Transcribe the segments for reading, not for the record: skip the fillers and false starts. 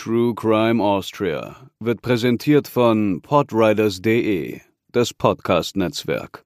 True Crime Austria wird präsentiert von podriders.de, das Podcast-Netzwerk.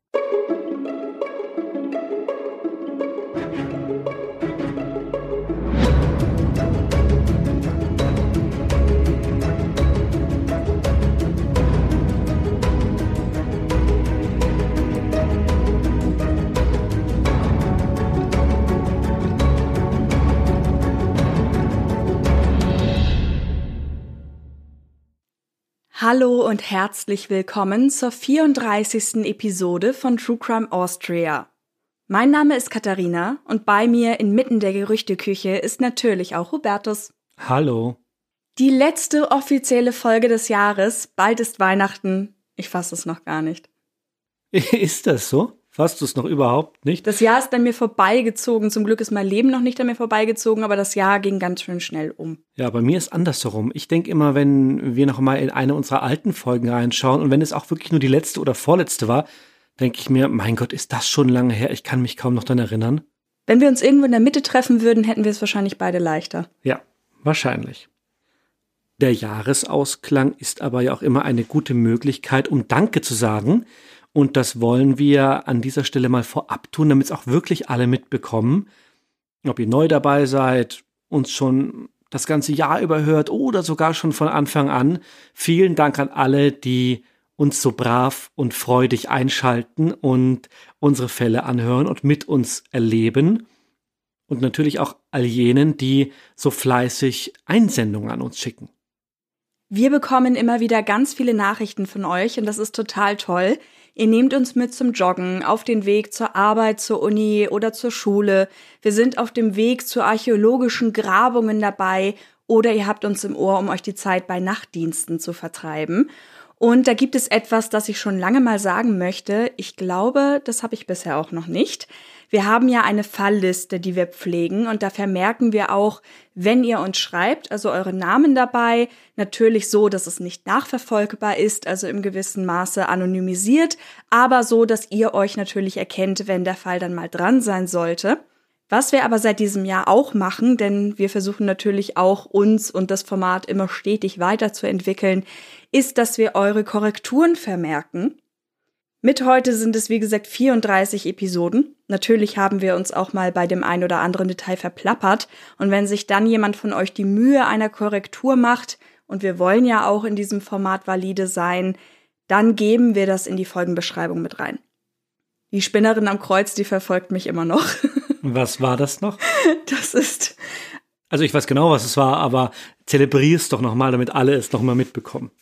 Hallo und herzlich willkommen zur 34. Episode von True Crime Austria. Mein Name ist Katharina und bei mir inmitten der Gerüchteküche ist natürlich auch Hubertus. Hallo. Die letzte offizielle Folge des Jahres, bald ist Weihnachten. Ich fasse es noch gar nicht. Ist das so? Fasst du es noch überhaupt nicht? Das Jahr ist an mir vorbeigezogen. Zum Glück ist mein Leben noch nicht an mir vorbeigezogen, aber das Jahr ging ganz schön schnell um. Ja, bei mir ist andersherum. Ich denke immer, wenn wir noch mal in eine unserer alten Folgen reinschauen und wenn es auch wirklich nur die letzte oder vorletzte war, denke ich mir, mein Gott, ist das schon lange her? Ich kann mich kaum noch daran erinnern. Wenn wir uns irgendwo in der Mitte treffen würden, hätten wir es wahrscheinlich beide leichter. Ja, wahrscheinlich. Der Jahresausklang ist aber ja auch immer eine gute Möglichkeit, um Danke zu sagen. Und das wollen wir an dieser Stelle mal vorab tun, damit es auch wirklich alle mitbekommen. Ob ihr neu dabei seid, uns schon das ganze Jahr über hört oder sogar schon von Anfang an. Vielen Dank an alle, die uns so brav und freudig einschalten und unsere Fälle anhören und mit uns erleben. Und natürlich auch all jenen, die so fleißig Einsendungen an uns schicken. Wir bekommen immer wieder ganz viele Nachrichten von euch und das ist total toll. Ihr nehmt uns mit zum Joggen, auf den Weg zur Arbeit, zur Uni oder zur Schule. Wir sind auf dem Weg zu archäologischen Grabungen dabei oder ihr habt uns im Ohr, um euch die Zeit bei Nachtdiensten zu vertreiben. Und da gibt es etwas, das ich schon lange mal sagen möchte. Ich glaube, das habe ich bisher auch noch nicht. Wir haben ja eine Fallliste, die wir pflegen und da vermerken wir auch, wenn ihr uns schreibt, also eure Namen dabei, natürlich so, dass es nicht nachverfolgbar ist, also im gewissen Maße anonymisiert, aber so, dass ihr euch natürlich erkennt, wenn der Fall dann mal dran sein sollte. Was wir aber seit diesem Jahr auch machen, denn wir versuchen natürlich auch uns und das Format immer stetig weiterzuentwickeln, ist, dass wir eure Korrekturen vermerken. Mit heute sind es, wie gesagt, 34 Episoden. Natürlich haben wir uns auch mal bei dem ein oder anderen Detail verplappert. Und wenn sich dann jemand von euch die Mühe einer Korrektur macht, und wir wollen ja auch in diesem Format valide sein, dann geben wir das in die Folgenbeschreibung mit rein. Die Spinnerin am Kreuz, die verfolgt mich immer noch. Was war das noch? Das ist... Also ich weiß genau, was es war, aber zelebrier es doch nochmal, damit alle es nochmal mitbekommen.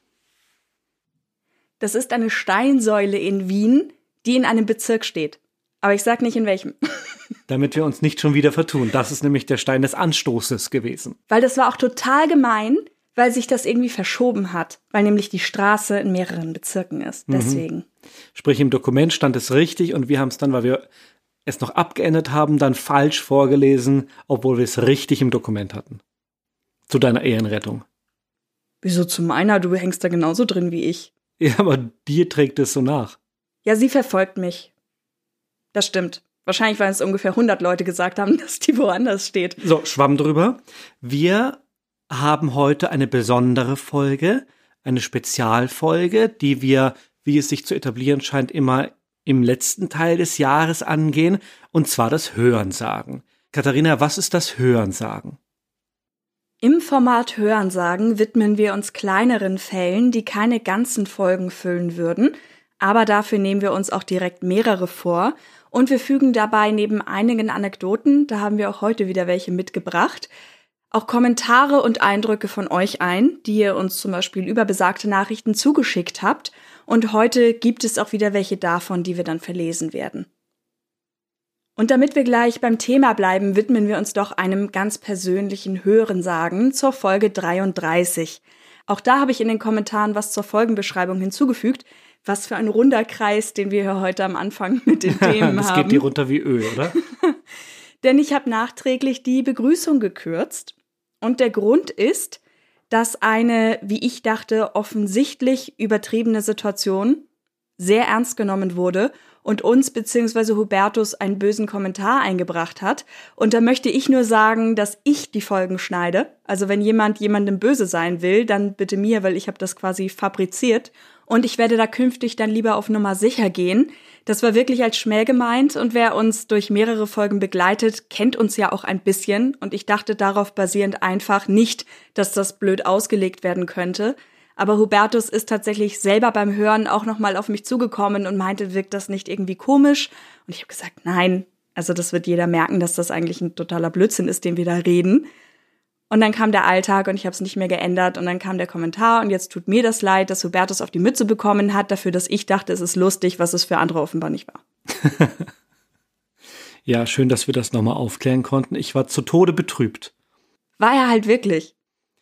Das ist eine Steinsäule in Wien, die in einem Bezirk steht. Aber ich sag nicht in welchem. Damit wir uns nicht schon wieder vertun. Das ist nämlich der Stein des Anstoßes gewesen. Weil das war auch total gemein, weil sich das irgendwie verschoben hat. Weil nämlich die Straße in mehreren Bezirken ist. Deswegen. Sprich, im Dokument stand es richtig und wir haben es dann, weil wir es noch abgeändert haben, dann falsch vorgelesen, obwohl wir es richtig im Dokument hatten. Zu deiner Ehrenrettung. Wieso zu meiner? Du hängst da genauso drin wie ich. Ja, aber dir trägt es so nach. Ja, sie verfolgt mich. Das stimmt. Wahrscheinlich, weil es ungefähr 100 Leute gesagt haben, dass die woanders steht. So, Schwamm drüber. Wir haben heute eine besondere Folge, eine Spezialfolge, die wir, wie es sich zu etablieren scheint, immer im letzten Teil des Jahres angehen, und zwar das Hörensagen. Katharina, was ist das Hörensagen? Im Format Hörensagen widmen wir uns kleineren Fällen, die keine ganzen Folgen füllen würden, aber dafür nehmen wir uns auch direkt mehrere vor und wir fügen dabei neben einigen Anekdoten, da haben wir auch heute wieder welche mitgebracht, auch Kommentare und Eindrücke von euch ein, die ihr uns zum Beispiel über besagte Nachrichten zugeschickt habt, und heute gibt es auch wieder welche davon, die wir dann verlesen werden. Und damit wir gleich beim Thema bleiben, widmen wir uns doch einem ganz persönlichen Hörensagen zur Folge 33. Auch da habe ich in den Kommentaren was zur Folgenbeschreibung hinzugefügt. Was für ein runder Kreis, den wir hier heute am Anfang mit den Themen das haben. Das geht dir runter wie Öl, oder? Denn ich habe nachträglich die Begrüßung gekürzt. Und der Grund ist, dass eine, wie ich dachte, offensichtlich übertriebene Situation sehr ernst genommen wurde und uns bzw. Hubertus einen bösen Kommentar eingebracht hat. Und da möchte ich nur sagen, dass ich die Folgen schneide. Also wenn jemand jemandem böse sein will, dann bitte mir, weil ich habe das quasi fabriziert. Und ich werde da künftig dann lieber auf Nummer sicher gehen. Das war wirklich als Schmäh gemeint und wer uns durch mehrere Folgen begleitet, kennt uns ja auch ein bisschen. Und ich dachte darauf basierend einfach nicht, dass das blöd ausgelegt werden könnte. Aber Hubertus ist tatsächlich selber beim Hören auch nochmal auf mich zugekommen und meinte, wirkt das nicht irgendwie komisch? Und ich habe gesagt, nein, also das wird jeder merken, dass das eigentlich ein totaler Blödsinn ist, den wir da reden. Und dann kam der Alltag und ich habe es nicht mehr geändert und dann kam der Kommentar und jetzt tut mir das leid, dass Hubertus auf die Mütze bekommen hat, dafür, dass ich dachte, es ist lustig, was es für andere offenbar nicht war. Ja, schön, dass wir das nochmal aufklären konnten. Ich war zu Tode betrübt. War er halt wirklich.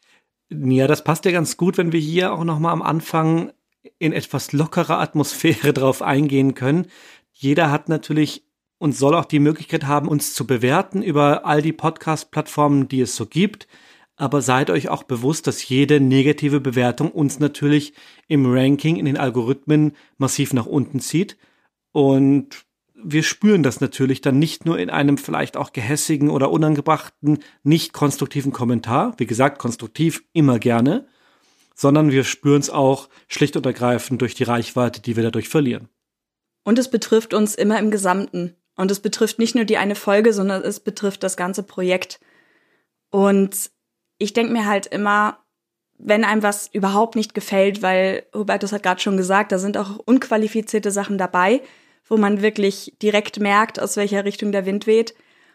Ja, das passt ja ganz gut, wenn wir hier auch nochmal am Anfang in etwas lockerer Atmosphäre drauf eingehen können. Jeder hat natürlich und soll auch die Möglichkeit haben, uns zu bewerten über all die Podcast-Plattformen, die es so gibt. Aber seid euch auch bewusst, dass jede negative Bewertung uns natürlich im Ranking, in den Algorithmen massiv nach unten zieht. Und wir spüren das natürlich dann nicht nur in einem vielleicht auch gehässigen oder unangebrachten, nicht konstruktiven Kommentar. Wie gesagt, konstruktiv immer gerne. Sondern wir spüren es auch schlicht und ergreifend durch die Reichweite, die wir dadurch verlieren. Und es betrifft uns immer im Gesamten. Und es betrifft nicht nur die eine Folge, sondern es betrifft das ganze Projekt. Und ich denke mir halt immer, wenn einem was überhaupt nicht gefällt, weil Hubertus hat gerade schon gesagt, da sind auch unqualifizierte Sachen dabei, wo man wirklich direkt merkt, aus welcher Richtung der Wind weht.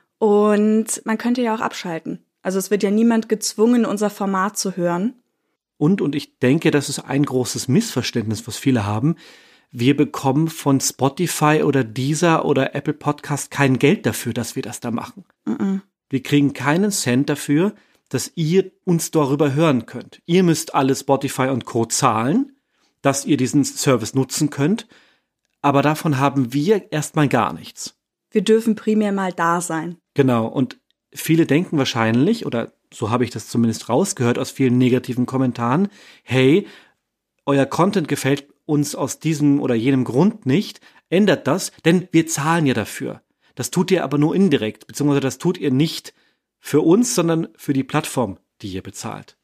Und man könnte ja auch abschalten. Also es wird ja niemand gezwungen, unser Format zu hören. Und ich denke, das ist ein großes Missverständnis, was viele haben. Wir bekommen von Spotify oder Deezer oder Apple Podcast kein Geld dafür, dass wir das da machen. Wir kriegen keinen Cent dafür, dass ihr uns darüber hören könnt. Ihr müsst alle Spotify und Co. zahlen, dass ihr diesen Service nutzen könnt. Aber davon haben wir erstmal gar nichts. Wir dürfen primär mal da sein. Genau. Und viele denken wahrscheinlich, oder so habe ich das zumindest rausgehört aus vielen negativen Kommentaren, hey, euer Content gefällt uns aus diesem oder jenem Grund nicht, ändert das, denn wir zahlen ja dafür. Das tut ihr aber nur indirekt, beziehungsweise das tut ihr nicht für uns, sondern für die Plattform, die ihr bezahlt.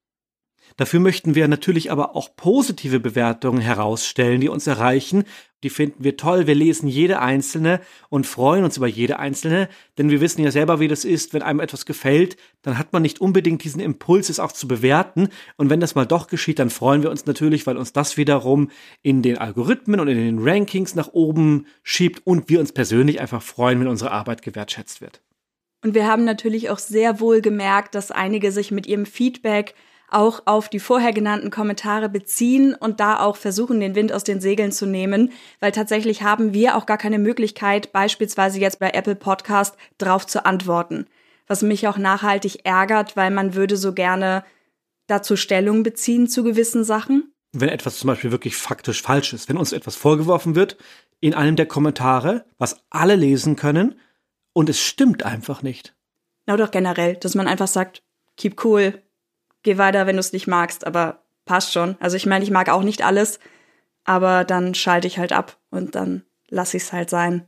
Dafür möchten wir natürlich aber auch positive Bewertungen herausstellen, die uns erreichen. Die finden wir toll. Wir lesen jede einzelne und freuen uns über jede einzelne, denn wir wissen ja selber, wie das ist. Wenn einem etwas gefällt, dann hat man nicht unbedingt diesen Impuls, es auch zu bewerten. Und wenn das mal doch geschieht, dann freuen wir uns natürlich, weil uns das wiederum in den Algorithmen und in den Rankings nach oben schiebt und wir uns persönlich einfach freuen, wenn unsere Arbeit gewertschätzt wird. Und wir haben natürlich auch sehr wohl gemerkt, dass einige sich mit ihrem Feedback auch auf die vorher genannten Kommentare beziehen und da auch versuchen, den Wind aus den Segeln zu nehmen, weil tatsächlich haben wir auch gar keine Möglichkeit, beispielsweise jetzt bei Apple Podcast, drauf zu antworten. Was mich auch nachhaltig ärgert, weil man würde so gerne dazu Stellung beziehen zu gewissen Sachen. Wenn etwas zum Beispiel wirklich faktisch falsch ist, wenn uns etwas vorgeworfen wird in einem der Kommentare, was alle lesen können und es stimmt einfach nicht. Na doch generell, dass man einfach sagt, keep cool, geh weiter, wenn du es nicht magst, aber passt schon. Also ich meine, ich mag auch nicht alles, aber dann schalte ich halt ab und dann lasse ich es halt sein.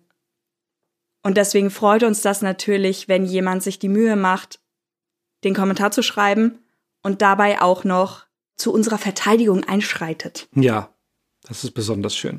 Und deswegen freut uns das natürlich, wenn jemand sich die Mühe macht, den Kommentar zu schreiben und dabei auch noch zu unserer Verteidigung einschreitet. Ja, das ist besonders schön.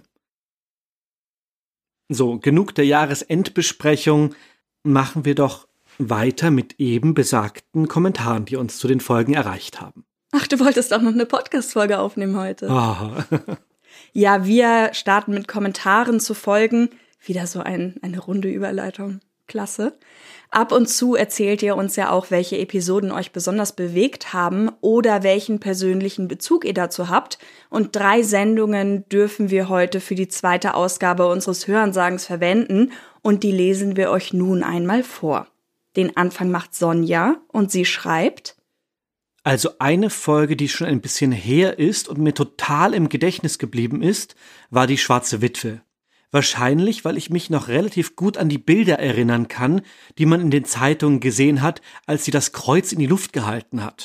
So, genug der Jahresendbesprechung. Machen wir doch weiter mit eben besagten Kommentaren, die uns zu den Folgen erreicht haben. Ach, du wolltest auch noch eine Podcast-Folge aufnehmen heute. Ah. Ja, wir starten mit Kommentaren zu Folgen. Wieder so eine runde Überleitung. Klasse. Ab und zu erzählt ihr uns ja auch, welche Episoden euch besonders bewegt haben oder welchen persönlichen Bezug ihr dazu habt. Und 3 Sendungen dürfen wir heute für die 2. Ausgabe unseres Hörensagens verwenden. Und die lesen wir euch nun einmal vor. Den Anfang macht Sonja und sie schreibt: Also eine Folge, die schon ein bisschen her ist und mir total im Gedächtnis geblieben ist, war die Schwarze Witwe. Wahrscheinlich, weil ich mich noch relativ gut an die Bilder erinnern kann, die man in den Zeitungen gesehen hat, als sie das Kreuz in die Luft gehalten hat.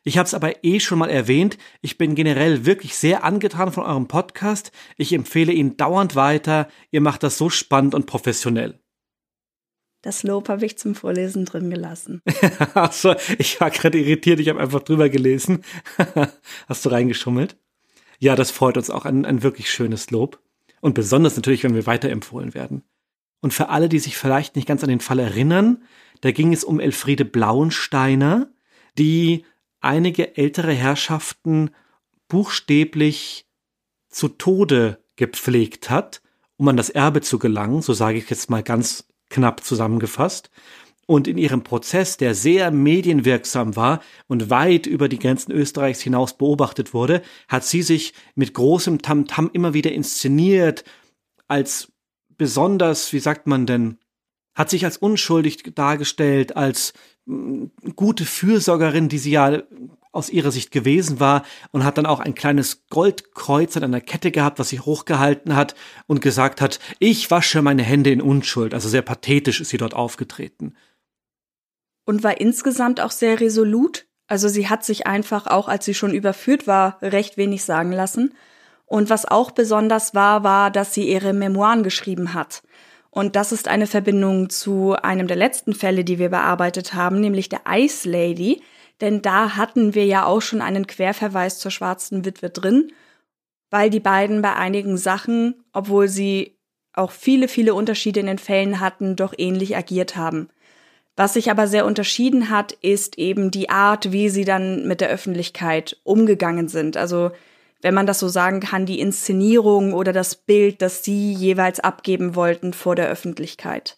Ich habe es aber schon mal erwähnt, ich bin generell wirklich sehr angetan von eurem Podcast. Ich empfehle ihn dauernd weiter. Ihr macht das so spannend und professionell. Das Lob habe ich zum Vorlesen drin gelassen. Achso, ich war gerade irritiert, ich habe einfach drüber gelesen. Hast du reingeschummelt? Ja, das freut uns auch, ein wirklich schönes Lob. Und besonders natürlich, wenn wir weiterempfohlen werden. Und für alle, die sich vielleicht nicht ganz an den Fall erinnern, da ging es um Elfriede Blauensteiner, die einige ältere Herrschaften buchstäblich zu Tode gepflegt hat, um an das Erbe zu gelangen, so sage ich jetzt mal ganz knapp zusammengefasst. Und in ihrem Prozess, der sehr medienwirksam war und weit über die Grenzen Österreichs hinaus beobachtet wurde, hat sie sich mit großem Tamtam immer wieder inszeniert, als besonders, wie sagt man denn, hat sich als unschuldig dargestellt, als gute Fürsorgerin, die sie ja aus ihrer Sicht gewesen war, und hat dann auch ein kleines Goldkreuz an einer Kette gehabt, was sie hochgehalten hat und gesagt hat, ich wasche meine Hände in Unschuld. Also sehr pathetisch ist sie dort aufgetreten. Und war insgesamt auch sehr resolut. Also sie hat sich einfach, auch als sie schon überführt war, recht wenig sagen lassen. Und was auch besonders war, dass sie ihre Memoiren geschrieben hat. Und das ist eine Verbindung zu einem der letzten Fälle, die wir bearbeitet haben, nämlich der Ice Lady. Denn da hatten wir ja auch schon einen Querverweis zur Schwarzen Witwe drin, weil die beiden bei einigen Sachen, obwohl sie auch viele, viele Unterschiede in den Fällen hatten, doch ähnlich agiert haben. Was sich aber sehr unterschieden hat, ist eben die Art, wie sie dann mit der Öffentlichkeit umgegangen sind. Also wenn man das so sagen kann, die Inszenierung oder das Bild, das sie jeweils abgeben wollten vor der Öffentlichkeit.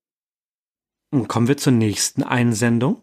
Und kommen wir zur nächsten Einsendung.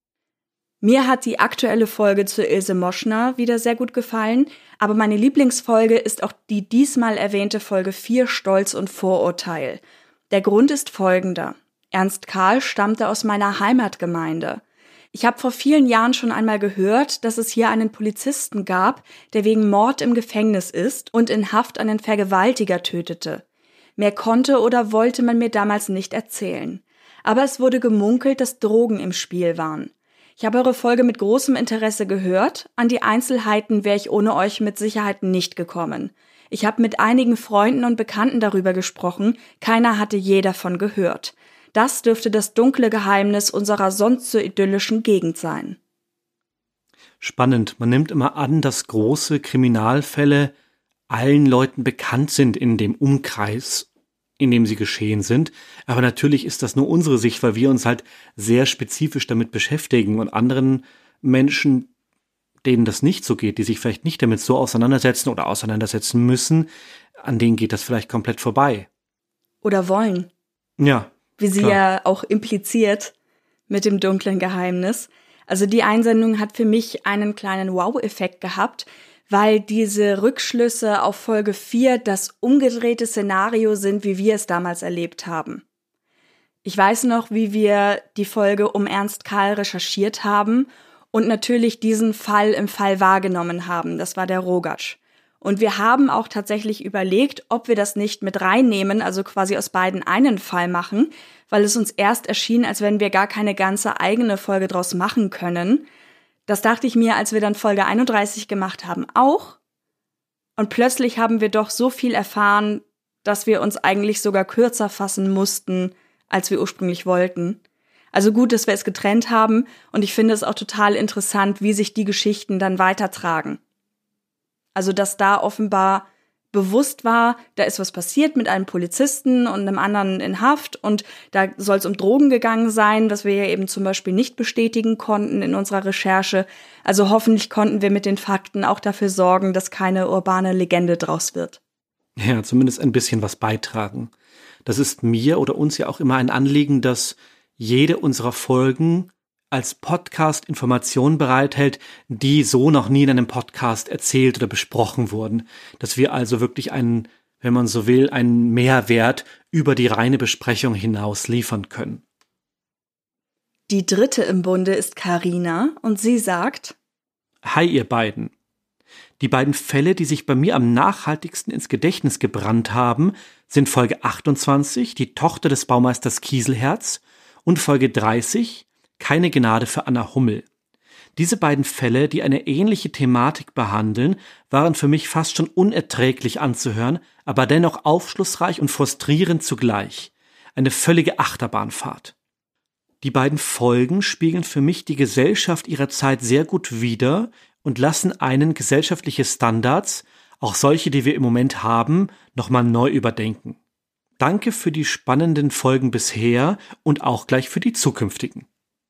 Mir hat die aktuelle Folge zu Ilse Moschner wieder sehr gut gefallen, aber meine Lieblingsfolge ist auch die diesmal erwähnte Folge 4, Stolz und Vorurteil. Der Grund ist folgender. Ernst Karl stammte aus meiner Heimatgemeinde. Ich habe vor vielen Jahren schon einmal gehört, dass es hier einen Polizisten gab, der wegen Mord im Gefängnis ist und in Haft einen Vergewaltiger tötete. Mehr konnte oder wollte man mir damals nicht erzählen. Aber es wurde gemunkelt, dass Drogen im Spiel waren. Ich habe eure Folge mit großem Interesse gehört. An die Einzelheiten wäre ich ohne euch mit Sicherheit nicht gekommen. Ich habe mit einigen Freunden und Bekannten darüber gesprochen. Keiner hatte je davon gehört. Das dürfte das dunkle Geheimnis unserer sonst so idyllischen Gegend sein. Spannend. Man nimmt immer an, dass große Kriminalfälle allen Leuten bekannt sind in dem Umkreis, in dem sie geschehen sind. Aber natürlich ist das nur unsere Sicht, weil wir uns halt sehr spezifisch damit beschäftigen und anderen Menschen, denen das nicht so geht, die sich vielleicht nicht damit so auseinandersetzen oder auseinandersetzen müssen, an denen geht das vielleicht komplett vorbei. Oder wollen. Ja. Wie sie ja auch impliziert mit dem dunklen Geheimnis. Also die Einsendung hat für mich einen kleinen Wow-Effekt gehabt, weil diese Rückschlüsse auf Folge 4 das umgedrehte Szenario sind, wie wir es damals erlebt haben. Ich weiß noch, wie wir die Folge um Ernst Karl recherchiert haben und natürlich diesen Fall im Fall wahrgenommen haben. Das war der Rogatsch. Und wir haben auch tatsächlich überlegt, ob wir das nicht mit reinnehmen, also quasi aus beiden einen Fall machen, weil es uns erst erschien, als wenn wir gar keine ganze eigene Folge draus machen können. Das dachte ich mir, als wir dann Folge 31 gemacht haben, auch. Und plötzlich haben wir doch so viel erfahren, dass wir uns eigentlich sogar kürzer fassen mussten, als wir ursprünglich wollten. Also gut, dass wir es getrennt haben, und ich finde es auch total interessant, wie sich die Geschichten dann weitertragen. Also, dass da offenbar bewusst war, da ist was passiert mit einem Polizisten und einem anderen in Haft, und da soll es um Drogen gegangen sein, was wir ja eben zum Beispiel nicht bestätigen konnten in unserer Recherche. Also hoffentlich konnten wir mit den Fakten auch dafür sorgen, dass keine urbane Legende draus wird. Ja, zumindest ein bisschen was beitragen. Das ist mir oder uns ja auch immer ein Anliegen, dass jede unserer Folgen als Podcast Informationen bereithält, die so noch nie in einem Podcast erzählt oder besprochen wurden. Dass wir also wirklich einen, wenn man so will, einen Mehrwert über die reine Besprechung hinaus liefern können. Die dritte im Bunde ist Carina, und sie sagt: Hi ihr beiden. Die beiden Fälle, die sich bei mir am nachhaltigsten ins Gedächtnis gebrannt haben, sind Folge 28, die Tochter des Baumeisters Kieselherz, und Folge 30, Keine Gnade für Anna Hummel. Diese beiden Fälle, die eine ähnliche Thematik behandeln, waren für mich fast schon unerträglich anzuhören, aber dennoch aufschlussreich und frustrierend zugleich. Eine völlige Achterbahnfahrt. Die beiden Folgen spiegeln für mich die Gesellschaft ihrer Zeit sehr gut wider und lassen einen gesellschaftliche Standards, auch solche, die wir im Moment haben, nochmal neu überdenken. Danke für die spannenden Folgen bisher und auch gleich für die zukünftigen.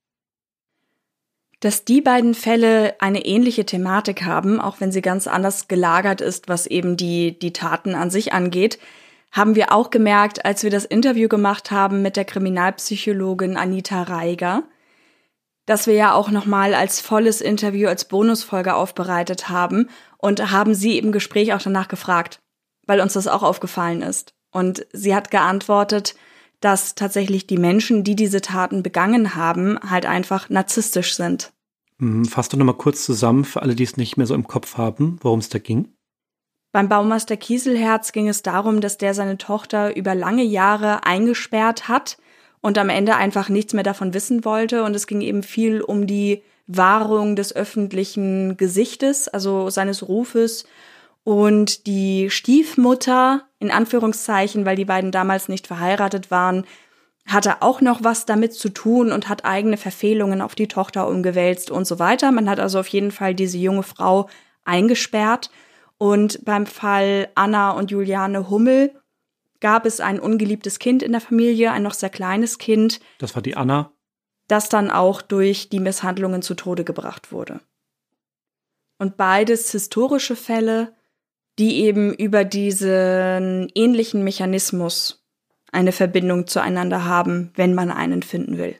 Dass die beiden Fälle eine ähnliche Thematik haben, auch wenn sie ganz anders gelagert ist, was eben die Taten an sich angeht, haben wir auch gemerkt, als wir das Interview gemacht haben mit der Kriminalpsychologin Anita Reiger, dass wir ja auch nochmal als volles Interview, als Bonusfolge aufbereitet haben und haben sie im Gespräch auch danach gefragt, weil uns das auch aufgefallen ist. Und sie hat geantwortet, dass tatsächlich die Menschen, die diese Taten begangen haben, halt einfach narzisstisch sind. Fass doch nochmal kurz zusammen für alle, die es nicht mehr so im Kopf haben, worum es da ging. Beim Baumeister Kieselherz ging es darum, dass der seine Tochter über lange Jahre eingesperrt hat und am Ende einfach nichts mehr davon wissen wollte. Und es ging eben viel um die Wahrung des öffentlichen Gesichtes, also seines Rufes. Und die Stiefmutter, in Anführungszeichen, weil die beiden damals nicht verheiratet waren, hatte auch noch was damit zu tun und hat eigene Verfehlungen auf die Tochter umgewälzt und so weiter. Man hat also auf jeden Fall diese junge Frau eingesperrt. Und beim Fall Anna und Juliane Hummel gab es ein ungeliebtes Kind in der Familie, ein noch sehr kleines Kind. Das war die Anna. Das dann auch durch die Misshandlungen zu Tode gebracht wurde. Und beides historische Fälle, die eben über diesen ähnlichen Mechanismus eine Verbindung zueinander haben, wenn man einen finden will.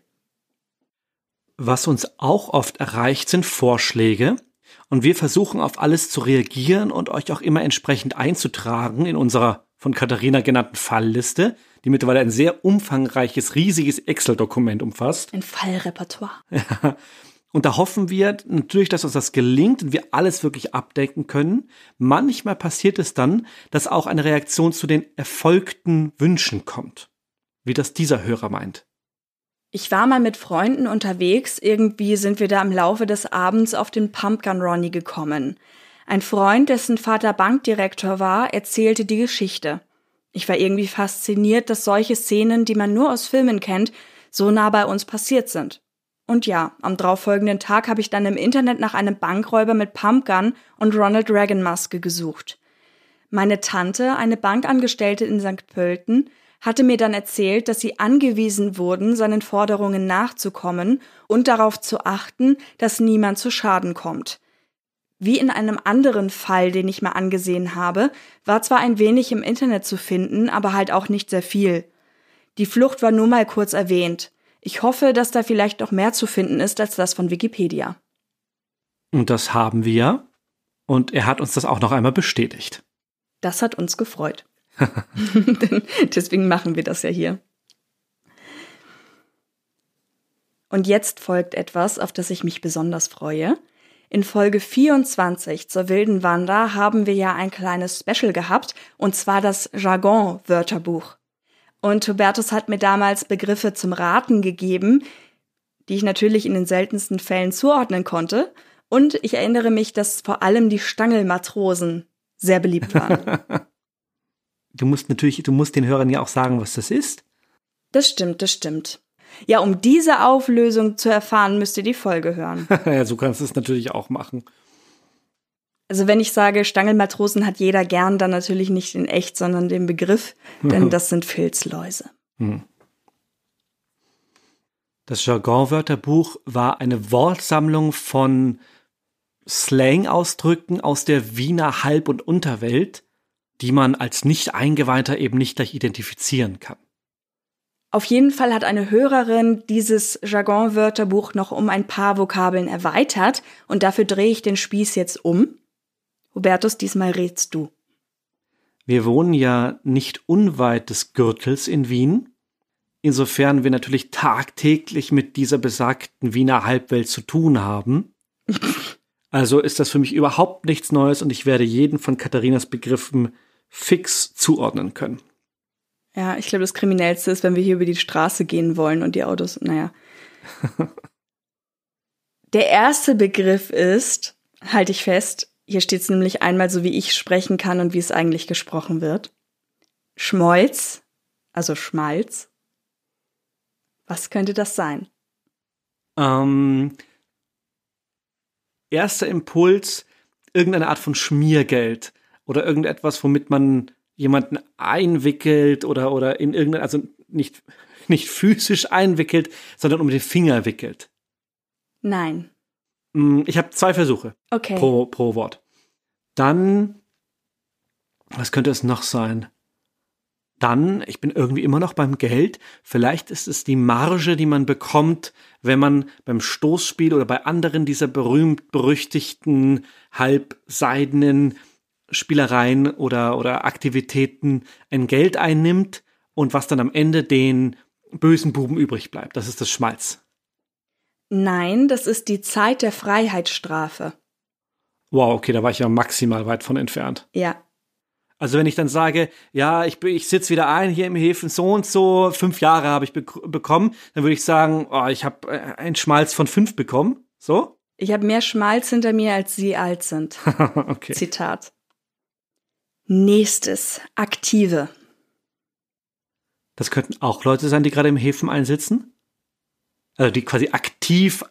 Was uns auch oft erreicht, sind Vorschläge. Und wir versuchen auf alles zu reagieren und euch auch immer entsprechend einzutragen in unserer von Katharina genannten Fallliste, die mittlerweile ein sehr umfangreiches, riesiges Excel-Dokument umfasst. Ein Fallrepertoire. Ja. Und da hoffen wir natürlich, dass uns das gelingt und wir alles wirklich abdecken können. Manchmal passiert es dann, dass auch eine Reaktion zu den erfolgten Wünschen kommt. Wie das dieser Hörer meint. Ich war mal mit Freunden unterwegs. Irgendwie sind wir da im Laufe des Abends auf den Pumpgun Ronny gekommen. Ein Freund, dessen Vater Bankdirektor war, erzählte die Geschichte. Ich war irgendwie fasziniert, dass solche Szenen, die man nur aus Filmen kennt, so nah bei uns passiert sind. Und ja, am darauffolgenden Tag habe ich dann im Internet nach einem Bankräuber mit Pumpgun und Ronald Reagan Maske gesucht. Meine Tante, eine Bankangestellte in St. Pölten, hatte mir dann erzählt, dass sie angewiesen wurden, seinen Forderungen nachzukommen und darauf zu achten, dass niemand zu Schaden kommt. Wie in einem anderen Fall, den ich mir angesehen habe, war zwar ein wenig im Internet zu finden, aber halt auch nicht sehr viel. Die Flucht war nur mal kurz erwähnt. Ich hoffe, dass da vielleicht noch mehr zu finden ist als das von Wikipedia. Und das haben wir. Und er hat uns das auch noch einmal bestätigt. Das hat uns gefreut. Deswegen machen wir das ja hier. Und jetzt folgt etwas, auf das ich mich besonders freue. In Folge 24 zur Wilden Wanda haben wir ja ein kleines Special gehabt, und zwar das Jargon-Wörterbuch. Und Hubertus hat mir damals Begriffe zum Raten gegeben, die ich natürlich in den seltensten Fällen zuordnen konnte. Und ich erinnere mich, dass vor allem die Stangelmatrosen sehr beliebt waren. Du musst den Hörern ja auch sagen, was das ist. Das stimmt. Ja, um diese Auflösung zu erfahren, müsst ihr die Folge hören. Ja, so kannst du es natürlich auch machen. Also wenn ich sage, Stangelmatrosen hat jeder gern, dann natürlich nicht in echt, sondern den Begriff, denn das sind Filzläuse. Das Jargon-Wörterbuch war eine Wortsammlung von Slang-Ausdrücken aus der Wiener Halb- und Unterwelt, die man als Nicht-Eingeweihter eben nicht gleich identifizieren kann. Auf jeden Fall hat eine Hörerin dieses Jargon-Wörterbuch noch um ein paar Vokabeln erweitert und dafür drehe ich den Spieß jetzt um. Hubertus, diesmal rätst du. Wir wohnen ja nicht unweit des Gürtels in Wien. Insofern wir natürlich tagtäglich mit dieser besagten Wiener Halbwelt zu tun haben. Also ist das für mich überhaupt nichts Neues und ich werde jeden von Katharinas Begriffen fix zuordnen können. Ja, ich glaube, das Kriminellste ist, wenn wir hier über die Straße gehen wollen und die Autos, naja. Der erste Begriff ist, halte ich fest, hier steht es nämlich einmal so, wie ich sprechen kann und wie es eigentlich gesprochen wird. Schmolz, also Schmalz. Was könnte das sein? Erster Impuls, irgendeine Art von Schmiergeld oder irgendetwas, womit man jemanden einwickelt oder in irgendein, also nicht physisch einwickelt, sondern um den Finger wickelt. Nein. Ich habe 2 Versuche Okay. pro Wort. Dann, was könnte es noch sein? Dann, ich bin irgendwie immer noch beim Geld. Vielleicht ist es die Marge, die man bekommt, wenn man beim Stoßspiel oder bei anderen dieser berühmt-berüchtigten halbseidenen Spielereien oder Aktivitäten ein Geld einnimmt und was dann am Ende den bösen Buben übrig bleibt. Das ist das Schmalz. Nein, das ist die Zeit der Freiheitsstrafe. Wow, okay, da war ich ja maximal weit von entfernt. Ja. Also wenn ich dann sage, ja, ich sitze wieder ein hier im Häfen, so und so, 5 Jahre habe ich bekommen, dann würde ich sagen, oh, ich habe einen Schmalz von 5 bekommen. So? Ich habe mehr Schmalz hinter mir, als Sie alt sind. Okay. Zitat. Nächstes. Aktive. Das könnten auch Leute sein, die gerade im Häfen einsitzen? Also die quasi aktiv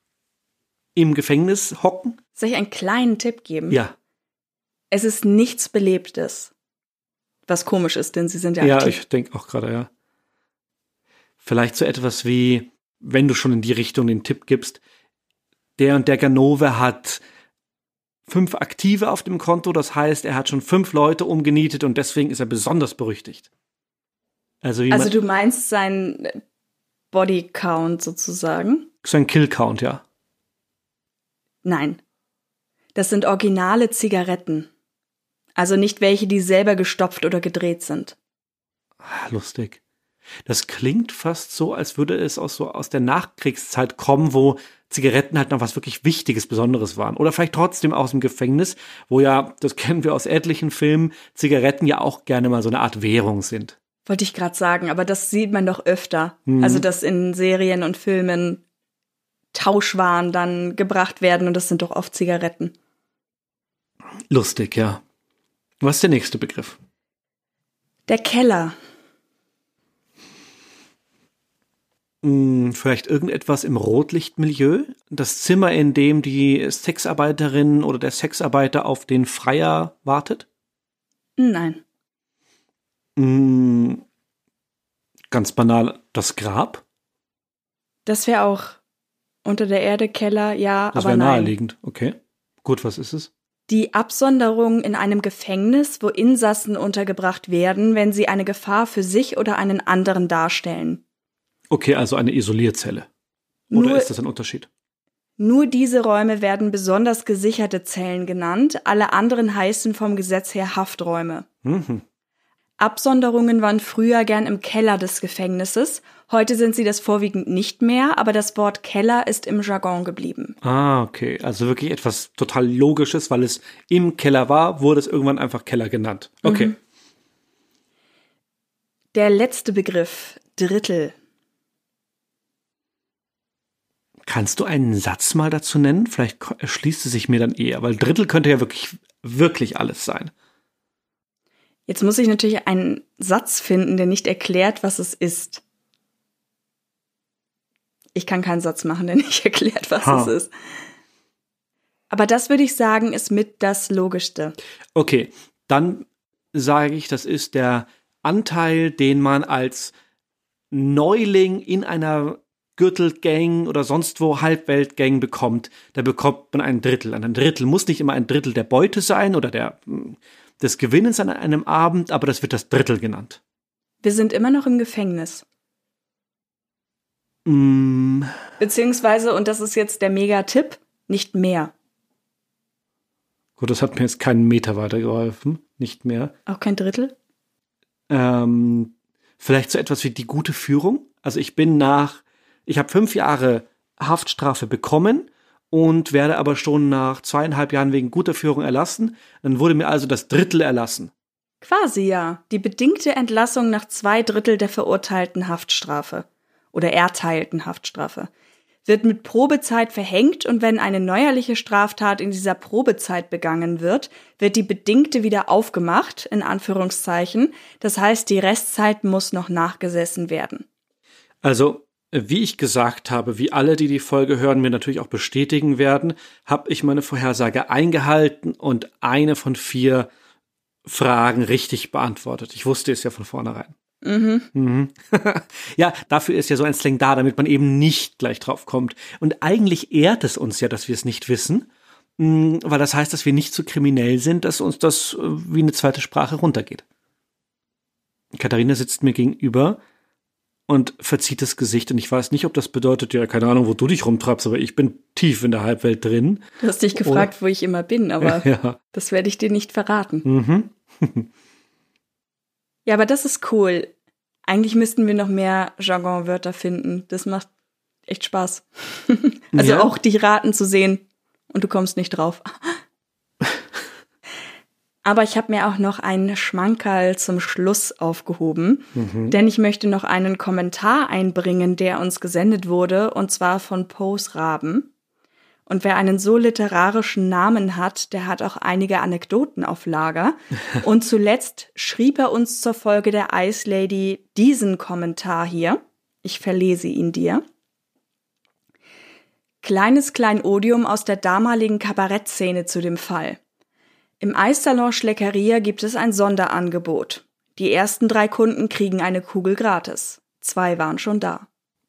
im Gefängnis hocken? Soll ich einen kleinen Tipp geben? Ja. Es ist nichts Belebtes. Was komisch ist, denn Sie sind ja aktiv. Ja, ich denke auch gerade, ja. Vielleicht so etwas wie, wenn du schon in die Richtung den Tipp gibst, der und der Ganove hat 5 Aktive auf dem Konto, das heißt, er hat schon 5 Leute umgenietet und deswegen ist er besonders berüchtigt. Also du meinst sein Bodycount sozusagen? Sein Kill-Count, ja. Nein. Das sind originale Zigaretten. Also nicht welche, die selber gestopft oder gedreht sind. Lustig. Das klingt fast so, als würde es aus der Nachkriegszeit kommen, wo Zigaretten halt noch was wirklich Wichtiges, Besonderes waren. Oder vielleicht trotzdem aus dem Gefängnis, wo ja, das kennen wir aus etlichen Filmen, Zigaretten ja auch gerne mal so eine Art Währung sind. Wollte ich gerade sagen, aber das sieht man doch öfter. Also, dass in Serien und Filmen Tauschwaren dann gebracht werden und das sind doch oft Zigaretten. Lustig, ja. Was ist der nächste Begriff? Der Keller. Vielleicht irgendetwas im Rotlichtmilieu? Das Zimmer, in dem die Sexarbeiterin oder der Sexarbeiter auf den Freier wartet? Nein. Ganz banal, das Grab? Das wäre auch unter der Erde, Keller, ja, Das aber wäre nein. naheliegend. Okay. Gut, was ist es? Die Absonderung in einem Gefängnis, wo Insassen untergebracht werden, wenn sie eine Gefahr für sich oder einen anderen darstellen. Okay, also eine Isolierzelle. Oder ist das ein Unterschied? Nur diese Räume werden besonders gesicherte Zellen genannt, alle anderen heißen vom Gesetz her Hafträume. Absonderungen waren früher gern im Keller des Gefängnisses, heute sind sie das vorwiegend nicht mehr, aber das Wort Keller ist im Jargon geblieben. Ah, okay. Also wirklich etwas total Logisches, weil es im Keller war, wurde es irgendwann einfach Keller genannt. Okay. Der letzte Begriff, Drittel. Kannst du einen Satz mal dazu nennen? Vielleicht erschließt es sich mir dann eher, weil Drittel könnte ja wirklich alles sein. Jetzt muss ich natürlich einen Satz finden, der nicht erklärt, was es ist. Ich kann keinen Satz machen, der nicht erklärt, was es ist. Aber das würde ich sagen, ist mit das Logischste. Okay, dann sage ich, das ist der Anteil, den man als Neuling in einer Gürtelgang oder sonst wo Halbweltgang bekommt. Da bekommt man ein Drittel. Ein Drittel muss nicht immer ein Drittel der Beute sein oder des Gewinnens an einem Abend, aber das wird das Drittel genannt. Wir sind immer noch im Gefängnis. Beziehungsweise, und das ist jetzt der Mega-Tipp, nicht mehr. Gut, das hat mir jetzt keinen Meter weitergeholfen. Nicht mehr. Auch kein Drittel? Vielleicht so etwas wie die gute Führung. Also ich habe 5 Jahre Haftstrafe bekommen und werde aber schon nach 2,5 Jahren wegen guter Führung erlassen. Dann wurde mir also das Drittel erlassen. Quasi ja. Die bedingte Entlassung nach 2 Drittel der verurteilten Haftstrafe. Oder erteilten Haftstrafe. wird mit Probezeit verhängt und wenn eine neuerliche Straftat in dieser Probezeit begangen wird, wird die bedingte wieder aufgemacht, in Anführungszeichen. Das heißt, die Restzeit muss noch nachgesessen werden. Also, wie ich gesagt habe, wie alle, die die Folge hören, mir natürlich auch bestätigen werden, habe ich meine Vorhersage eingehalten und eine von 4 Fragen richtig beantwortet. Ich wusste es ja von vornherein. Ja, dafür ist ja so ein Slang da, damit man eben nicht gleich drauf kommt. Und eigentlich ehrt es uns ja, dass wir es nicht wissen, weil das heißt, dass wir nicht so kriminell sind, dass uns das wie eine zweite Sprache runtergeht. Katharina sitzt mir gegenüber und verzieht das Gesicht und ich weiß nicht, ob das bedeutet, ja, keine Ahnung, wo du dich rumtreibst, aber ich bin tief in der Halbwelt drin. Du hast dich gefragt, wo ich immer bin, aber ja. Das werde ich dir nicht verraten. Ja, aber das ist cool. Eigentlich müssten wir noch mehr Jargonwörter finden. Das macht echt Spaß. Also Ja. auch dich raten zu sehen und du kommst nicht drauf. Aber ich habe mir auch noch einen Schmankerl zum Schluss aufgehoben, denn ich möchte noch einen Kommentar einbringen, der uns gesendet wurde, und zwar von Pose Raben. Und wer einen so literarischen Namen hat, der hat auch einige Anekdoten auf Lager. Und zuletzt schrieb er uns zur Folge der Ice Lady diesen Kommentar hier. Ich verlese ihn dir. Kleines Kleinodium aus der damaligen Kabarettszene zu dem Fall. Im Eissalon Schleckeria gibt es ein Sonderangebot. Die ersten 3 Kunden kriegen eine Kugel gratis. 2 waren schon da.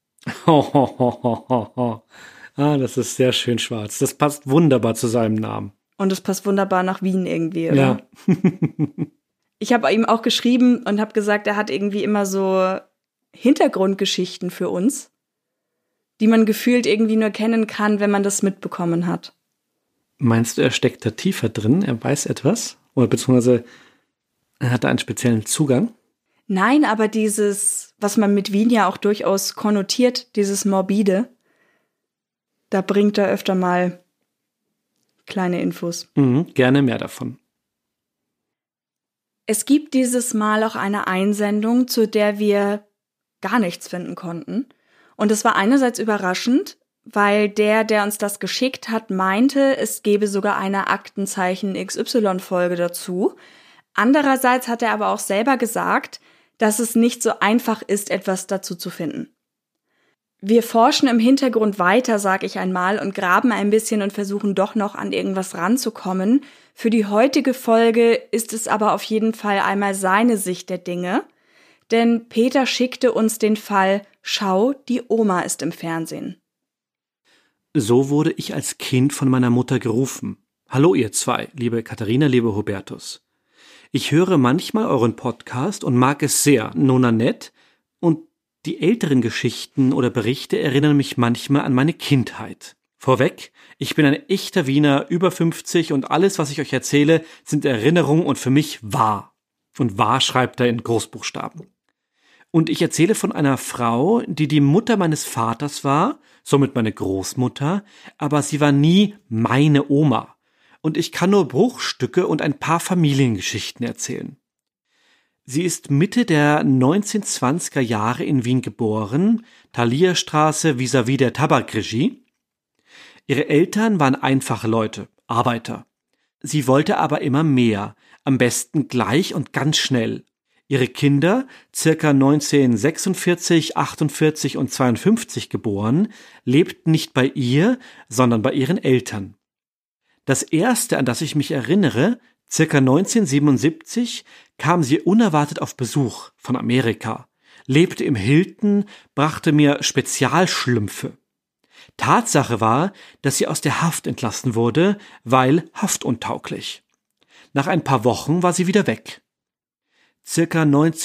Ah, das ist sehr schön schwarz. Das passt wunderbar zu seinem Namen. Und es passt wunderbar nach Wien irgendwie, oder? Ja. Ich habe ihm auch geschrieben und habe gesagt, er hat irgendwie immer so Hintergrundgeschichten für uns, die man gefühlt irgendwie nur kennen kann, wenn man das mitbekommen hat. Meinst du, er steckt da tiefer drin? Er weiß etwas? Oder beziehungsweise er hat da einen speziellen Zugang? Nein, aber dieses, was man mit Wien ja auch durchaus konnotiert, dieses Morbide, da bringt er öfter mal kleine Infos. Gerne mehr davon. Es gibt dieses Mal auch eine Einsendung, zu der wir gar nichts finden konnten. Und es war einerseits überraschend, weil der uns das geschickt hat, meinte, es gebe sogar eine Aktenzeichen XY-Folge dazu. Andererseits hat er aber auch selber gesagt, dass es nicht so einfach ist, etwas dazu zu finden. Wir forschen im Hintergrund weiter, sag ich einmal, und graben ein bisschen und versuchen doch noch an irgendwas ranzukommen. Für die heutige Folge ist es aber auf jeden Fall einmal seine Sicht der Dinge. Denn Peter schickte uns den Fall Schau, die Oma ist im Fernsehen. So wurde ich als Kind von meiner Mutter gerufen. Hallo ihr 2, liebe Katharina, liebe Hubertus. Ich höre manchmal euren Podcast und mag es sehr, Nona nett, und die älteren Geschichten oder Berichte erinnern mich manchmal an meine Kindheit. Vorweg, ich bin ein echter Wiener, über 50 und alles, was ich euch erzähle, sind Erinnerungen und für mich wahr. Und wahr schreibt er in Großbuchstaben. Und ich erzähle von einer Frau, die die Mutter meines Vaters war, somit meine Großmutter, aber sie war nie meine Oma. Und ich kann nur Bruchstücke und ein paar Familiengeschichten erzählen. Sie ist Mitte der 1920er Jahre in Wien geboren, Thalierstraße vis-à-vis der Tabakregie. Ihre Eltern waren einfache Leute, Arbeiter. Sie wollte aber immer mehr, am besten gleich und ganz schnell. Ihre Kinder, circa 1946, 48 und 52 geboren, lebten nicht bei ihr, sondern bei ihren Eltern. Das erste, an das ich mich erinnere, circa 1977, kam sie unerwartet auf Besuch von Amerika, lebte im Hilton, brachte mir Spezialschlümpfe. Tatsache war, dass sie aus der Haft entlassen wurde, weil haftuntauglich. Nach ein paar Wochen war sie wieder weg. Circa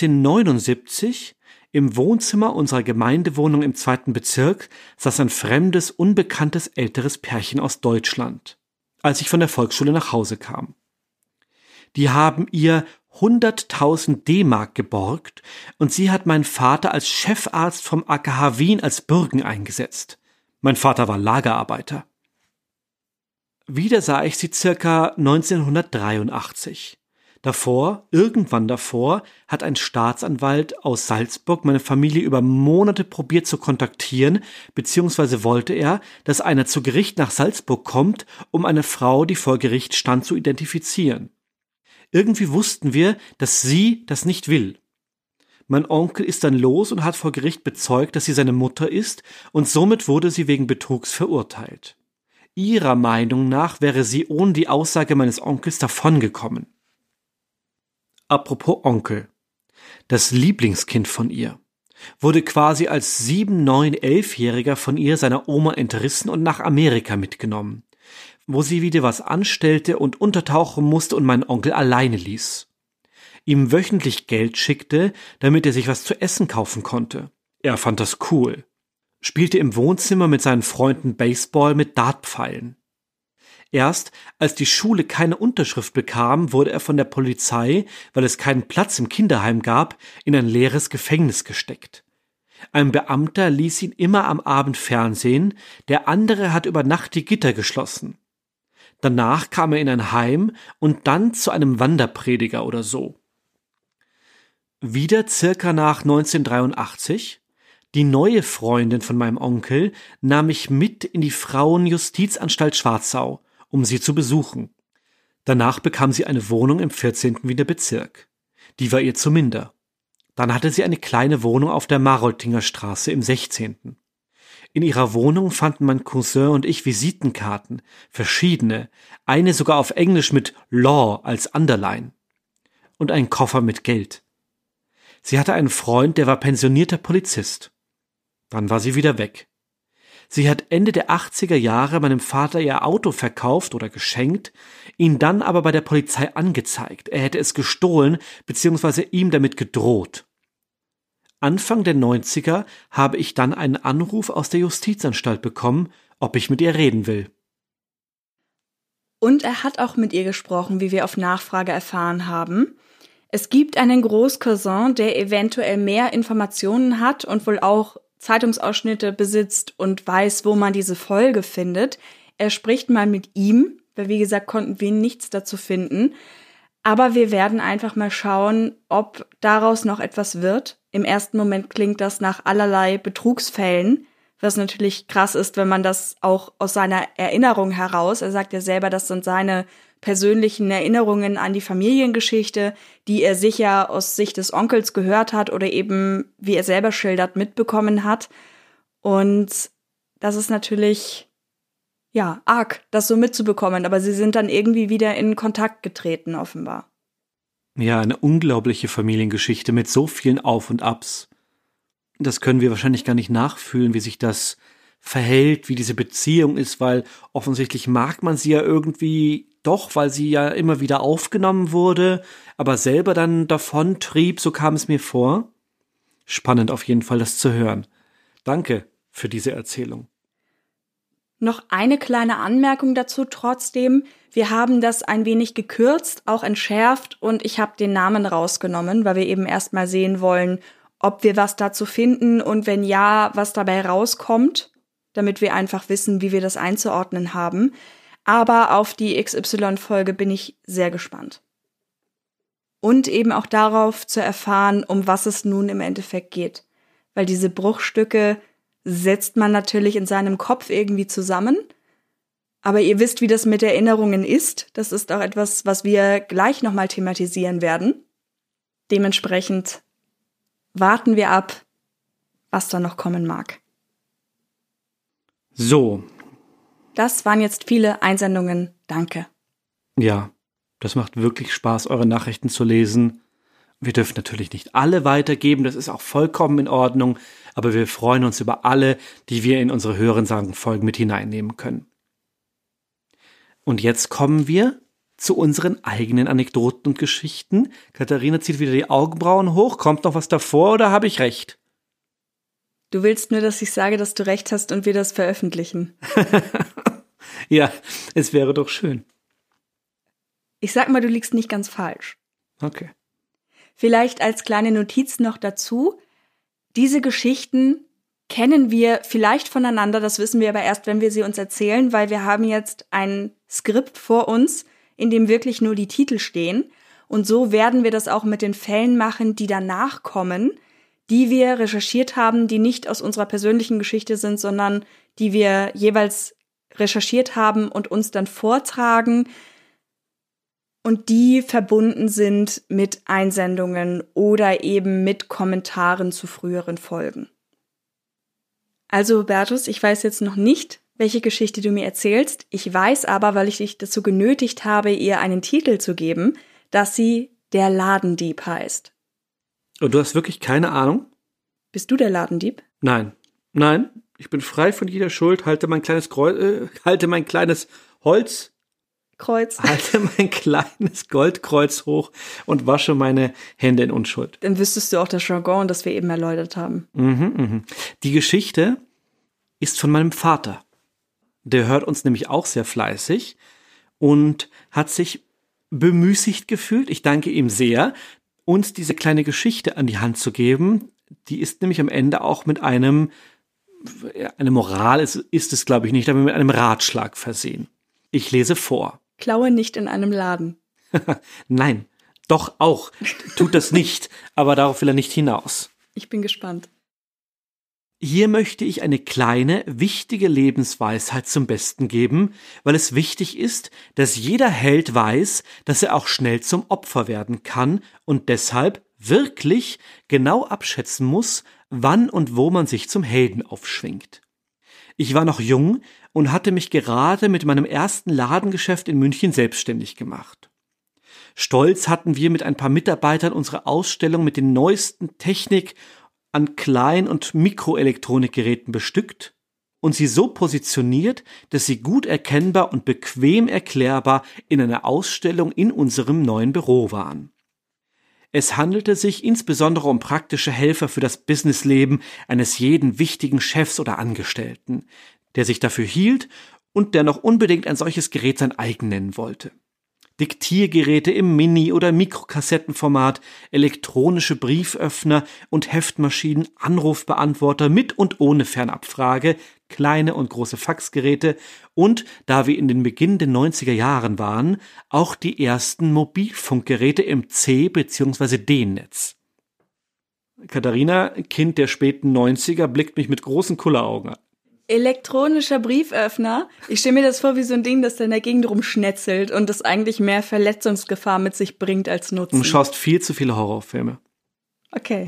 1979, im Wohnzimmer unserer Gemeindewohnung im 2. Bezirk, saß ein fremdes, unbekanntes älteres Pärchen aus Deutschland, als ich von der Volksschule nach Hause kam. Die haben ihr 100.000 D-Mark geborgt und sie hat meinen Vater als Chefarzt vom AKH Wien als Bürgen eingesetzt. Mein Vater war Lagerarbeiter. Wieder sah ich sie circa 1983. Irgendwann davor, hat ein Staatsanwalt aus Salzburg meine Familie über Monate probiert zu kontaktieren, beziehungsweise wollte er, dass einer zu Gericht nach Salzburg kommt, um eine Frau, die vor Gericht stand, zu identifizieren. Irgendwie wussten wir, dass sie das nicht will. Mein Onkel ist dann los und hat vor Gericht bezeugt, dass sie seine Mutter ist, und somit wurde sie wegen Betrugs verurteilt. Ihrer Meinung nach wäre sie ohne die Aussage meines Onkels davongekommen. Apropos Onkel. Das Lieblingskind von ihr wurde quasi als 7-, 9-, 11-Jähriger von ihr seiner Oma entrissen und nach Amerika mitgenommen, wo sie wieder was anstellte und untertauchen musste und meinen Onkel alleine ließ. Ihm wöchentlich Geld schickte, damit er sich was zu essen kaufen konnte. Er fand das cool. Spielte im Wohnzimmer mit seinen Freunden Baseball mit Dartpfeilen. Erst als die Schule keine Unterschrift bekam, wurde er von der Polizei, weil es keinen Platz im Kinderheim gab, in ein leeres Gefängnis gesteckt. Ein Beamter ließ ihn immer am Abend fernsehen, der andere hat über Nacht die Gitter geschlossen. Danach kam er in ein Heim und dann zu einem Wanderprediger oder so. Wieder circa nach 1983, die neue Freundin von meinem Onkel nahm mich mit in die Frauenjustizanstalt Schwarzau, um sie zu besuchen. Danach bekam sie eine Wohnung im 14. Wiener Bezirk. Die war ihr zu minder. Dann hatte sie eine kleine Wohnung auf der Maroltinger Straße im 16. In ihrer Wohnung fanden mein Cousin und ich Visitenkarten, verschiedene, eine sogar auf Englisch mit Law als Underline. Und einen Koffer mit Geld. Sie hatte einen Freund, der war pensionierter Polizist. Dann war sie wieder weg. Sie hat Ende der 80er Jahre meinem Vater ihr Auto verkauft oder geschenkt, ihn dann aber bei der Polizei angezeigt. Er hätte es gestohlen bzw. ihm damit gedroht. Anfang der 90er habe ich dann einen Anruf aus der Justizanstalt bekommen, ob ich mit ihr reden will. Und er hat auch mit ihr gesprochen, wie wir auf Nachfrage erfahren haben. Es gibt einen Großcousin, der eventuell mehr Informationen hat und wohl auch Zeitungsausschnitte besitzt und weiß, wo man diese Folge findet. Er spricht mal mit ihm, weil wie gesagt, konnten wir nichts dazu finden. Aber wir werden einfach mal schauen, ob daraus noch etwas wird. Im ersten Moment klingt das nach allerlei Betrugsfällen, was natürlich krass ist, wenn man das auch aus seiner Erinnerung heraus, er sagt ja selber, das sind seine persönlichen Erinnerungen an die Familiengeschichte, die er sicher aus Sicht des Onkels gehört hat oder eben, wie er selber schildert, mitbekommen hat. Und das ist natürlich, ja, arg, das so mitzubekommen. Aber sie sind dann irgendwie wieder in Kontakt getreten, offenbar. Ja, eine unglaubliche Familiengeschichte mit so vielen Auf und Abs. Das können wir wahrscheinlich gar nicht nachfühlen, wie sich das verhält, wie diese Beziehung ist, weil offensichtlich mag man sie ja irgendwie doch, weil sie ja immer wieder aufgenommen wurde, aber selber dann davon trieb, so kam es mir vor. Spannend auf jeden Fall, das zu hören. Danke für diese Erzählung. Noch eine kleine Anmerkung dazu trotzdem. Wir haben das ein wenig gekürzt, auch entschärft und ich habe den Namen rausgenommen, weil wir eben erstmal sehen wollen, ob wir was dazu finden und wenn ja, was dabei rauskommt, damit wir einfach wissen, wie wir das einzuordnen haben. Aber auf die XY-Folge bin ich sehr gespannt. Und eben auch darauf zu erfahren, um was es nun im Endeffekt geht. Weil diese Bruchstücke setzt man natürlich in seinem Kopf irgendwie zusammen. Aber ihr wisst, wie das mit Erinnerungen ist. Das ist auch etwas, was wir gleich nochmal thematisieren werden. Dementsprechend warten wir ab, was da noch kommen mag. So. Das waren jetzt viele Einsendungen. Danke. Ja, das macht wirklich Spaß, eure Nachrichten zu lesen. Wir dürfen natürlich nicht alle weitergeben, das ist auch vollkommen in Ordnung, aber wir freuen uns über alle, die wir in unsere Hörensagen-Folgen mit hineinnehmen können. Und jetzt kommen wir zu unseren eigenen Anekdoten und Geschichten. Katharina zieht wieder die Augenbrauen hoch. Kommt noch was davor oder habe ich recht? Du willst nur, dass ich sage, dass du recht hast und wir das veröffentlichen. Ja, es wäre doch schön. Ich sag mal, du liegst nicht ganz falsch. Okay. Vielleicht als kleine Notiz noch dazu. Diese Geschichten kennen wir vielleicht voneinander, das wissen wir aber erst, wenn wir sie uns erzählen, weil wir haben jetzt ein Skript vor uns, in dem wirklich nur die Titel stehen. Und so werden wir das auch mit den Fällen machen, die danach kommen, die wir recherchiert haben, die nicht aus unserer persönlichen Geschichte sind, sondern die wir jeweils recherchiert haben und uns dann vortragen und die verbunden sind mit Einsendungen oder eben mit Kommentaren zu früheren Folgen. Also Hubertus, ich weiß jetzt noch nicht, welche Geschichte du mir erzählst. Ich weiß aber, weil ich dich dazu genötigt habe, ihr einen Titel zu geben, dass sie Der Ladendieb heißt. Und du hast wirklich keine Ahnung? Bist du der Ladendieb? Nein, ich bin frei von jeder Schuld, halte mein kleines Goldkreuz hoch und wasche meine Hände in Unschuld. Dann wüsstest du auch das Jargon, das wir eben erläutert haben. Die Geschichte ist von meinem Vater. Der hört uns nämlich auch sehr fleißig und hat sich bemüßigt gefühlt, ich danke ihm sehr, uns diese kleine Geschichte an die Hand zu geben. Die ist nämlich am Ende auch mit eine Moral ist es, glaube ich, nicht, aber mit einem Ratschlag versehen. Ich lese vor. Klaue nicht in einem Laden. Nein, doch auch. Tut das nicht, aber darauf will er nicht hinaus. Ich bin gespannt. Hier möchte ich eine kleine, wichtige Lebensweisheit zum Besten geben, weil es wichtig ist, dass jeder Held weiß, dass er auch schnell zum Opfer werden kann und deshalb wirklich genau abschätzen muss, wann und wo man sich zum Helden aufschwingt. Ich war noch jung und hatte mich gerade mit meinem ersten Ladengeschäft in München selbstständig gemacht. Stolz hatten wir mit ein paar Mitarbeitern unsere Ausstellung mit den neuesten Technik an Klein- und Mikroelektronikgeräten bestückt und sie so positioniert, dass sie gut erkennbar und bequem erklärbar in einer Ausstellung in unserem neuen Büro waren. Es handelte sich insbesondere um praktische Helfer für das Businessleben eines jeden wichtigen Chefs oder Angestellten, der sich dafür hielt und der noch unbedingt ein solches Gerät sein eigen nennen wollte. Diktiergeräte im Mini- oder Mikrokassettenformat, elektronische Brieföffner und Heftmaschinen, Anrufbeantworter mit und ohne Fernabfrage, kleine und große Faxgeräte und, da wir in den Beginn der 90er Jahren waren, auch die ersten Mobilfunkgeräte im C- bzw. D-Netz. Katharina, Kind der späten 90er, blickt mich mit großen Kulleraugen an. Elektronischer Brieföffner. Ich stelle mir das vor wie so ein Ding, das da in der Gegend rumschnetzelt und das eigentlich mehr Verletzungsgefahr mit sich bringt als Nutzen. Du schaust viel zu viele Horrorfilme. Okay.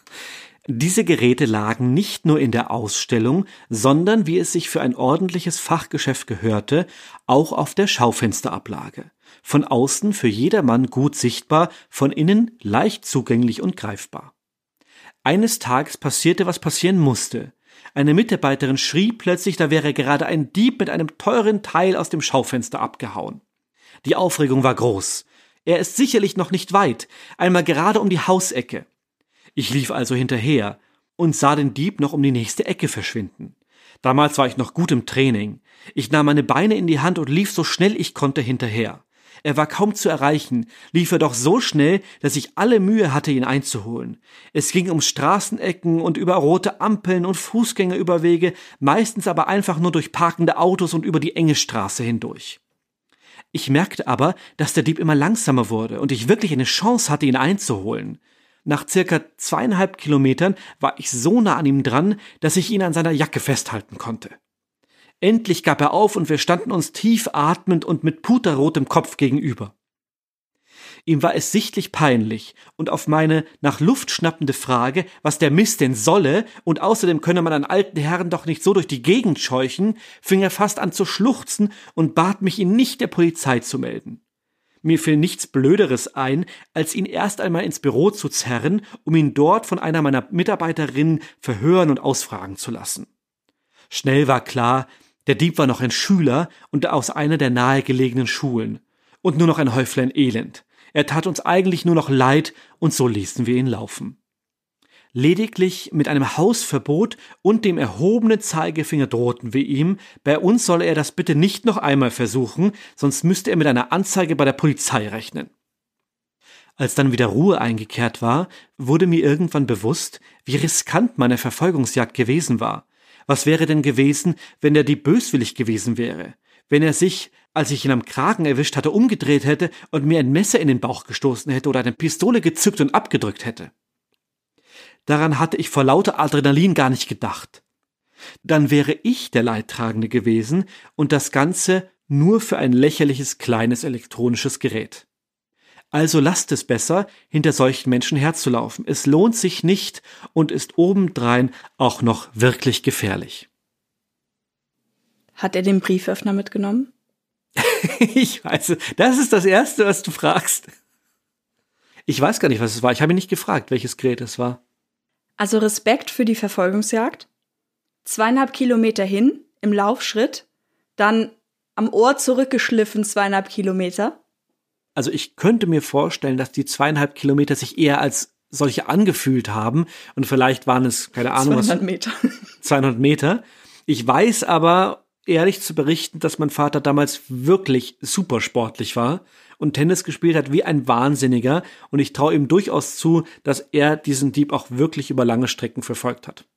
Diese Geräte lagen nicht nur in der Ausstellung, sondern, wie es sich für ein ordentliches Fachgeschäft gehörte, auch auf der Schaufensterablage. Von außen für jedermann gut sichtbar, von innen leicht zugänglich und greifbar. Eines Tages passierte, was passieren musste. Eine Mitarbeiterin schrie plötzlich, da wäre gerade ein Dieb mit einem teuren Teil aus dem Schaufenster abgehauen. Die Aufregung war groß. Er ist sicherlich noch nicht weit, einmal gerade um die Hausecke. Ich lief also hinterher und sah den Dieb noch um die nächste Ecke verschwinden. Damals war ich noch gut im Training. Ich nahm meine Beine in die Hand und lief so schnell ich konnte hinterher. Er war kaum zu erreichen, lief er doch so schnell, dass ich alle Mühe hatte, ihn einzuholen. Es ging um Straßenecken und über rote Ampeln und Fußgängerüberwege, meistens aber einfach nur durch parkende Autos und über die enge Straße hindurch. Ich merkte aber, dass der Dieb immer langsamer wurde und ich wirklich eine Chance hatte, ihn einzuholen. Nach circa 2,5 Kilometern war ich so nah an ihm dran, dass ich ihn an seiner Jacke festhalten konnte. Endlich gab er auf und wir standen uns tief atmend und mit puterrotem Kopf gegenüber. Ihm war es sichtlich peinlich und auf meine nach Luft schnappende Frage, was der Mist denn solle und außerdem könne man einen alten Herrn doch nicht so durch die Gegend scheuchen, fing er fast an zu schluchzen und bat mich, ihn nicht der Polizei zu melden. Mir fiel nichts Blöderes ein, als ihn erst einmal ins Büro zu zerren, um ihn dort von einer meiner Mitarbeiterinnen verhören und ausfragen zu lassen. Schnell war klar, der Dieb war noch ein Schüler und aus einer der nahegelegenen Schulen. Und nur noch ein Häuflein Elend. Er tat uns eigentlich nur noch leid und so ließen wir ihn laufen. Lediglich mit einem Hausverbot und dem erhobenen Zeigefinger drohten wir ihm, bei uns solle er das bitte nicht noch einmal versuchen, sonst müsste er mit einer Anzeige bei der Polizei rechnen. Als dann wieder Ruhe eingekehrt war, wurde mir irgendwann bewusst, wie riskant meine Verfolgungsjagd gewesen war. Was wäre denn gewesen, wenn der Dieb böswillig gewesen wäre? Wenn er sich, als ich ihn am Kragen erwischt hatte, umgedreht hätte und mir ein Messer in den Bauch gestoßen hätte oder eine Pistole gezückt und abgedrückt hätte. Daran hatte ich vor lauter Adrenalin gar nicht gedacht. Dann wäre ich der Leidtragende gewesen und das Ganze nur für ein lächerliches kleines elektronisches Gerät. Also lasst es besser, hinter solchen Menschen herzulaufen. Es lohnt sich nicht und ist obendrein auch noch wirklich gefährlich. Hat er den Brieföffner mitgenommen? Ich weiß, das ist das Erste, was du fragst. Ich weiß gar nicht, was es war. Ich habe ihn nicht gefragt, welches Gerät es war. Also Respekt für die Verfolgungsjagd. 2,5 Kilometer hin, im Laufschritt, dann am Ohr zurückgeschliffen 2,5 Kilometer. Also ich könnte mir vorstellen, dass die 2,5 Kilometer sich eher als solche angefühlt haben und vielleicht waren es, keine Ahnung, 200 Meter. 200 Meter. Ich weiß aber, ehrlich zu berichten, dass mein Vater damals wirklich super sportlich war und Tennis gespielt hat wie ein Wahnsinniger und ich traue ihm durchaus zu, dass er diesen Dieb auch wirklich über lange Strecken verfolgt hat.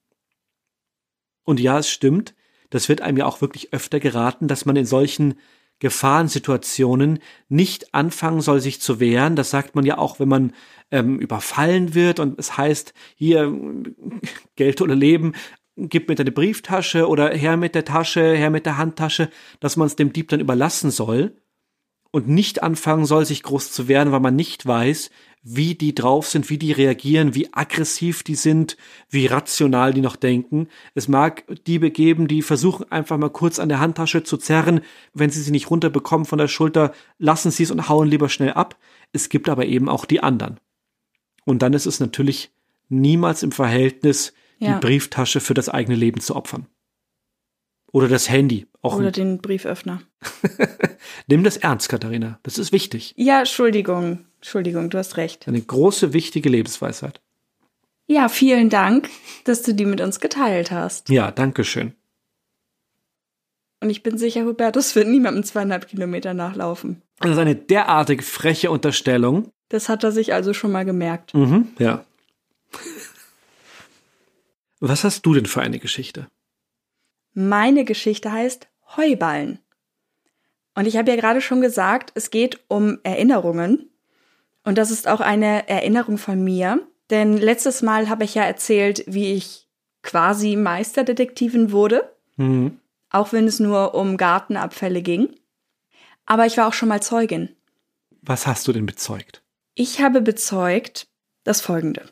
Und ja, es stimmt, das wird einem ja auch wirklich öfter geraten, dass man in solchen Gefahrensituationen nicht anfangen soll, sich zu wehren. Das sagt man ja auch, wenn man überfallen wird und es heißt, hier Geld oder Leben, gib mir deine Brieftasche oder her mit der Tasche, her mit der Handtasche, dass man es dem Dieb dann überlassen soll und nicht anfangen soll, sich groß zu wehren, weil man nicht weiß, wie die drauf sind, wie die reagieren, wie aggressiv die sind, wie rational die noch denken. Es mag Diebe geben, die versuchen einfach mal kurz an der Handtasche zu zerren. Wenn sie nicht runterbekommen von der Schulter, lassen sie es und hauen lieber schnell ab. Es gibt aber eben auch die anderen. Und dann ist es natürlich niemals im Verhältnis, die Brieftasche für das eigene Leben zu opfern. Oder das Handy. Oder den Brieföffner. Nimm das ernst, Katharina. Das ist wichtig. Ja, Entschuldigung, du hast recht. Eine große, wichtige Lebensweisheit. Ja, vielen Dank, dass du die mit uns geteilt hast. Ja, danke schön. Und ich bin sicher, Hubertus wird niemandem 2,5 Kilometer nachlaufen. Das ist eine derartig freche Unterstellung. Das hat er sich also schon mal gemerkt. Ja. Was hast du denn für eine Geschichte? Meine Geschichte heißt Heuballen. Und ich habe ja gerade schon gesagt, es geht um Erinnerungen. Und das ist auch eine Erinnerung von mir. Denn letztes Mal habe ich ja erzählt, wie ich quasi Meisterdetektivin wurde. Auch wenn es nur um Gartenabfälle ging. Aber ich war auch schon mal Zeugin. Was hast du denn bezeugt? Ich habe bezeugt das Folgende.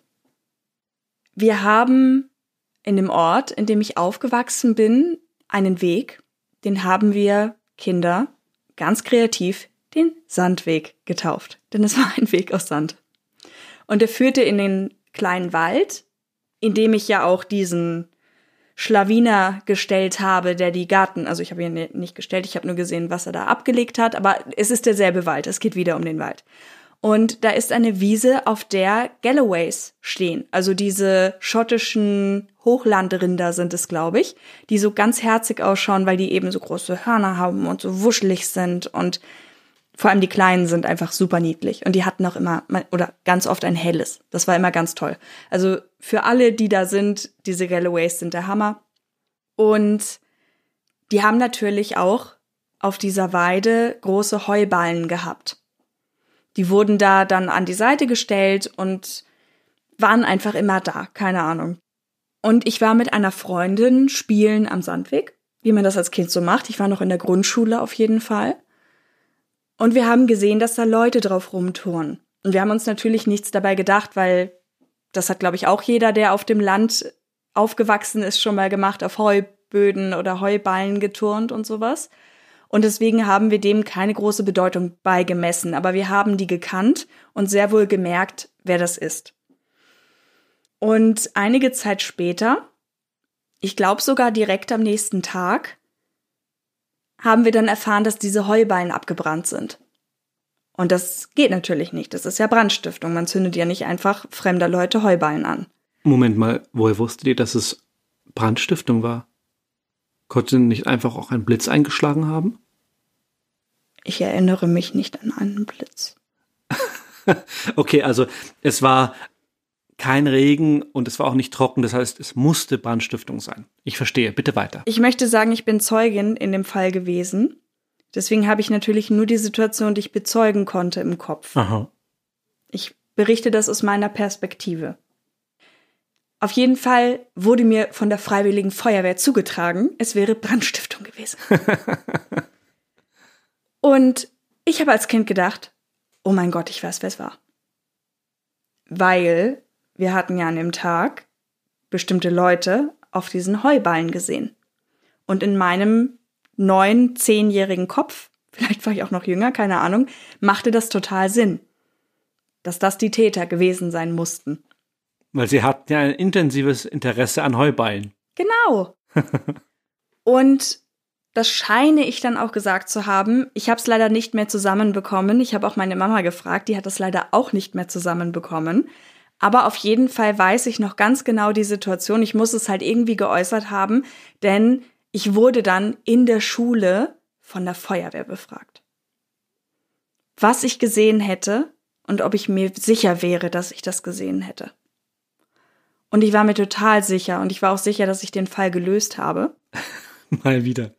Wir haben in dem Ort, in dem ich aufgewachsen bin, einen Weg, den haben wir Kinder ganz kreativ den Sandweg getauft. Denn es war ein Weg aus Sand. Und er führte in den kleinen Wald, in dem ich ja auch diesen Schlawiner gestellt habe, der die Garten, also ich habe ihn nicht gestellt, ich habe nur gesehen, was er da abgelegt hat, aber es ist derselbe Wald, es geht wieder um den Wald. Und da ist eine Wiese, auf der Galloways stehen. Also diese schottischen Hochlandrinder sind es, glaube ich, die so ganz herzig ausschauen, weil die eben so große Hörner haben und so wuschelig sind. Und vor allem die Kleinen sind einfach super niedlich. Und die hatten auch immer, oder ganz oft ein helles. Das war immer ganz toll. Also für alle, die da sind, diese Galloways sind der Hammer. Und die haben natürlich auch auf dieser Weide große Heuballen gehabt. Die wurden da dann an die Seite gestellt und waren einfach immer da, keine Ahnung. Und ich war mit einer Freundin spielen am Sandweg, wie man das als Kind so macht. Ich war noch in der Grundschule auf jeden Fall. Und wir haben gesehen, dass da Leute drauf rumturnen. Und wir haben uns natürlich nichts dabei gedacht, weil das hat, glaube ich, auch jeder, der auf dem Land aufgewachsen ist, schon mal gemacht, auf Heuböden oder Heuballen geturnt und sowas. Und deswegen haben wir dem keine große Bedeutung beigemessen. Aber wir haben die gekannt und sehr wohl gemerkt, wer das ist. Und einige Zeit später, ich glaube sogar direkt am nächsten Tag, haben wir dann erfahren, dass diese Heuballen abgebrannt sind. Und das geht natürlich nicht. Das ist ja Brandstiftung. Man zündet ja nicht einfach fremder Leute Heuballen an. Moment mal, woher wusstet ihr, dass es Brandstiftung war? Konnte nicht einfach auch ein Blitz eingeschlagen haben? Ich erinnere mich nicht an einen Blitz. Okay, also es war kein Regen und es war auch nicht trocken. Das heißt, es musste Brandstiftung sein. Ich verstehe. Bitte weiter. Ich möchte sagen, ich bin Zeugin in dem Fall gewesen. Deswegen habe ich natürlich nur die Situation, die ich bezeugen konnte, im Kopf. Aha. Ich berichte das aus meiner Perspektive. Auf jeden Fall wurde mir von der Freiwilligen Feuerwehr zugetragen, es wäre Brandstiftung gewesen. Und ich habe als Kind gedacht, oh mein Gott, ich weiß, wer es war. Weil wir hatten ja an dem Tag bestimmte Leute auf diesen Heuballen gesehen. Und in meinem 9-, 10-jährigen Kopf, vielleicht war ich auch noch jünger, keine Ahnung, machte das total Sinn, dass das die Täter gewesen sein mussten. Weil sie hatten ja ein intensives Interesse an Heuballen. Genau. Und das scheine ich dann auch gesagt zu haben. Ich habe es leider nicht mehr zusammenbekommen. Ich habe auch meine Mama gefragt, die hat das leider auch nicht mehr zusammenbekommen. Aber auf jeden Fall weiß ich noch ganz genau die Situation. Ich muss es halt irgendwie geäußert haben, denn ich wurde dann in der Schule von der Feuerwehr befragt. Was ich gesehen hätte und ob ich mir sicher wäre, dass ich das gesehen hätte. Und ich war mir total sicher und ich war auch sicher, dass ich den Fall gelöst habe. Mal wieder.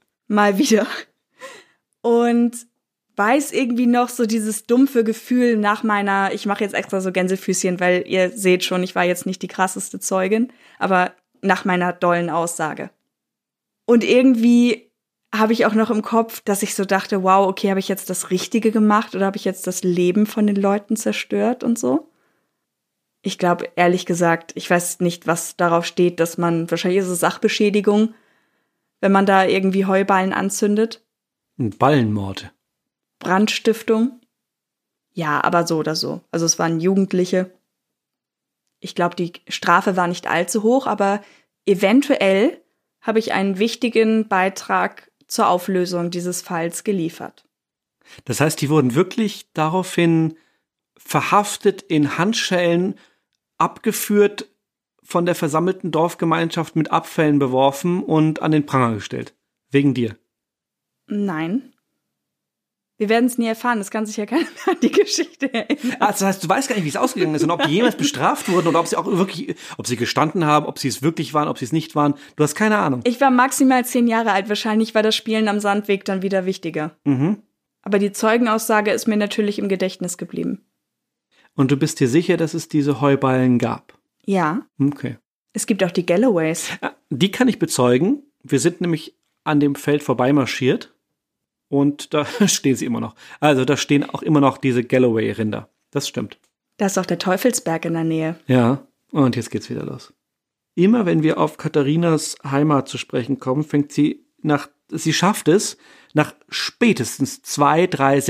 Und weiß irgendwie noch so dieses dumpfe Gefühl nach meiner, ich mache jetzt extra so Gänsefüßchen, weil ihr seht schon, ich war jetzt nicht die krasseste Zeugin, aber nach meiner dollen Aussage. Und irgendwie habe ich auch noch im Kopf, dass ich so dachte, wow, okay, habe ich jetzt das Richtige gemacht oder habe ich jetzt das Leben von den Leuten zerstört und so? Ich glaube, ehrlich gesagt, ich weiß nicht, was darauf steht, dass man, wahrscheinlich ist es Sachbeschädigung, wenn man da irgendwie Heuballen anzündet. Ein Ballenmord. Brandstiftung. Ja, aber so oder so. Also es waren Jugendliche. Ich glaube, die Strafe war nicht allzu hoch, aber eventuell habe ich einen wichtigen Beitrag zur Auflösung dieses Falls geliefert. Das heißt, die wurden wirklich daraufhin verhaftet, in Handschellen abgeführt, von der versammelten Dorfgemeinschaft mit Abfällen beworfen und an den Pranger gestellt. Wegen dir. Nein. Wir werden es nie erfahren, das kann sich ja keiner mehr an die Geschichte erinnern. Also das heißt, du weißt gar nicht, wie es ausgegangen ist und ob die jemals bestraft wurden oder ob sie auch wirklich, ob sie gestanden haben, ob sie es wirklich waren, ob sie es nicht waren. Du hast keine Ahnung. Ich war maximal 10 Jahre alt, wahrscheinlich war das Spielen am Sandweg dann wieder wichtiger. Mhm. Aber die Zeugenaussage ist mir natürlich im Gedächtnis geblieben. Und du bist dir sicher, dass es diese Heuballen gab? Ja. Okay. Es gibt auch die Galloways. Ja, die kann ich bezeugen. Wir sind nämlich an dem Feld vorbeimarschiert und da stehen sie immer noch. Also da stehen auch immer noch diese Galloway-Rinder. Das stimmt. Da ist auch der Teufelsberg in der Nähe. Ja, und jetzt geht's wieder los. Immer wenn wir auf Katharinas Heimat zu sprechen kommen, sie schafft es, nach spätestens 2-3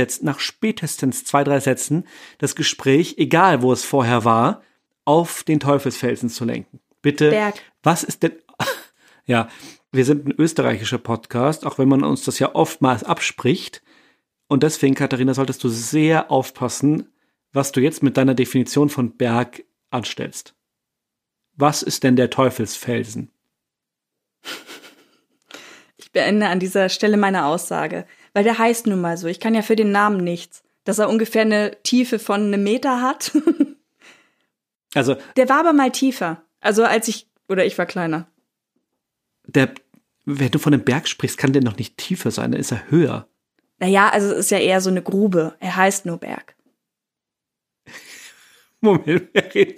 Sätzen, das Gespräch, egal wo es vorher war, auf den Teufelsfelsen zu lenken. Bitte, Berg. Was ist denn... Ja, wir sind ein österreichischer Podcast, auch wenn man uns das ja oftmals abspricht. Und deswegen, Katharina, solltest du sehr aufpassen, was du jetzt mit deiner Definition von Berg anstellst. Was ist denn der Teufelsfelsen? Ich beende an dieser Stelle meine Aussage, weil der heißt nun mal so. Ich kann ja für den Namen nichts. Dass er ungefähr eine Tiefe von 1 Meter hat. Also, der war aber mal tiefer. Also ich war kleiner. Wenn du von einem Berg sprichst, kann der noch nicht tiefer sein, dann ist er höher. Naja, also es ist ja eher so eine Grube. Er heißt nur Berg. Moment,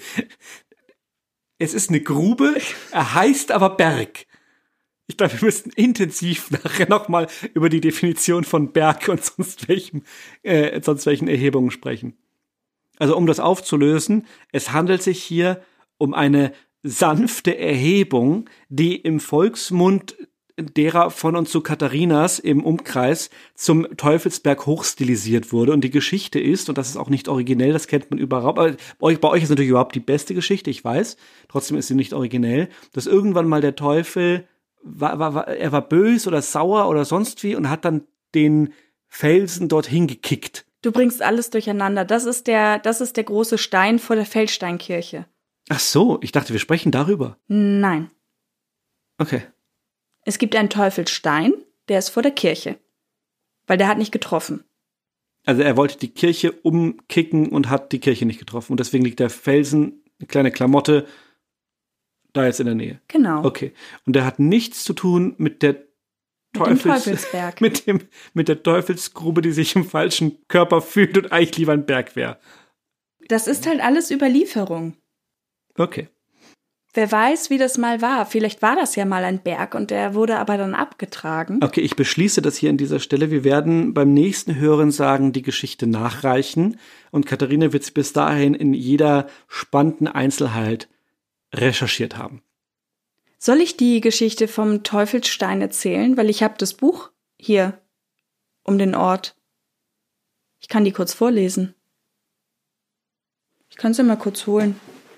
es ist eine Grube, er heißt aber Berg. Ich glaube, wir müssten intensiv nachher nochmal über die Definition von Berg und sonst welchen Erhebungen sprechen. Also um das aufzulösen, es handelt sich hier um eine sanfte Erhebung, die im Volksmund derer von und zu Katharinas im Umkreis zum Teufelsberg hochstilisiert wurde. Und die Geschichte ist, und das ist auch nicht originell, das kennt man überhaupt, aber bei euch ist natürlich überhaupt die beste Geschichte, ich weiß, trotzdem ist sie nicht originell, dass irgendwann mal der Teufel, er war bös oder sauer oder sonst wie und hat dann den Felsen dorthin gekickt. Du bringst alles durcheinander. Das ist der große Stein vor der Feldsteinkirche. Ach so, ich dachte, wir sprechen darüber. Nein. Okay. Es gibt einen Teufelsstein, der ist vor der Kirche. Weil der hat nicht getroffen. Also er wollte die Kirche umkicken und hat die Kirche nicht getroffen. Und deswegen liegt der Felsen, eine kleine Klamotte, da jetzt in der Nähe. Genau. Okay. Und der hat nichts zu tun mit der Teufelsberg. Mit der Teufelsgrube, die sich im falschen Körper fühlt und eigentlich lieber ein Berg wäre. Das ist halt alles Überlieferung. Okay. Wer weiß, wie das mal war. Vielleicht war das ja mal ein Berg und der wurde aber dann abgetragen. Okay, ich beschließe das hier an dieser Stelle. Wir werden beim nächsten Hören sagen, die Geschichte nachreichen. Und Katharina wird es bis dahin in jeder spannenden Einzelheit recherchiert haben. Soll ich die Geschichte vom Teufelsstein erzählen? Weil ich habe das Buch hier um den Ort. Ich kann die kurz vorlesen. Ich kann es ja mal kurz holen.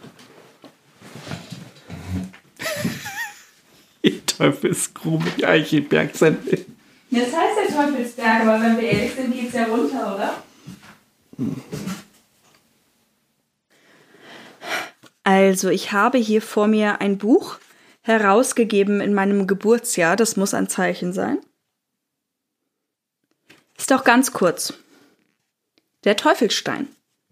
Die Teufelsgrube, die Eichelberg sein will. Das heißt der Teufelsberg, aber wenn wir ehrlich sind, geht's ja runter, oder? Also, ich habe hier vor mir ein Buch herausgegeben in meinem Geburtsjahr. Das muss ein Zeichen sein. Ist auch ganz kurz. Der Teufelsstein.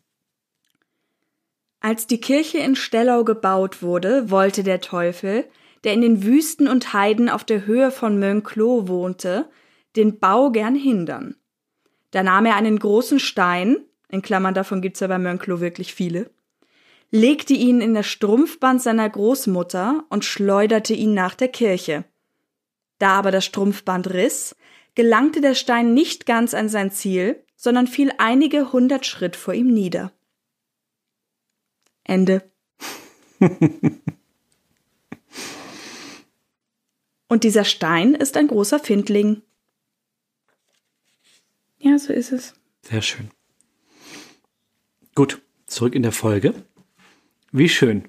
Als die Kirche in Stellau gebaut wurde, wollte der Teufel, der in den Wüsten und Heiden auf der Höhe von Mönckeloh wohnte, den Bau gern hindern. Da nahm er einen großen Stein, in Klammern davon gibt's ja bei Mönckeloh wirklich viele, legte ihn in das Strumpfband seiner Großmutter und schleuderte ihn nach der Kirche. Da aber das Strumpfband riss, gelangte der Stein nicht ganz an sein Ziel, sondern fiel einige 100 Schritt vor ihm nieder. Ende. Und dieser Stein ist ein großer Findling. Ja, so ist es. Sehr schön. Gut, zurück in der Folge. Wie schön.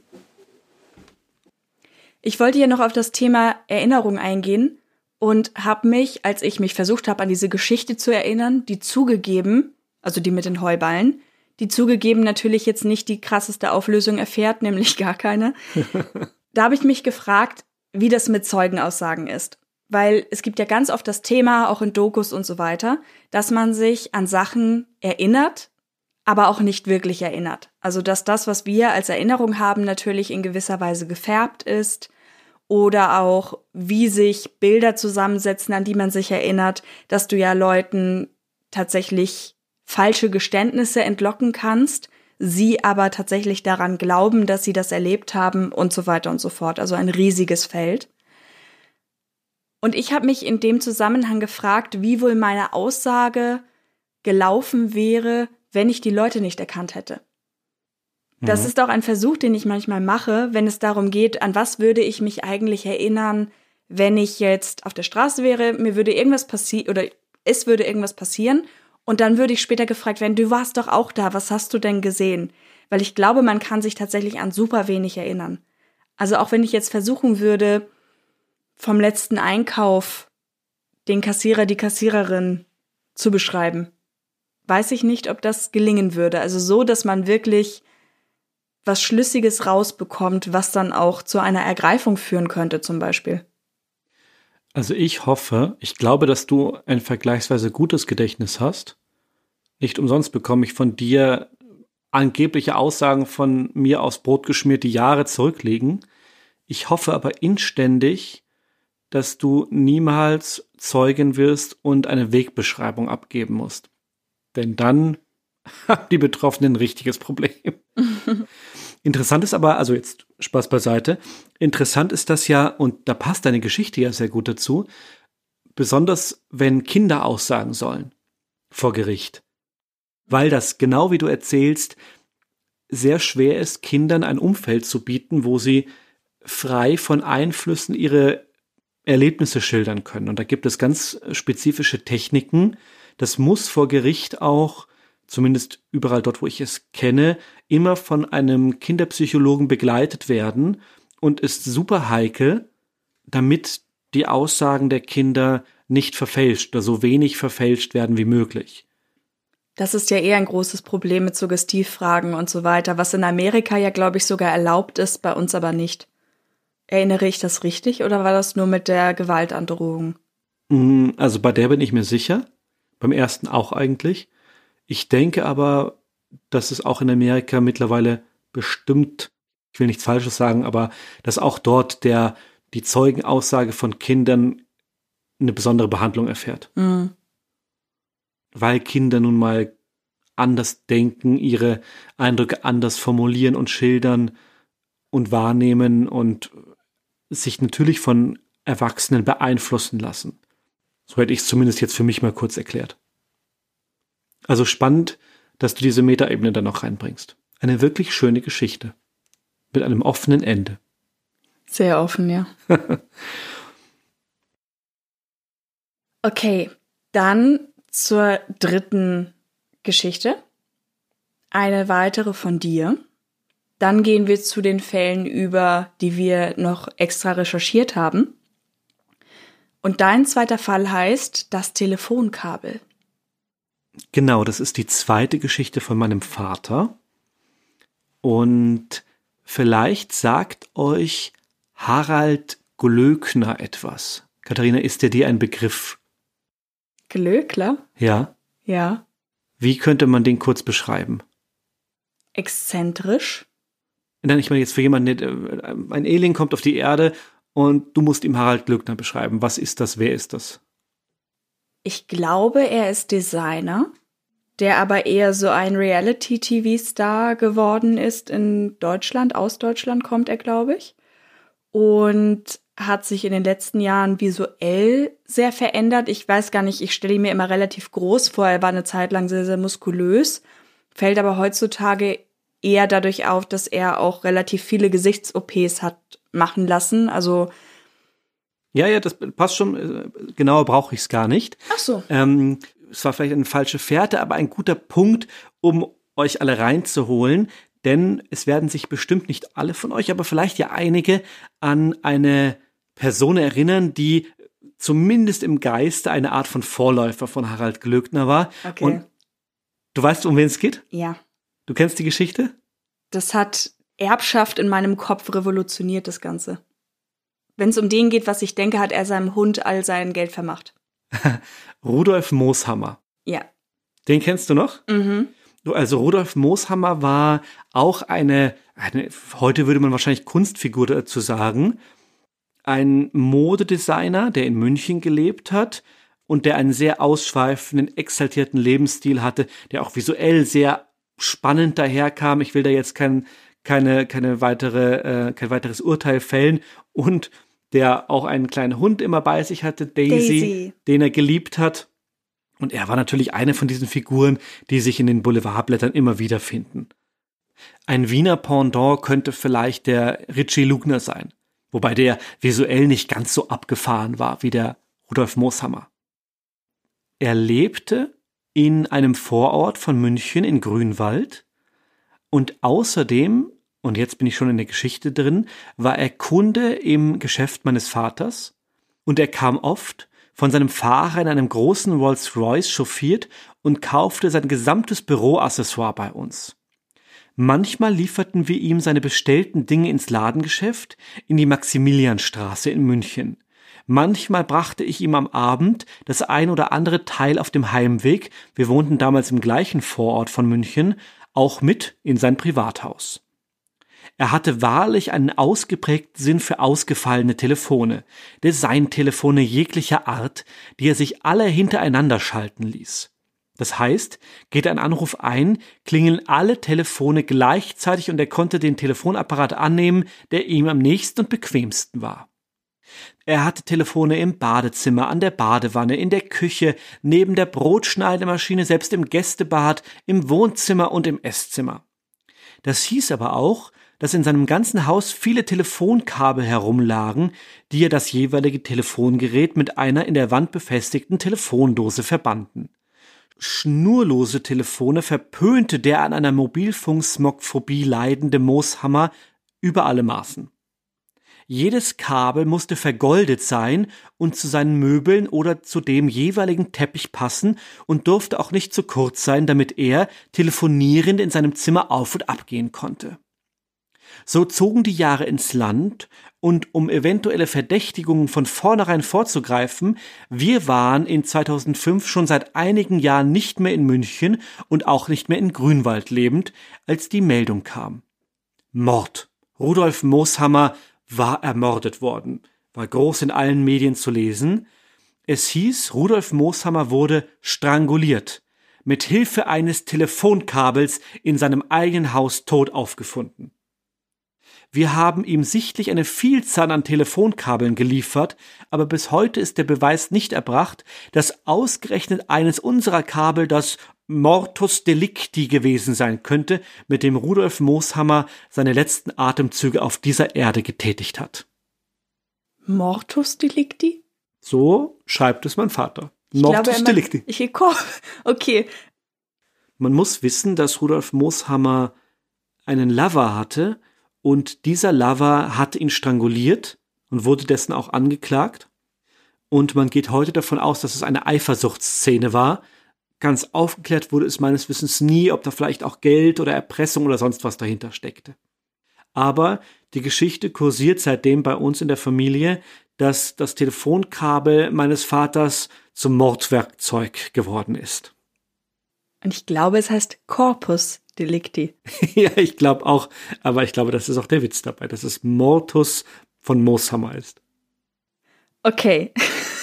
Ich wollte ja noch auf das Thema Erinnerung eingehen und habe mich, als ich mich versucht habe, an diese Geschichte zu erinnern, die zugegeben, also die mit den Heuballen, die zugegeben natürlich jetzt nicht die krasseste Auflösung erfährt, nämlich gar keine. Da habe ich mich gefragt, wie das mit Zeugenaussagen ist. Weil es gibt ja ganz oft das Thema, auch in Dokus und so weiter, dass man sich an Sachen erinnert, aber auch nicht wirklich erinnert. Also dass das, was wir als Erinnerung haben, natürlich in gewisser Weise gefärbt ist oder auch, wie sich Bilder zusammensetzen, an die man sich erinnert, dass du ja Leuten tatsächlich falsche Geständnisse entlocken kannst, sie aber tatsächlich daran glauben, dass sie das erlebt haben und so weiter und so fort. Also ein riesiges Feld. Und ich habe mich in dem Zusammenhang gefragt, wie wohl meine Aussage gelaufen wäre, wenn ich die Leute nicht erkannt hätte. Das ist auch ein Versuch, den ich manchmal mache, wenn es darum geht, an was würde ich mich eigentlich erinnern, wenn ich jetzt auf der Straße wäre, mir würde irgendwas passieren oder es würde irgendwas passieren und dann würde ich später gefragt werden, du warst doch auch da, was hast du denn gesehen? Weil ich glaube, man kann sich tatsächlich an super wenig erinnern. Also auch wenn ich jetzt versuchen würde, vom letzten Einkauf den Kassierer, die Kassiererin zu beschreiben, weiß ich nicht, ob das gelingen würde. Also so, dass man wirklich was Schlüssiges rausbekommt, was dann auch zu einer Ergreifung führen könnte zum Beispiel. Also ich glaube, dass du ein vergleichsweise gutes Gedächtnis hast. Nicht umsonst bekomme ich von dir angebliche Aussagen von mir aufs Brot geschmiert, die Jahre zurückliegen. Ich hoffe aber inständig, dass du niemals Zeugen wirst und eine Wegbeschreibung abgeben musst. Denn dann haben die Betroffenen ein richtiges Problem. Interessant ist aber, also jetzt Spaß beiseite, interessant ist das ja, und da passt deine Geschichte ja sehr gut dazu, besonders wenn Kinder aussagen sollen vor Gericht. Weil das, genau wie du erzählst, sehr schwer ist, Kindern ein Umfeld zu bieten, wo sie frei von Einflüssen ihre Erlebnisse schildern können. Und da gibt es ganz spezifische Techniken. Das muss vor Gericht auch, zumindest überall dort, wo ich es kenne, immer von einem Kinderpsychologen begleitet werden und ist super heikel, damit die Aussagen der Kinder nicht verfälscht oder so wenig verfälscht werden wie möglich. Das ist ja eher ein großes Problem mit Suggestivfragen und so weiter, was in Amerika ja, glaube ich, sogar erlaubt ist, bei uns aber nicht. Erinnere ich das richtig oder war das nur mit der Gewaltandrohung? Also bei der bin ich mir sicher, beim ersten auch eigentlich. Ich denke aber, dass es auch in Amerika mittlerweile bestimmt, ich will nichts Falsches sagen, aber dass auch dort die Zeugenaussage von Kindern eine besondere Behandlung erfährt. Weil Kinder nun mal anders denken, ihre Eindrücke anders formulieren und schildern und wahrnehmen und sich natürlich von Erwachsenen beeinflussen lassen. So hätte ich es zumindest jetzt für mich mal kurz erklärt. Also spannend, dass du diese Metaebene dann noch reinbringst. Eine wirklich schöne Geschichte. Mit einem offenen Ende. Sehr offen, ja. Okay, dann zur dritten Geschichte. Eine weitere von dir. Dann gehen wir zu den Fällen über, die wir noch extra recherchiert haben. Und dein zweiter Fall heißt das Telefonkabel. Genau, das ist die zweite Geschichte von meinem Vater. Und vielleicht sagt euch Harald Glöckner etwas. Katharina, ist dir ein Begriff? Glöckler? Ja. Ja. Wie könnte man den kurz beschreiben? Exzentrisch? Nein, ich meine jetzt für jemanden, ein Alien kommt auf die Erde und du musst ihm Harald Glöckner beschreiben. Was ist das? Wer ist das? Ich glaube, er ist Designer, der aber eher so ein Reality-TV-Star geworden ist in Deutschland. Aus Deutschland kommt er, glaube ich. Und hat sich in den letzten Jahren visuell sehr verändert. Ich weiß gar nicht, ich stelle ihn mir immer relativ groß vor. Er war eine Zeit lang sehr, sehr muskulös, fällt aber heutzutage eher dadurch auf, dass er auch relativ viele Gesichts-OPs hat machen lassen. Also ja, das passt schon. Genauer brauche ich es gar nicht. Ach so. Es war vielleicht eine falsche Fährte, aber ein guter Punkt, um euch alle reinzuholen. Denn es werden sich bestimmt nicht alle von euch, aber vielleicht ja einige an eine Person erinnern, die zumindest im Geiste eine Art von Vorläufer von Harald Glöckner war. Okay. Und du weißt, um wen es geht? Ja. Du kennst die Geschichte? Das hat Erbschaft in meinem Kopf revolutioniert, das Ganze. Wenn es um den geht, was ich denke, hat er seinem Hund all sein Geld vermacht. Rudolf Mooshammer. Ja. Den kennst du noch? Mhm. Also Rudolf Mooshammer war auch eine, heute würde man wahrscheinlich Kunstfigur dazu sagen, ein Modedesigner, der in München gelebt hat und der einen sehr ausschweifenden, exaltierten Lebensstil hatte, der auch visuell sehr spannend daherkam. Ich will da jetzt kein weiteres Urteil fällen, und der auch einen kleinen Hund immer bei sich hatte, Daisy, den er geliebt hat. Und er war natürlich eine von diesen Figuren, die sich in den Boulevardblättern immer wiederfinden. Ein Wiener Pendant könnte vielleicht der Ritchie Lugner sein, wobei der visuell nicht ganz so abgefahren war wie der Rudolf Mooshammer. Er lebte in einem Vorort von München in Grünwald und außerdem, und jetzt bin ich schon in der Geschichte drin, war er Kunde im Geschäft meines Vaters und er kam oft von seinem Fahrer in einem großen Rolls-Royce chauffiert und kaufte sein gesamtes Büroaccessoire bei uns. Manchmal lieferten wir ihm seine bestellten Dinge ins Ladengeschäft in die Maximilianstraße in München. Manchmal brachte ich ihm am Abend das ein oder andere Teil auf dem Heimweg, wir wohnten damals im gleichen Vorort von München, auch mit in sein Privathaus. Er hatte wahrlich einen ausgeprägten Sinn für ausgefallene Telefone, Designtelefone jeglicher Art, die er sich alle hintereinander schalten ließ. Das heißt, geht ein Anruf ein, klingeln alle Telefone gleichzeitig und er konnte den Telefonapparat annehmen, der ihm am nächsten und bequemsten war. Er hatte Telefone im Badezimmer, an der Badewanne, in der Küche, neben der Brotschneidemaschine, selbst im Gästebad, im Wohnzimmer und im Esszimmer. Das hieß aber auch, dass in seinem ganzen Haus viele Telefonkabel herumlagen, die er das jeweilige Telefongerät mit einer in der Wand befestigten Telefondose verbanden. Schnurlose Telefone verpönte der an einer Mobilfunksmogphobie leidende Mooshammer über alle Maßen. Jedes Kabel musste vergoldet sein und zu seinen Möbeln oder zu dem jeweiligen Teppich passen und durfte auch nicht zu kurz sein, damit er telefonierend in seinem Zimmer auf und ab gehen konnte. So zogen die Jahre ins Land und um eventuelle Verdächtigungen von vornherein vorzugreifen, wir waren in 2005 schon seit einigen Jahren nicht mehr in München und auch nicht mehr in Grünwald lebend, als die Meldung kam. Mord. Rudolf Mooshammer war ermordet worden, war groß in allen Medien zu lesen Es hieß, Rudolf Moshammer wurde stranguliert, mit Hilfe eines Telefonkabels in seinem eigenen Haus tot aufgefunden. Wir haben ihm sichtlich eine Vielzahl an Telefonkabeln geliefert, aber bis heute ist der Beweis nicht erbracht, dass ausgerechnet eines unserer Kabel das Mortus Delicti gewesen sein könnte, mit dem Rudolf Moshammer seine letzten Atemzüge auf dieser Erde getätigt hat. Mortus Delicti? So schreibt es mein Vater. Mortus Delicti. Okay. Man muss wissen, dass Rudolf Moshammer einen Lover hatte und dieser Lover hat ihn stranguliert und wurde dessen auch angeklagt. Und man geht heute davon aus, dass es eine Eifersuchtsszene war. Ganz aufgeklärt wurde es meines Wissens nie, ob da vielleicht auch Geld oder Erpressung oder sonst was dahinter steckte. Aber die Geschichte kursiert seitdem bei uns in der Familie, dass das Telefonkabel meines Vaters zum Mordwerkzeug geworden ist. Und ich glaube, es heißt Corpus Delicti. Ja, ich glaube auch, aber ich glaube, das ist auch der Witz dabei, dass es Mortus von Moshammer ist. Okay.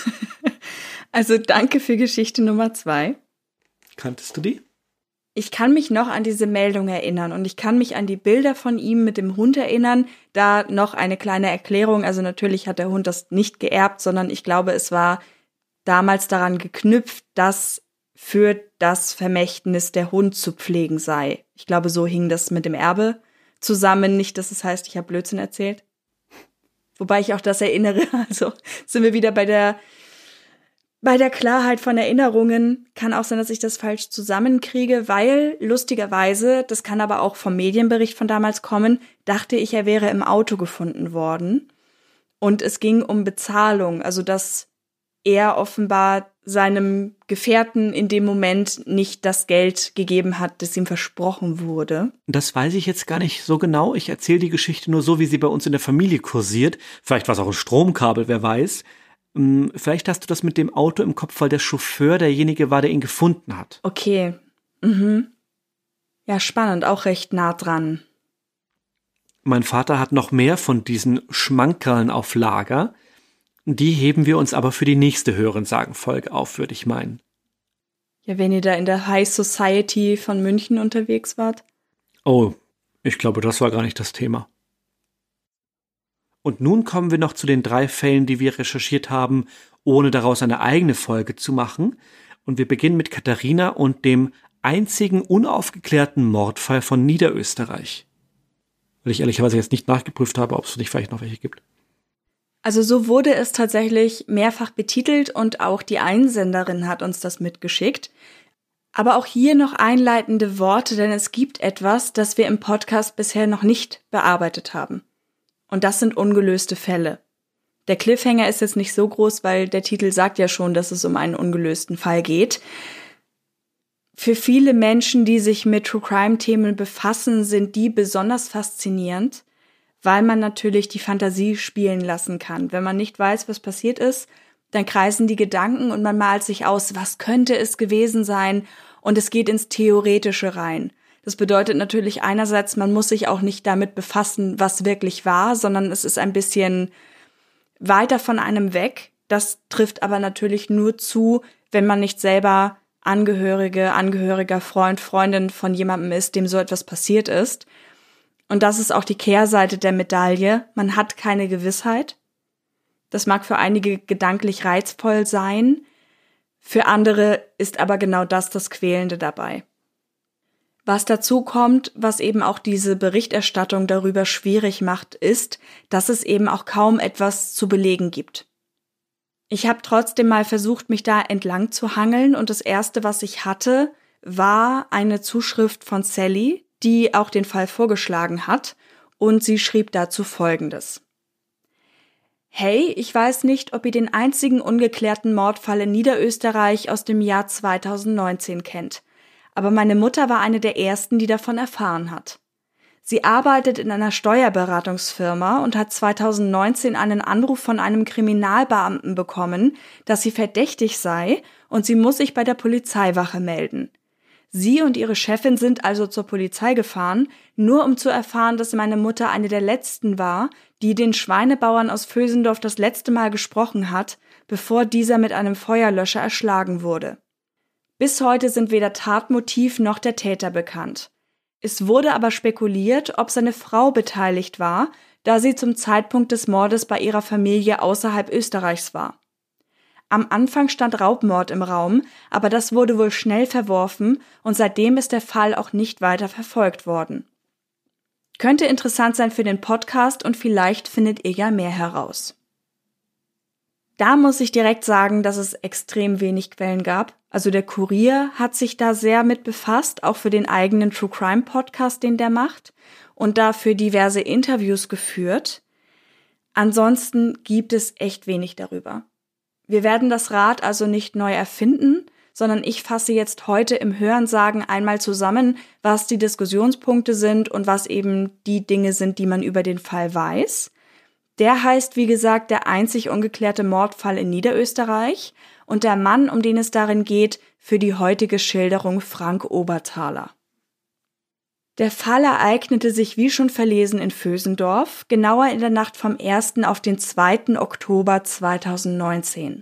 Also danke für Geschichte Nummer 2. Kanntest du die? Ich kann mich noch an diese Meldung erinnern und ich kann mich an die Bilder von ihm mit dem Hund erinnern. Da noch eine kleine Erklärung. Also natürlich hat der Hund das nicht geerbt, sondern ich glaube, es war damals daran geknüpft, dass für das Vermächtnis der Hund zu pflegen sei. Ich glaube, so hing das mit dem Erbe zusammen. Nicht, dass es heißt, ich habe Blödsinn erzählt. Wobei ich auch das erinnere. Also sind wir wieder bei der Klarheit von Erinnerungen. Kann auch sein, dass ich das falsch zusammenkriege, weil lustigerweise, das kann aber auch vom Medienbericht von damals kommen, dachte ich, er wäre im Auto gefunden worden. Und es ging um Bezahlung, also dass er offenbar seinem Gefährten in dem Moment nicht das Geld gegeben hat, das ihm versprochen wurde. Das weiß ich jetzt gar nicht so genau. Ich erzähle die Geschichte nur so, wie sie bei uns in der Familie kursiert. Vielleicht war es auch ein Stromkabel, wer weiß. Vielleicht hast du das mit dem Auto im Kopf, weil der Chauffeur derjenige war, der ihn gefunden hat. Okay. Ja, spannend, auch recht nah dran. Mein Vater hat noch mehr von diesen Schmankerln auf Lager. Die heben wir uns aber für die nächste Hörensagen-Folge auf, würde ich meinen. Ja, wenn ihr da in der High Society von München unterwegs wart. Oh, ich glaube, das war gar nicht das Thema. Und nun kommen wir noch zu den 3 Fällen, die wir recherchiert haben, ohne daraus eine eigene Folge zu machen. Und wir beginnen mit Katharina und dem einzigen unaufgeklärten Mordfall von Niederösterreich. Weil ich ehrlicherweise jetzt nicht nachgeprüft habe, ob es nicht vielleicht noch welche gibt. Also so wurde es tatsächlich mehrfach betitelt und auch die Einsenderin hat uns das mitgeschickt. Aber auch hier noch einleitende Worte, denn es gibt etwas, das wir im Podcast bisher noch nicht bearbeitet haben. Und das sind ungelöste Fälle. Der Cliffhanger ist jetzt nicht so groß, weil der Titel sagt ja schon, dass es um einen ungelösten Fall geht. Für viele Menschen, die sich mit True-Crime-Themen befassen, sind die besonders faszinierend, weil man natürlich die Fantasie spielen lassen kann. Wenn man nicht weiß, was passiert ist, dann kreisen die Gedanken und man malt sich aus, was könnte es gewesen sein, und es geht ins Theoretische rein. Das bedeutet natürlich einerseits, man muss sich auch nicht damit befassen, was wirklich war, sondern es ist ein bisschen weiter von einem weg. Das trifft aber natürlich nur zu, wenn man nicht selber Angehöriger, Freund, Freundin von jemandem ist, dem so etwas passiert ist. Und das ist auch die Kehrseite der Medaille. Man hat keine Gewissheit. Das mag für einige gedanklich reizvoll sein. Für andere ist aber genau das Quälende dabei. Was dazu kommt, was eben auch diese Berichterstattung darüber schwierig macht, ist, dass es eben auch kaum etwas zu belegen gibt. Ich habe trotzdem mal versucht, mich da entlang zu hangeln, und das Erste, was ich hatte, war eine Zuschrift von Sally, die auch den Fall vorgeschlagen hat, und sie schrieb dazu Folgendes. Hey, ich weiß nicht, ob ihr den einzigen ungeklärten Mordfall in Niederösterreich aus dem Jahr 2019 kennt, aber meine Mutter war eine der ersten, die davon erfahren hat. Sie arbeitet in einer Steuerberatungsfirma und hat 2019 einen Anruf von einem Kriminalbeamten bekommen, dass sie verdächtig sei, und sie muss sich bei der Polizeiwache melden. Sie und ihre Chefin sind also zur Polizei gefahren, nur um zu erfahren, dass meine Mutter eine der letzten war, die den Schweinebauern aus Vösendorf das letzte Mal gesprochen hat, bevor dieser mit einem Feuerlöscher erschlagen wurde. Bis heute sind weder Tatmotiv noch der Täter bekannt. Es wurde aber spekuliert, ob seine Frau beteiligt war, da sie zum Zeitpunkt des Mordes bei ihrer Familie außerhalb Österreichs war. Am Anfang stand Raubmord im Raum, aber das wurde wohl schnell verworfen und seitdem ist der Fall auch nicht weiter verfolgt worden. Könnte interessant sein für den Podcast und vielleicht findet ihr ja mehr heraus. Da muss ich direkt sagen, dass es extrem wenig Quellen gab. Also der Kurier hat sich da sehr mit befasst, auch für den eigenen True Crime Podcast, den der macht, und dafür diverse Interviews geführt. Ansonsten gibt es echt wenig darüber. Wir werden das Rad also nicht neu erfinden, sondern ich fasse jetzt heute im Hörensagen einmal zusammen, was die Diskussionspunkte sind und was eben die Dinge sind, die man über den Fall weiß. Der heißt, wie gesagt, der einzig ungeklärte Mordfall in Niederösterreich und der Mann, um den es darin geht, für die heutige Schilderung Frank Oberthaler. Der Fall ereignete sich wie schon verlesen in Vösendorf, genauer in der Nacht vom 1. auf den 2. Oktober 2019.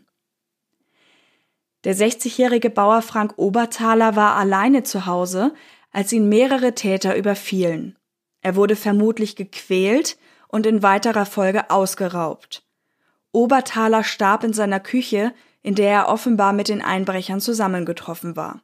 Der 60-jährige Bauer Frank Oberthaler war alleine zu Hause, als ihn mehrere Täter überfielen. Er wurde vermutlich gequält und in weiterer Folge ausgeraubt. Oberthaler starb in seiner Küche, in der er offenbar mit den Einbrechern zusammengetroffen war.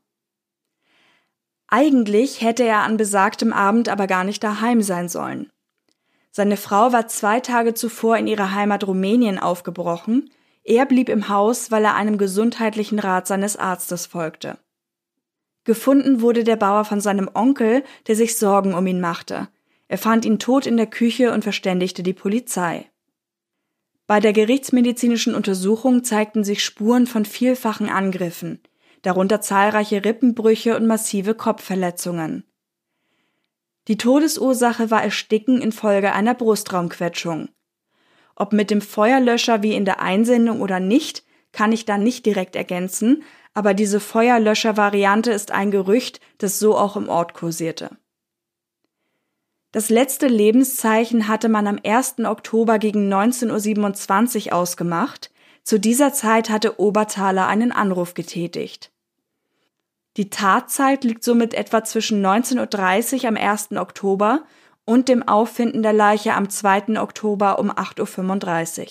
Eigentlich hätte er an besagtem Abend aber gar nicht daheim sein sollen. Seine Frau war 2 Tage zuvor in ihre Heimat Rumänien aufgebrochen. Er blieb im Haus, weil er einem gesundheitlichen Rat seines Arztes folgte. Gefunden wurde der Bauer von seinem Onkel, der sich Sorgen um ihn machte. Er fand ihn tot in der Küche und verständigte die Polizei. Bei der gerichtsmedizinischen Untersuchung zeigten sich Spuren von vielfachen Angriffen, darunter zahlreiche Rippenbrüche und massive Kopfverletzungen. Die Todesursache war Ersticken infolge einer Brustraumquetschung. Ob mit dem Feuerlöscher wie in der Einsendung oder nicht, kann ich da nicht direkt ergänzen, aber diese Feuerlöscher-Variante ist ein Gerücht, das so auch im Ort kursierte. Das letzte Lebenszeichen hatte man am 1. Oktober gegen 19:27 Uhr ausgemacht. Zu dieser Zeit hatte Oberthaler einen Anruf getätigt. Die Tatzeit liegt somit etwa zwischen 19:30 Uhr am 1. Oktober und dem Auffinden der Leiche am 2. Oktober um 8:35 Uhr.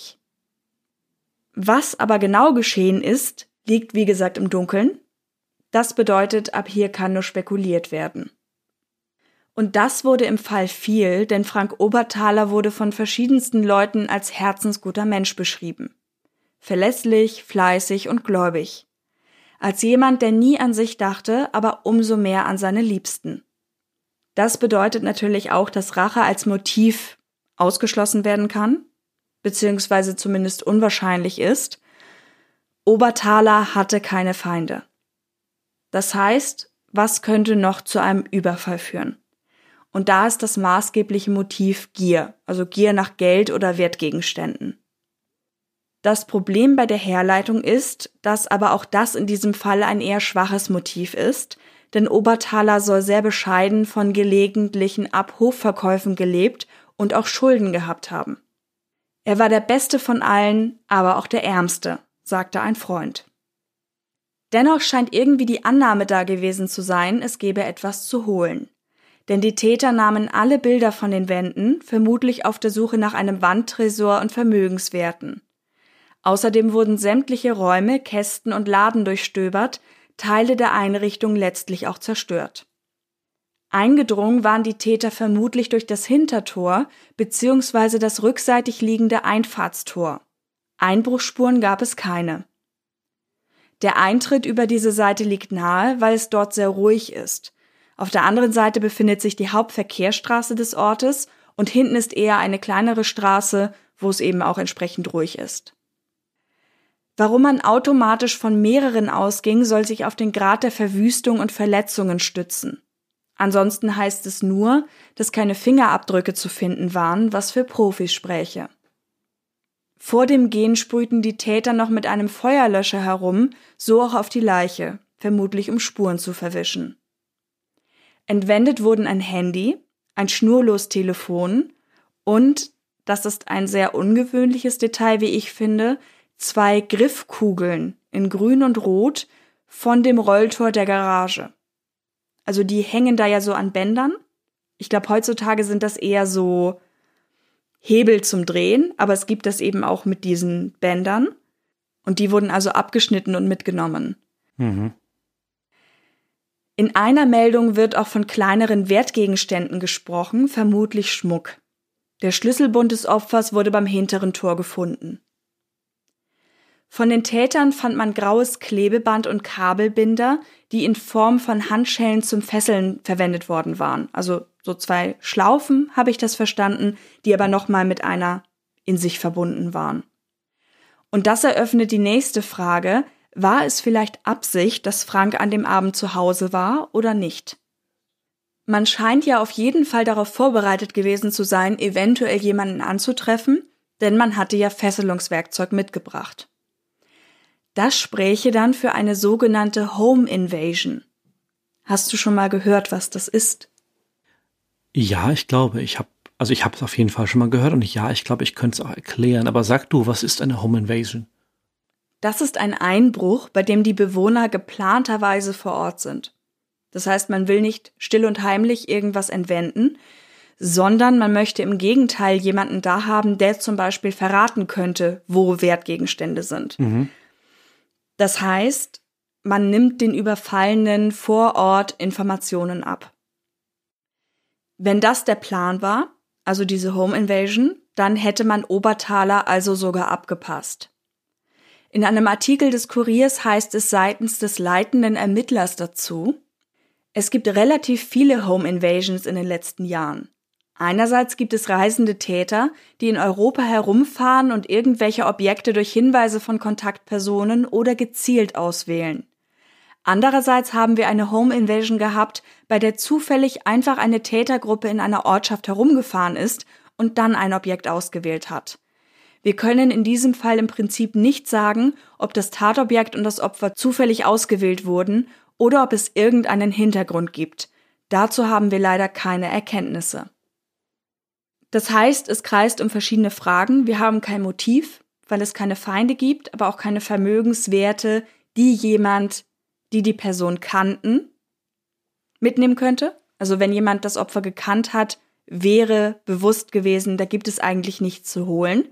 Was aber genau geschehen ist, liegt wie gesagt im Dunkeln. Das bedeutet, ab hier kann nur spekuliert werden. Und das wurde im Fall viel, denn Frank Oberthaler wurde von verschiedensten Leuten als herzensguter Mensch beschrieben. Verlässlich, fleißig und gläubig. Als jemand, der nie an sich dachte, aber umso mehr an seine Liebsten. Das bedeutet natürlich auch, dass Rache als Motiv ausgeschlossen werden kann, beziehungsweise zumindest unwahrscheinlich ist. Oberthaler hatte keine Feinde. Das heißt, was könnte noch zu einem Überfall führen? Und da ist das maßgebliche Motiv Gier, also Gier nach Geld oder Wertgegenständen. Das Problem bei der Herleitung ist, dass aber auch das in diesem Fall ein eher schwaches Motiv ist, denn Oberthaler soll sehr bescheiden von gelegentlichen Ab-Hof-Verkäufen gelebt und auch Schulden gehabt haben. Er war der Beste von allen, aber auch der Ärmste, sagte ein Freund. Dennoch scheint irgendwie die Annahme da gewesen zu sein, es gäbe etwas zu holen. Denn die Täter nahmen alle Bilder von den Wänden, vermutlich auf der Suche nach einem Wandtresor und Vermögenswerten. Außerdem wurden sämtliche Räume, Kästen und Laden durchstöbert, Teile der Einrichtung letztlich auch zerstört. Eingedrungen waren die Täter vermutlich durch das Hintertor bzw. das rückseitig liegende Einfahrtstor. Einbruchsspuren gab es keine. Der Eintritt über diese Seite liegt nahe, weil es dort sehr ruhig ist. Auf der anderen Seite befindet sich die Hauptverkehrsstraße des Ortes und hinten ist eher eine kleinere Straße, wo es eben auch entsprechend ruhig ist. Warum man automatisch von mehreren ausging, soll sich auf den Grad der Verwüstung und Verletzungen stützen. Ansonsten heißt es nur, dass keine Fingerabdrücke zu finden waren, was für Profis spräche. Vor dem Gehen sprühten die Täter noch mit einem Feuerlöscher herum, so auch auf die Leiche, vermutlich um Spuren zu verwischen. Entwendet wurden ein Handy, ein Schnurlostelefon und, das ist ein sehr ungewöhnliches Detail, wie ich finde, 2 Griffkugeln in Grün und Rot von dem Rolltor der Garage. Also die hängen da ja so an Bändern. Ich glaube, heutzutage sind das eher so Hebel zum Drehen, aber es gibt das eben auch mit diesen Bändern. Und die wurden also abgeschnitten und mitgenommen. Mhm. In einer Meldung wird auch von kleineren Wertgegenständen gesprochen, vermutlich Schmuck. Der Schlüsselbund des Opfers wurde beim hinteren Tor gefunden. Von den Tätern fand man graues Klebeband und Kabelbinder, die in Form von Handschellen zum Fesseln verwendet worden waren. Also so 2 Schlaufen, habe ich das verstanden, die aber nochmal mit einer in sich verbunden waren. Und das eröffnet die nächste Frage: War es vielleicht Absicht, dass Frank an dem Abend zu Hause war oder nicht? Man scheint ja auf jeden Fall darauf vorbereitet gewesen zu sein, eventuell jemanden anzutreffen, denn man hatte ja Fesselungswerkzeug mitgebracht. Das spräche dann für eine sogenannte Home Invasion. Hast du schon mal gehört, was das ist? Ja, ich glaube, ich habe es auf jeden Fall schon mal gehört und ja, ich glaube, ich könnte es auch erklären. Aber sag du, was ist eine Home Invasion? Das ist ein Einbruch, bei dem die Bewohner geplanterweise vor Ort sind. Das heißt, man will nicht still und heimlich irgendwas entwenden, sondern man möchte im Gegenteil jemanden da haben, der zum Beispiel verraten könnte, wo Wertgegenstände sind. Mhm. Das heißt, man nimmt den Überfallenen vor Ort Informationen ab. Wenn das der Plan war, also diese Home Invasion, dann hätte man Oberthaler also sogar abgepasst. In einem Artikel des Kuriers heißt es seitens des leitenden Ermittlers dazu: Es gibt relativ viele Home Invasions in den letzten Jahren. Einerseits gibt es reisende Täter, die in Europa herumfahren und irgendwelche Objekte durch Hinweise von Kontaktpersonen oder gezielt auswählen. Andererseits haben wir eine Home Invasion gehabt, bei der zufällig einfach eine Tätergruppe in einer Ortschaft herumgefahren ist und dann ein Objekt ausgewählt hat. Wir können in diesem Fall im Prinzip nicht sagen, ob das Tatobjekt und das Opfer zufällig ausgewählt wurden oder ob es irgendeinen Hintergrund gibt. Dazu haben wir leider keine Erkenntnisse. Das heißt, es kreist um verschiedene Fragen. Wir haben kein Motiv, weil es keine Feinde gibt, aber auch keine Vermögenswerte, die die Person kannten, mitnehmen könnte. Also wenn jemand das Opfer gekannt hat, wäre bewusst gewesen, da gibt es eigentlich nichts zu holen.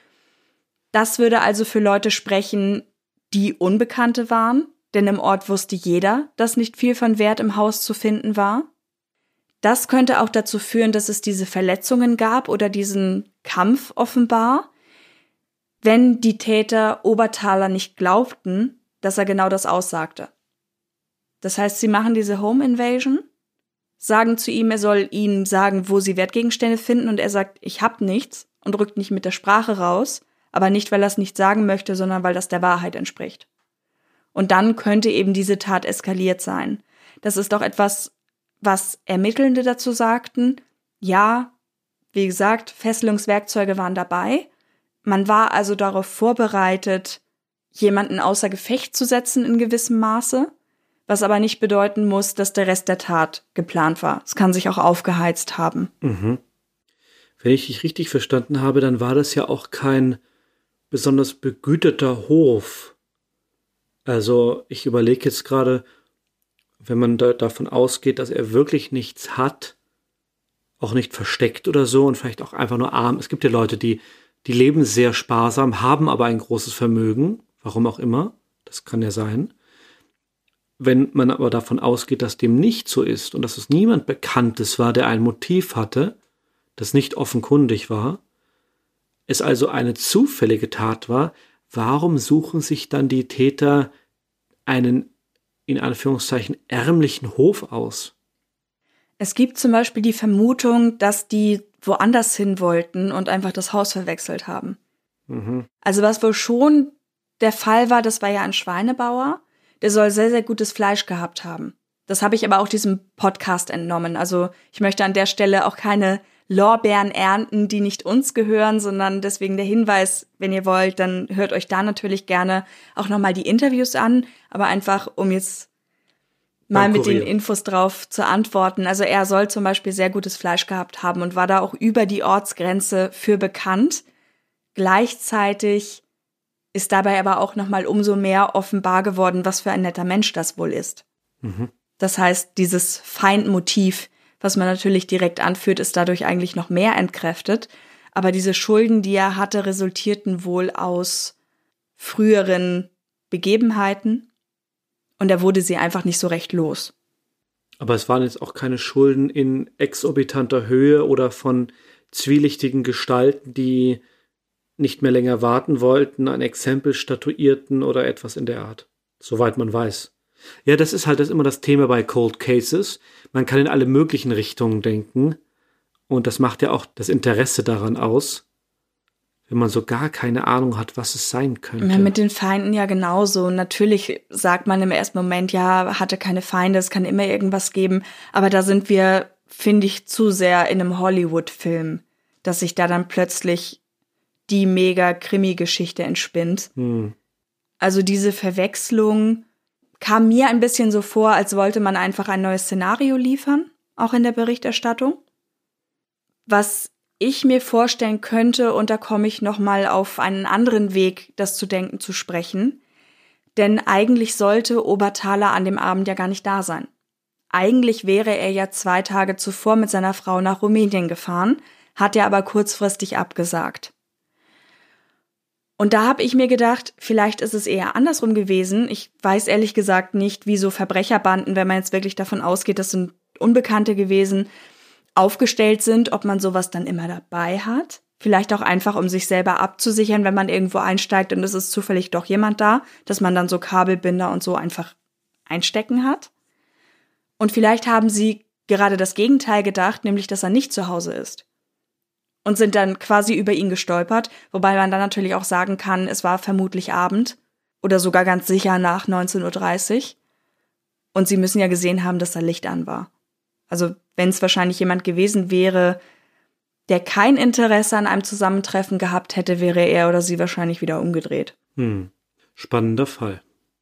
Das würde also für Leute sprechen, die Unbekannte waren, denn im Ort wusste jeder, dass nicht viel von Wert im Haus zu finden war. Das könnte auch dazu führen, dass es diese Verletzungen gab oder diesen Kampf offenbar, wenn die Täter Oberthaler nicht glaubten, dass er genau das aussagte. Das heißt, sie machen diese Home Invasion, sagen zu ihm, er soll ihnen sagen, wo sie Wertgegenstände finden, und er sagt, ich hab nichts, und rückt nicht mit der Sprache raus, aber nicht, weil er es nicht sagen möchte, sondern weil das der Wahrheit entspricht. Und dann könnte eben diese Tat eskaliert sein. Das ist auch etwas, was Ermittelnde dazu sagten. Ja, wie gesagt, Fesselungswerkzeuge waren dabei. Man war also darauf vorbereitet, jemanden außer Gefecht zu setzen in gewissem Maße, was aber nicht bedeuten muss, dass der Rest der Tat geplant war. Es kann sich auch aufgeheizt haben. Mhm. Wenn ich dich richtig verstanden habe, dann war das ja auch kein besonders begüterter Hof. Also ich überlege jetzt gerade, wenn man davon ausgeht, dass er wirklich nichts hat, auch nicht versteckt oder so und vielleicht auch einfach nur arm. Es gibt ja Leute, die leben sehr sparsam, haben aber ein großes Vermögen, warum auch immer, das kann ja sein. Wenn man aber davon ausgeht, dass dem nicht so ist und dass es niemand Bekanntes war, der ein Motiv hatte, das nicht offenkundig war, es also eine zufällige Tat war, warum suchen sich dann die Täter einen, in Anführungszeichen, ärmlichen Hof aus? Es gibt zum Beispiel die Vermutung, dass die woanders hin wollten und einfach das Haus verwechselt haben. Mhm. Also was wohl schon der Fall war, das war ja ein Schweinebauer, der soll sehr, sehr gutes Fleisch gehabt haben. Das habe ich aber auch diesem Podcast entnommen. Also ich möchte an der Stelle auch keine Lorbeeren ernten, die nicht uns gehören, sondern deswegen der Hinweis, wenn ihr wollt, dann hört euch da natürlich gerne auch nochmal die Interviews an, aber einfach, um jetzt mal mit den Infos drauf zu antworten. Also er soll zum Beispiel sehr gutes Fleisch gehabt haben und war da auch über die Ortsgrenze für bekannt. Gleichzeitig ist dabei aber auch nochmal umso mehr offenbar geworden, was für ein netter Mensch das wohl ist. Mhm. Das heißt, dieses Feindmotiv, was man natürlich direkt anführt, ist dadurch eigentlich noch mehr entkräftet. Aber diese Schulden, die er hatte, resultierten wohl aus früheren Begebenheiten und er wurde sie einfach nicht so recht los. Aber es waren jetzt auch keine Schulden in exorbitanter Höhe oder von zwielichtigen Gestalten, die nicht mehr länger warten wollten, ein Exempel statuierten oder etwas in der Art. Soweit man weiß. Ja, das ist immer das Thema bei Cold Cases. Man kann in alle möglichen Richtungen denken. Und das macht ja auch das Interesse daran aus, wenn man so gar keine Ahnung hat, was es sein könnte. Ja, mit den Feinden ja genauso. Natürlich sagt man im ersten Moment, ja, hatte keine Feinde, es kann immer irgendwas geben. Aber da sind wir, finde ich, zu sehr in einem Hollywood-Film, dass sich da dann plötzlich die mega Krimi-Geschichte entspinnt. Also diese Verwechslung kam mir ein bisschen so vor, als wollte man einfach ein neues Szenario liefern, auch in der Berichterstattung. Was ich mir vorstellen könnte, und da komme ich nochmal auf einen anderen Weg, das zu denken zu sprechen, denn eigentlich sollte Oberthaler an dem Abend ja gar nicht da sein. Eigentlich wäre er ja 2 Tage zuvor mit seiner Frau nach Rumänien gefahren, hat er aber kurzfristig abgesagt. Und da habe ich mir gedacht, vielleicht ist es eher andersrum gewesen. Ich weiß ehrlich gesagt nicht, wie so Verbrecherbanden, wenn man jetzt wirklich davon ausgeht, das sind Unbekannte gewesen, aufgestellt sind, ob man sowas dann immer dabei hat. Vielleicht auch einfach, um sich selber abzusichern, wenn man irgendwo einsteigt und es ist zufällig doch jemand da, dass man dann so Kabelbinder und so einfach einstecken hat. Und vielleicht haben sie gerade das Gegenteil gedacht, nämlich, dass er nicht zu Hause ist. Und sind dann quasi über ihn gestolpert, wobei man dann natürlich auch sagen kann, es war vermutlich Abend oder sogar ganz sicher nach 19:30 Uhr. Und sie müssen ja gesehen haben, dass da Licht an war. Also wenn es wahrscheinlich jemand gewesen wäre, der kein Interesse an einem Zusammentreffen gehabt hätte, wäre er oder sie wahrscheinlich wieder umgedreht. Spannender Fall.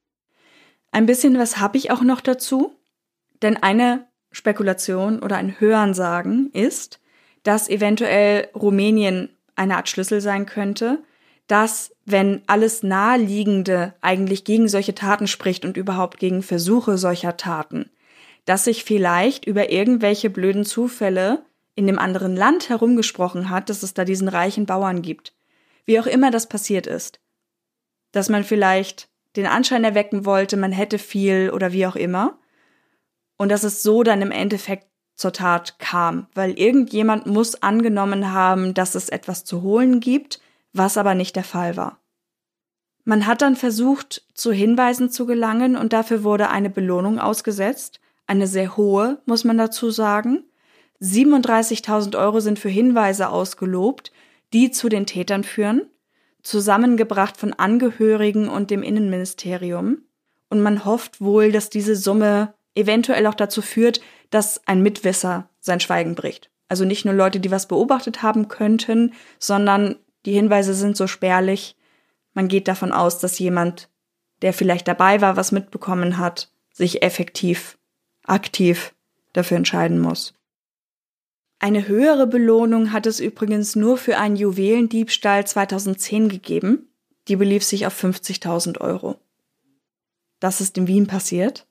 Ein bisschen was habe ich auch noch dazu, denn eine Spekulation oder ein Hörensagen ist, dass eventuell Rumänien eine Art Schlüssel sein könnte, dass, wenn alles Naheliegende eigentlich gegen solche Taten spricht und überhaupt gegen Versuche solcher Taten, dass sich vielleicht über irgendwelche blöden Zufälle in dem anderen Land herumgesprochen hat, dass es da diesen reichen Bauern gibt. Wie auch immer das passiert ist. Dass man vielleicht den Anschein erwecken wollte, man hätte viel oder wie auch immer. Und dass es so dann im Endeffekt zur Tat kam, weil irgendjemand muss angenommen haben, dass es etwas zu holen gibt, was aber nicht der Fall war. Man hat dann versucht, zu Hinweisen zu gelangen und dafür wurde eine Belohnung ausgesetzt, eine sehr hohe, muss man dazu sagen. 37.000 € sind für Hinweise ausgelobt, die zu den Tätern führen, zusammengebracht von Angehörigen und dem Innenministerium. Und man hofft wohl, dass diese Summe eventuell auch dazu führt, dass ein Mitwisser sein Schweigen bricht. Also nicht nur Leute, die was beobachtet haben könnten, sondern die Hinweise sind so spärlich. Man geht davon aus, dass jemand, der vielleicht dabei war, was mitbekommen hat, sich effektiv, aktiv dafür entscheiden muss. Eine höhere Belohnung hat es übrigens nur für einen Juwelendiebstahl 2010 gegeben. Die belief sich auf 50.000 €. Das ist in Wien passiert.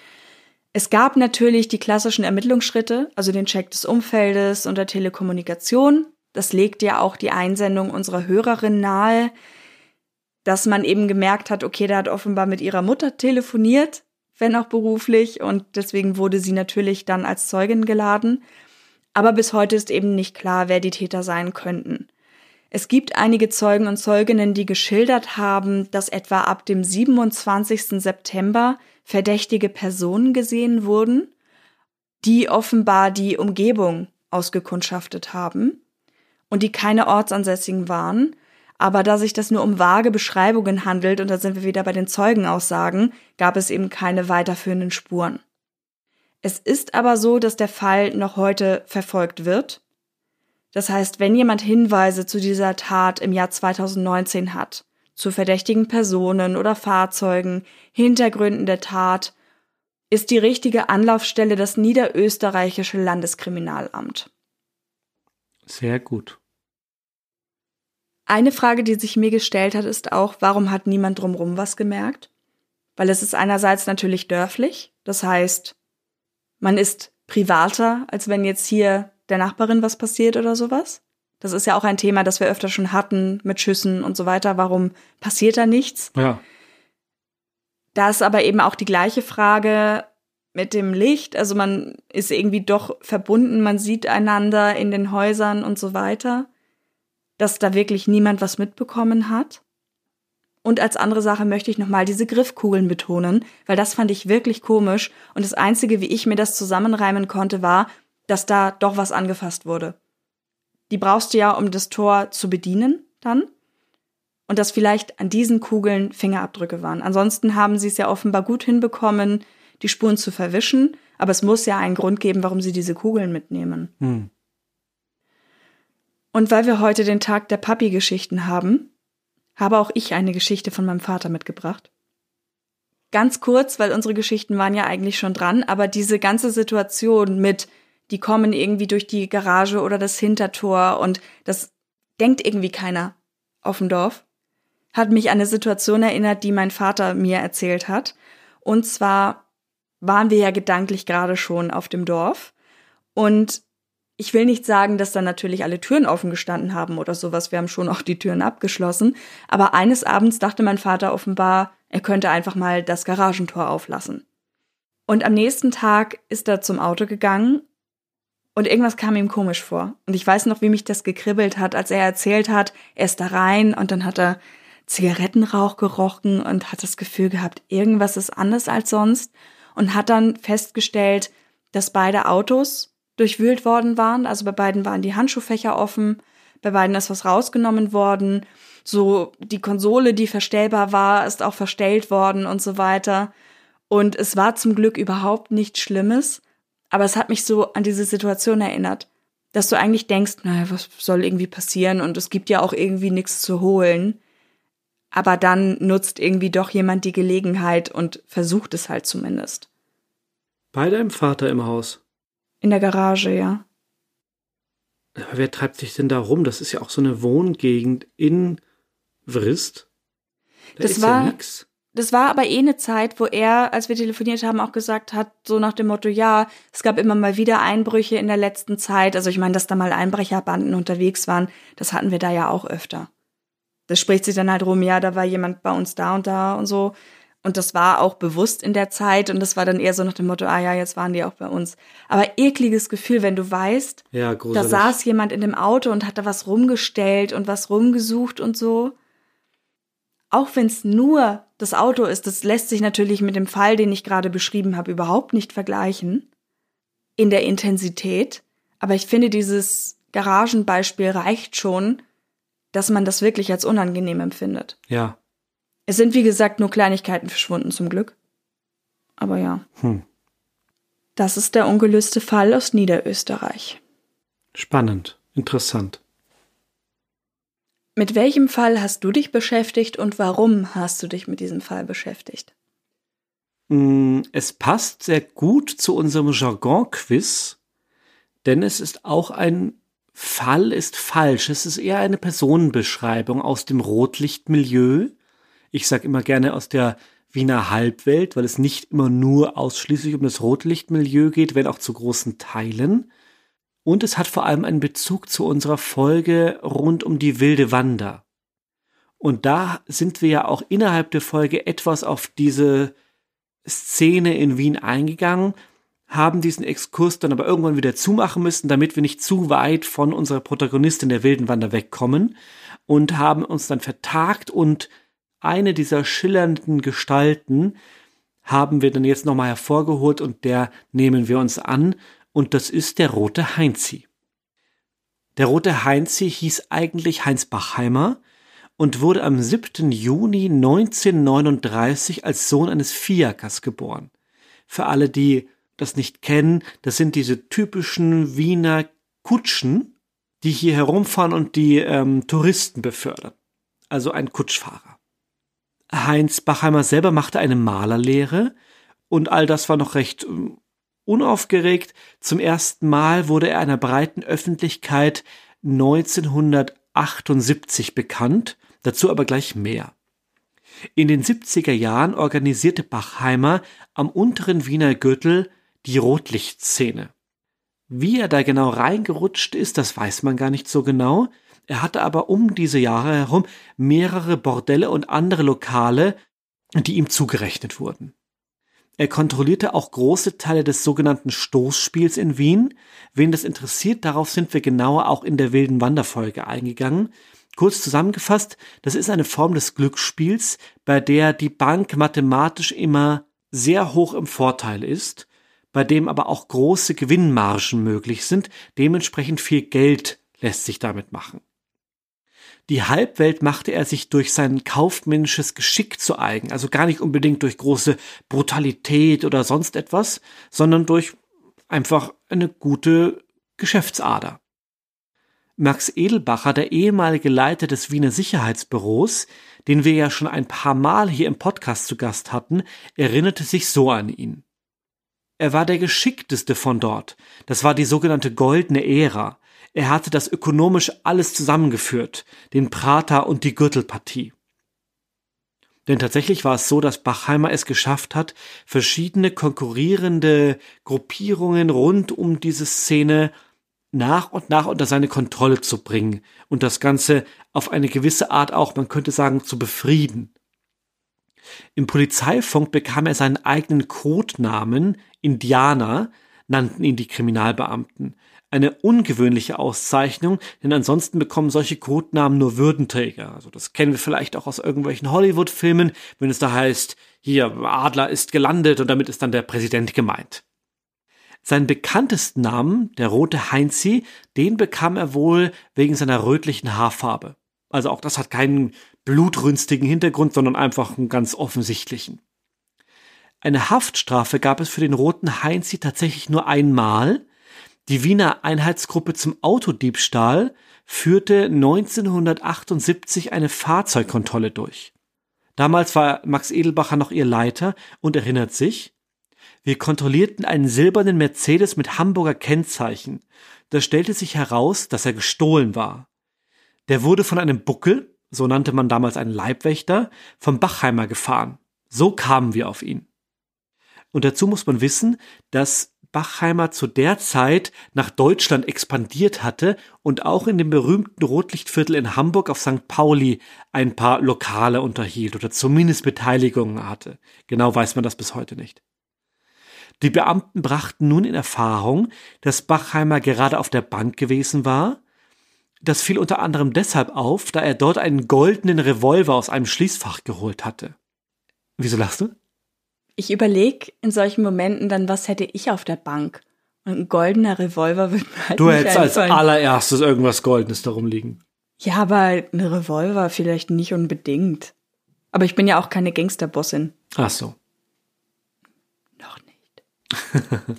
Es gab natürlich die klassischen Ermittlungsschritte, also den Check des Umfeldes und der Telekommunikation. Das legt ja auch die Einsendung unserer Hörerin nahe, dass man eben gemerkt hat, okay, der hat offenbar mit ihrer Mutter telefoniert, wenn auch beruflich, und deswegen wurde sie natürlich dann als Zeugin geladen. Aber bis heute ist eben nicht klar, wer die Täter sein könnten. Es gibt einige Zeugen und Zeuginnen, die geschildert haben, dass etwa ab dem 27. September verdächtige Personen gesehen wurden, die offenbar die Umgebung ausgekundschaftet haben und die keine Ortsansässigen waren. Aber da sich das nur um vage Beschreibungen handelt, und da sind wir wieder bei den Zeugenaussagen, gab es eben keine weiterführenden Spuren. Es ist aber so, dass der Fall noch heute verfolgt wird. Das heißt, wenn jemand Hinweise zu dieser Tat im Jahr 2019 hat, zu verdächtigen Personen oder Fahrzeugen, Hintergründen der Tat, ist die richtige Anlaufstelle das Niederösterreichische Landeskriminalamt. Sehr gut. Eine Frage, die sich mir gestellt hat, ist auch, warum hat niemand drumherum was gemerkt? Weil es ist einerseits natürlich dörflich, das heißt, man ist privater, als wenn jetzt hier der Nachbarin was passiert oder sowas. Das ist ja auch ein Thema, das wir öfter schon hatten mit Schüssen und so weiter. Warum passiert da nichts? Ja. Da ist aber eben auch die gleiche Frage mit dem Licht. Also man ist irgendwie doch verbunden, man sieht einander in den Häusern und so weiter, dass da wirklich niemand was mitbekommen hat. Und als andere Sache möchte ich nochmal diese Griffkugeln betonen, weil das fand ich wirklich komisch. Und das Einzige, wie ich mir das zusammenreimen konnte, war, dass da doch was angefasst wurde. Die brauchst du ja, um das Tor zu bedienen dann. Und dass vielleicht an diesen Kugeln Fingerabdrücke waren. Ansonsten haben sie es ja offenbar gut hinbekommen, die Spuren zu verwischen. Aber es muss ja einen Grund geben, warum sie diese Kugeln mitnehmen. Und weil wir heute den Tag der Papi-Geschichten haben, habe auch ich eine Geschichte von meinem Vater mitgebracht. Ganz kurz, weil unsere Geschichten waren ja eigentlich schon dran, aber diese ganze Situation mit, die kommen irgendwie durch die Garage oder das Hintertor und das denkt irgendwie keiner auf dem Dorf, hat mich an eine Situation erinnert, die mein Vater mir erzählt hat. Und zwar waren wir ja gedanklich gerade schon auf dem Dorf und ich will nicht sagen, dass dann natürlich alle Türen offen gestanden haben oder sowas. Wir haben schon auch die Türen abgeschlossen. Aber eines Abends dachte mein Vater offenbar, er könnte einfach mal das Garagentor auflassen. Und am nächsten Tag ist er zum Auto gegangen und irgendwas kam ihm komisch vor. Und ich weiß noch, wie mich das gekribbelt hat, als er erzählt hat, er ist da rein und dann hat er Zigarettenrauch gerochen und hat das Gefühl gehabt, irgendwas ist anders als sonst. Und hat dann festgestellt, dass beide Autos durchwühlt worden waren. Also bei beiden waren die Handschuhfächer offen, bei beiden ist was rausgenommen worden. So die Konsole, die verstellbar war, ist auch verstellt worden und so weiter. Und es war zum Glück überhaupt nichts Schlimmes, aber es hat mich so an diese Situation erinnert, dass du eigentlich denkst, naja, was soll irgendwie passieren und es gibt ja auch irgendwie nichts zu holen. Aber dann nutzt irgendwie doch jemand die Gelegenheit und versucht es halt zumindest. Bei deinem Vater im Haus? In der Garage, ja. Aber wer treibt sich denn da rum? Das ist ja auch so eine Wohngegend in Vrist. Das war aber eine Zeit, wo er, als wir telefoniert haben, auch gesagt hat, so nach dem Motto, ja, es gab immer mal wieder Einbrüche in der letzten Zeit. Also ich meine, dass da mal Einbrecherbanden unterwegs waren, das hatten wir da ja auch öfter. Das spricht sich dann halt rum, ja, da war jemand bei uns da und so. Und das war auch bewusst in der Zeit und das war dann eher so nach dem Motto, ah ja, jetzt waren die auch bei uns. Aber ekliges Gefühl, wenn du weißt, ja, da saß jemand in dem Auto und hat da was rumgestellt und was rumgesucht und so. Auch wenn es nur das Auto ist, das lässt sich natürlich mit dem Fall, den ich gerade beschrieben habe, überhaupt nicht vergleichen. In der Intensität. Aber ich finde, dieses Garagenbeispiel reicht schon, dass man das wirklich als unangenehm empfindet. Ja. Es sind, wie gesagt, nur Kleinigkeiten verschwunden, zum Glück. Aber ja. Das ist der ungelöste Fall aus Niederösterreich. Spannend, interessant. Mit welchem Fall hast du dich beschäftigt und warum hast du dich mit diesem Fall beschäftigt? Es passt sehr gut zu unserem Jargon-Quiz, denn es ist auch ein Fall ist falsch. Es ist eher eine Personenbeschreibung aus dem Rotlichtmilieu. Ich sage immer gerne aus der Wiener Halbwelt, weil es nicht immer nur ausschließlich um das Rotlichtmilieu geht, wenn auch zu großen Teilen. Und es hat vor allem einen Bezug zu unserer Folge rund um die wilde Wanda. Und da sind wir ja auch innerhalb der Folge etwas auf diese Szene in Wien eingegangen, haben diesen Exkurs dann aber irgendwann wieder zumachen müssen, damit wir nicht zu weit von unserer Protagonistin der wilden Wanda wegkommen und haben uns dann vertagt und eine dieser schillernden Gestalten haben wir dann jetzt nochmal hervorgeholt und der nehmen wir uns an und das ist der Rote Heinzi. Der Rote Heinzi hieß eigentlich Heinz Bachheimer und wurde am 7. Juni 1939 als Sohn eines Fiakers geboren. Für alle, die das nicht kennen, das sind diese typischen Wiener Kutschen, die hier herumfahren und die Touristen befördern. Also ein Kutschfahrer. Heinz Bachheimer selber machte eine Malerlehre und all das war noch recht unaufgeregt. Zum ersten Mal wurde er einer breiten Öffentlichkeit 1938 1978 bekannt, dazu aber gleich mehr. In den 70er Jahren organisierte Bachheimer am unteren Wiener Gürtel die Rotlichtszene. Wie er da genau reingerutscht ist, das weiß man gar nicht so genau. Er hatte aber um diese Jahre herum mehrere Bordelle und andere Lokale, die ihm zugerechnet wurden. Er kontrollierte auch große Teile des sogenannten Stoßspiels in Wien. Wen das interessiert, darauf sind wir genauer auch in der wilden Wanderfolge eingegangen. Kurz zusammengefasst, das ist eine Form des Glücksspiels, bei der die Bank mathematisch immer sehr hoch im Vorteil ist, bei dem aber auch große Gewinnmargen möglich sind, dementsprechend viel Geld lässt sich damit machen. Die Halbwelt machte er sich durch sein kaufmännisches Geschick zu eigen, also gar nicht unbedingt durch große Brutalität oder sonst etwas, sondern durch einfach eine gute Geschäftsader. Max Edelbacher, der ehemalige Leiter des Wiener Sicherheitsbüros, den wir ja schon ein paar Mal hier im Podcast zu Gast hatten, erinnerte sich so an ihn. Er war der Geschickteste von dort. Das war die sogenannte Goldene Ära. Er hatte das ökonomisch alles zusammengeführt, den Prater und die Gürtelpartie. Denn tatsächlich war es so, dass Bachheimer es geschafft hat, verschiedene konkurrierende Gruppierungen rund um diese Szene nach und nach unter seine Kontrolle zu bringen und das Ganze auf eine gewisse Art auch, man könnte sagen, zu befrieden. Im Polizeifunk bekam er seinen eigenen Codenamen, Indianer, nannten ihn die Kriminalbeamten. Eine ungewöhnliche Auszeichnung, denn ansonsten bekommen solche Codenamen nur Würdenträger. Also das kennen wir vielleicht auch aus irgendwelchen Hollywood-Filmen, wenn es da heißt, hier, Adler ist gelandet und damit ist dann der Präsident gemeint. Seinen bekanntesten Namen, der Rote Heinzi, den bekam er wohl wegen seiner rötlichen Haarfarbe. Also auch das hat keinen blutrünstigen Hintergrund, sondern einfach einen ganz offensichtlichen. Eine Haftstrafe gab es für den Roten Heinzi tatsächlich nur einmal. Die Wiener Einheitsgruppe zum Autodiebstahl führte 1978 eine Fahrzeugkontrolle durch. Damals war Max Edelbacher noch ihr Leiter und erinnert sich: Wir kontrollierten einen silbernen Mercedes mit Hamburger Kennzeichen. Da stellte sich heraus, dass er gestohlen war. Der wurde von einem Buckel, so nannte man damals einen Leibwächter, vom Bachheimer gefahren. So kamen wir auf ihn. Und dazu muss man wissen, dass Bachheimer zu der Zeit nach Deutschland expandiert hatte und auch in dem berühmten Rotlichtviertel in Hamburg auf St. Pauli ein paar Lokale unterhielt oder zumindest Beteiligungen hatte. Genau weiß man das bis heute nicht. Die Beamten brachten nun in Erfahrung, dass Bachheimer gerade auf der Bank gewesen war. Das fiel unter anderem deshalb auf, da er dort einen goldenen Revolver aus einem Schließfach geholt hatte. Wieso lachst du? Ich überlege in solchen Momenten dann, was hätte ich auf der Bank? Und ein goldener Revolver würde mir halt Du nicht hättest als einfallen. allererstes irgendwas Goldenes darum liegen. Ja, aber ein Revolver vielleicht nicht unbedingt. Aber ich bin ja auch keine Gangsterbossin. Ach so. Noch nicht.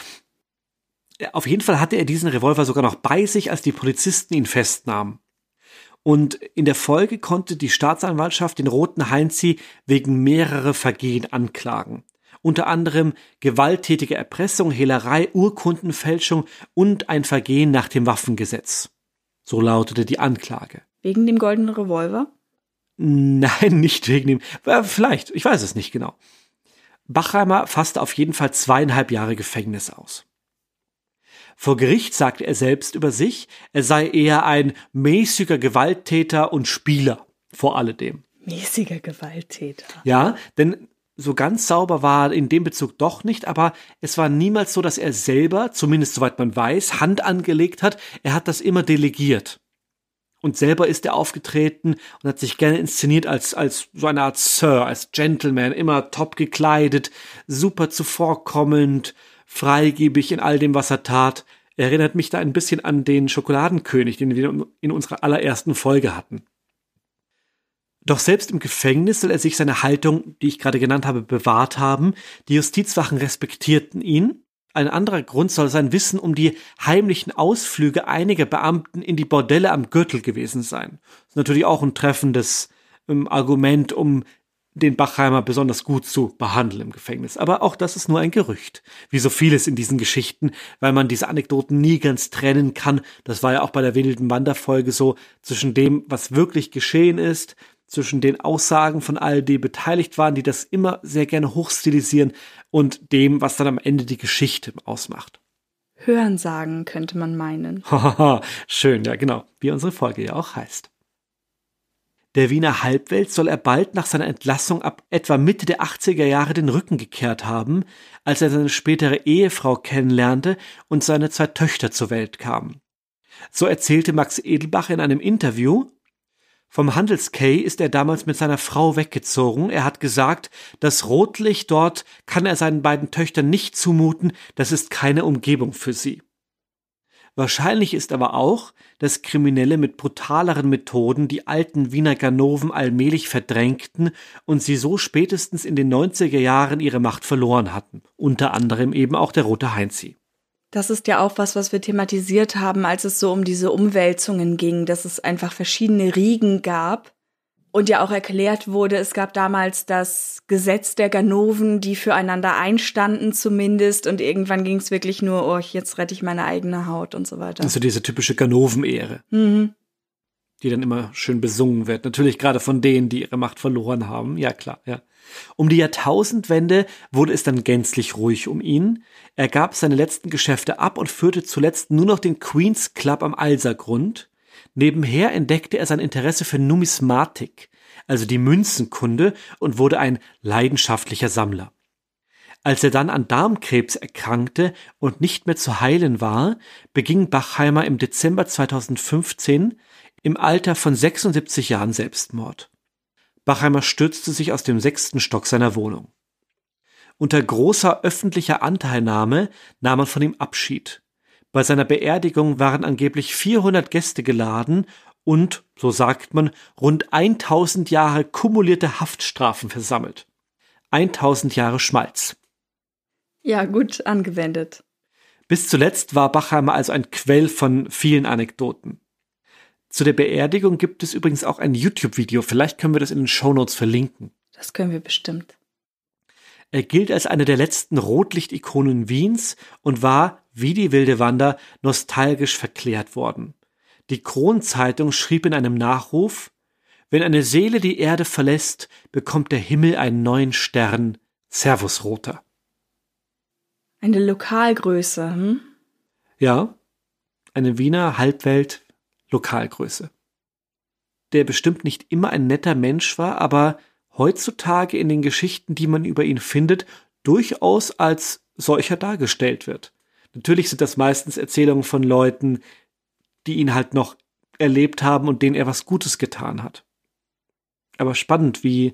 Auf jeden Fall hatte er diesen Revolver sogar noch bei sich, als die Polizisten ihn festnahmen. Und in der Folge konnte die Staatsanwaltschaft den Roten Heinzi wegen mehrerer Vergehen anklagen. Unter anderem gewalttätige Erpressung, Hehlerei, Urkundenfälschung und ein Vergehen nach dem Waffengesetz. So lautete die Anklage. Wegen dem goldenen Revolver? Nein, nicht wegen dem. Vielleicht, ich weiß es nicht genau. Bachheimer fasste auf jeden Fall 2,5 Jahre Gefängnis aus. Vor Gericht sagte er selbst über sich, er sei eher ein mäßiger Gewalttäter und Spieler, vor alledem. Mäßiger Gewalttäter. Ja, denn so ganz sauber war in dem Bezug doch nicht, aber es war niemals so, dass er selber, zumindest soweit man weiß, Hand angelegt hat. Er hat das immer delegiert. Und selber ist er aufgetreten und hat sich gerne inszeniert als so eine Art Sir, als Gentleman, immer top gekleidet, super zuvorkommend, freigebig in all dem, was er tat. Er erinnert mich da ein bisschen an den Schokoladenkönig, den wir in unserer allerersten Folge hatten. Doch selbst im Gefängnis soll er sich seine Haltung, die ich gerade genannt habe, bewahrt haben. Die Justizwachen respektierten ihn. Ein anderer Grund soll sein Wissen um die heimlichen Ausflüge einiger Beamten in die Bordelle am Gürtel gewesen sein. Das ist natürlich auch ein treffendes Argument, um den Bachheimer besonders gut zu behandeln im Gefängnis. Aber auch das ist nur ein Gerücht. Wie so vieles in diesen Geschichten, weil man diese Anekdoten nie ganz trennen kann. Das war ja auch bei der wilden Wanderfolge so, zwischen dem, was wirklich geschehen ist, zwischen den Aussagen von all die beteiligt waren, die das immer sehr gerne hochstilisieren, und dem, was dann am Ende die Geschichte ausmacht. Hörensagen könnte man meinen. Hahaha, schön, ja genau, wie unsere Folge ja auch heißt. Der Wiener Halbwelt soll er bald nach seiner Entlassung ab etwa Mitte der 80er Jahre den Rücken gekehrt haben, als er seine spätere Ehefrau kennenlernte und seine 2 Töchter zur Welt kamen. So erzählte Max Edelbach in einem Interview: Vom Handelsquai ist er damals mit seiner Frau weggezogen. Er hat gesagt, das Rotlicht dort kann er seinen beiden Töchtern nicht zumuten, das ist keine Umgebung für sie. Wahrscheinlich ist aber auch, dass Kriminelle mit brutaleren Methoden die alten Wiener Ganoven allmählich verdrängten und sie so spätestens in den 90er Jahren ihre Macht verloren hatten. Unter anderem eben auch der Rote Heinzi. Das ist ja auch was wir thematisiert haben, als es so um diese Umwälzungen ging, dass es einfach verschiedene Riegen gab und ja auch erklärt wurde, es gab damals das Gesetz der Ganoven, die füreinander einstanden zumindest, und irgendwann ging es wirklich nur, oh, jetzt rette ich meine eigene Haut und so weiter. Also diese typische Ganoven-Ehre, die dann immer schön besungen wird. Natürlich gerade von denen, die ihre Macht verloren haben. Ja, klar, ja. Um die Jahrtausendwende wurde es dann gänzlich ruhig um ihn. Er gab seine letzten Geschäfte ab und führte zuletzt nur noch den Queen's Club am Alsergrund. Nebenher entdeckte er sein Interesse für Numismatik, also die Münzenkunde, und wurde ein leidenschaftlicher Sammler. Als er dann an Darmkrebs erkrankte und nicht mehr zu heilen war, beging Bachheimer im Dezember 2015 im Alter von 76 Jahren Selbstmord. Bachheimer stürzte sich aus dem 6. Stock seiner Wohnung. Unter großer öffentlicher Anteilnahme nahm man von ihm Abschied. Bei seiner Beerdigung waren angeblich 400 Gäste geladen und, so sagt man, rund 1000 Jahre kumulierte Haftstrafen versammelt. 1000 Jahre Schmalz. Ja, gut angewendet. Bis zuletzt war Bachheimer also ein Quell von vielen Anekdoten. Zu der Beerdigung gibt es übrigens auch ein YouTube-Video. Vielleicht können wir das in den Shownotes verlinken. Das können wir bestimmt. Er gilt als eine der letzten Rotlichtikonen Wiens und war, wie die wilde Wander, nostalgisch verklärt worden. Die Kronzeitung schrieb in einem Nachruf: Wenn eine Seele die Erde verlässt, bekommt der Himmel einen neuen Stern. Servus, Roter. Eine Lokalgröße, Ja, eine Wiener Halbwelt-Lokalgröße. Der bestimmt nicht immer ein netter Mensch war, aber heutzutage in den Geschichten, die man über ihn findet, durchaus als solcher dargestellt wird. Natürlich sind das meistens Erzählungen von Leuten, die ihn halt noch erlebt haben und denen er was Gutes getan hat. Aber spannend, wie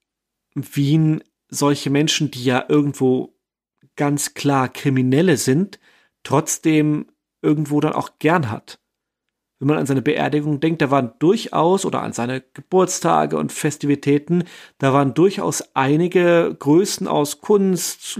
Wien solche Menschen, die ja irgendwo ganz klar Kriminelle sind, trotzdem irgendwo dann auch gern hat. Wenn man an seine Beerdigung denkt, da waren durchaus, oder an seine Geburtstage und Festivitäten, da waren durchaus einige Größen aus Kunst,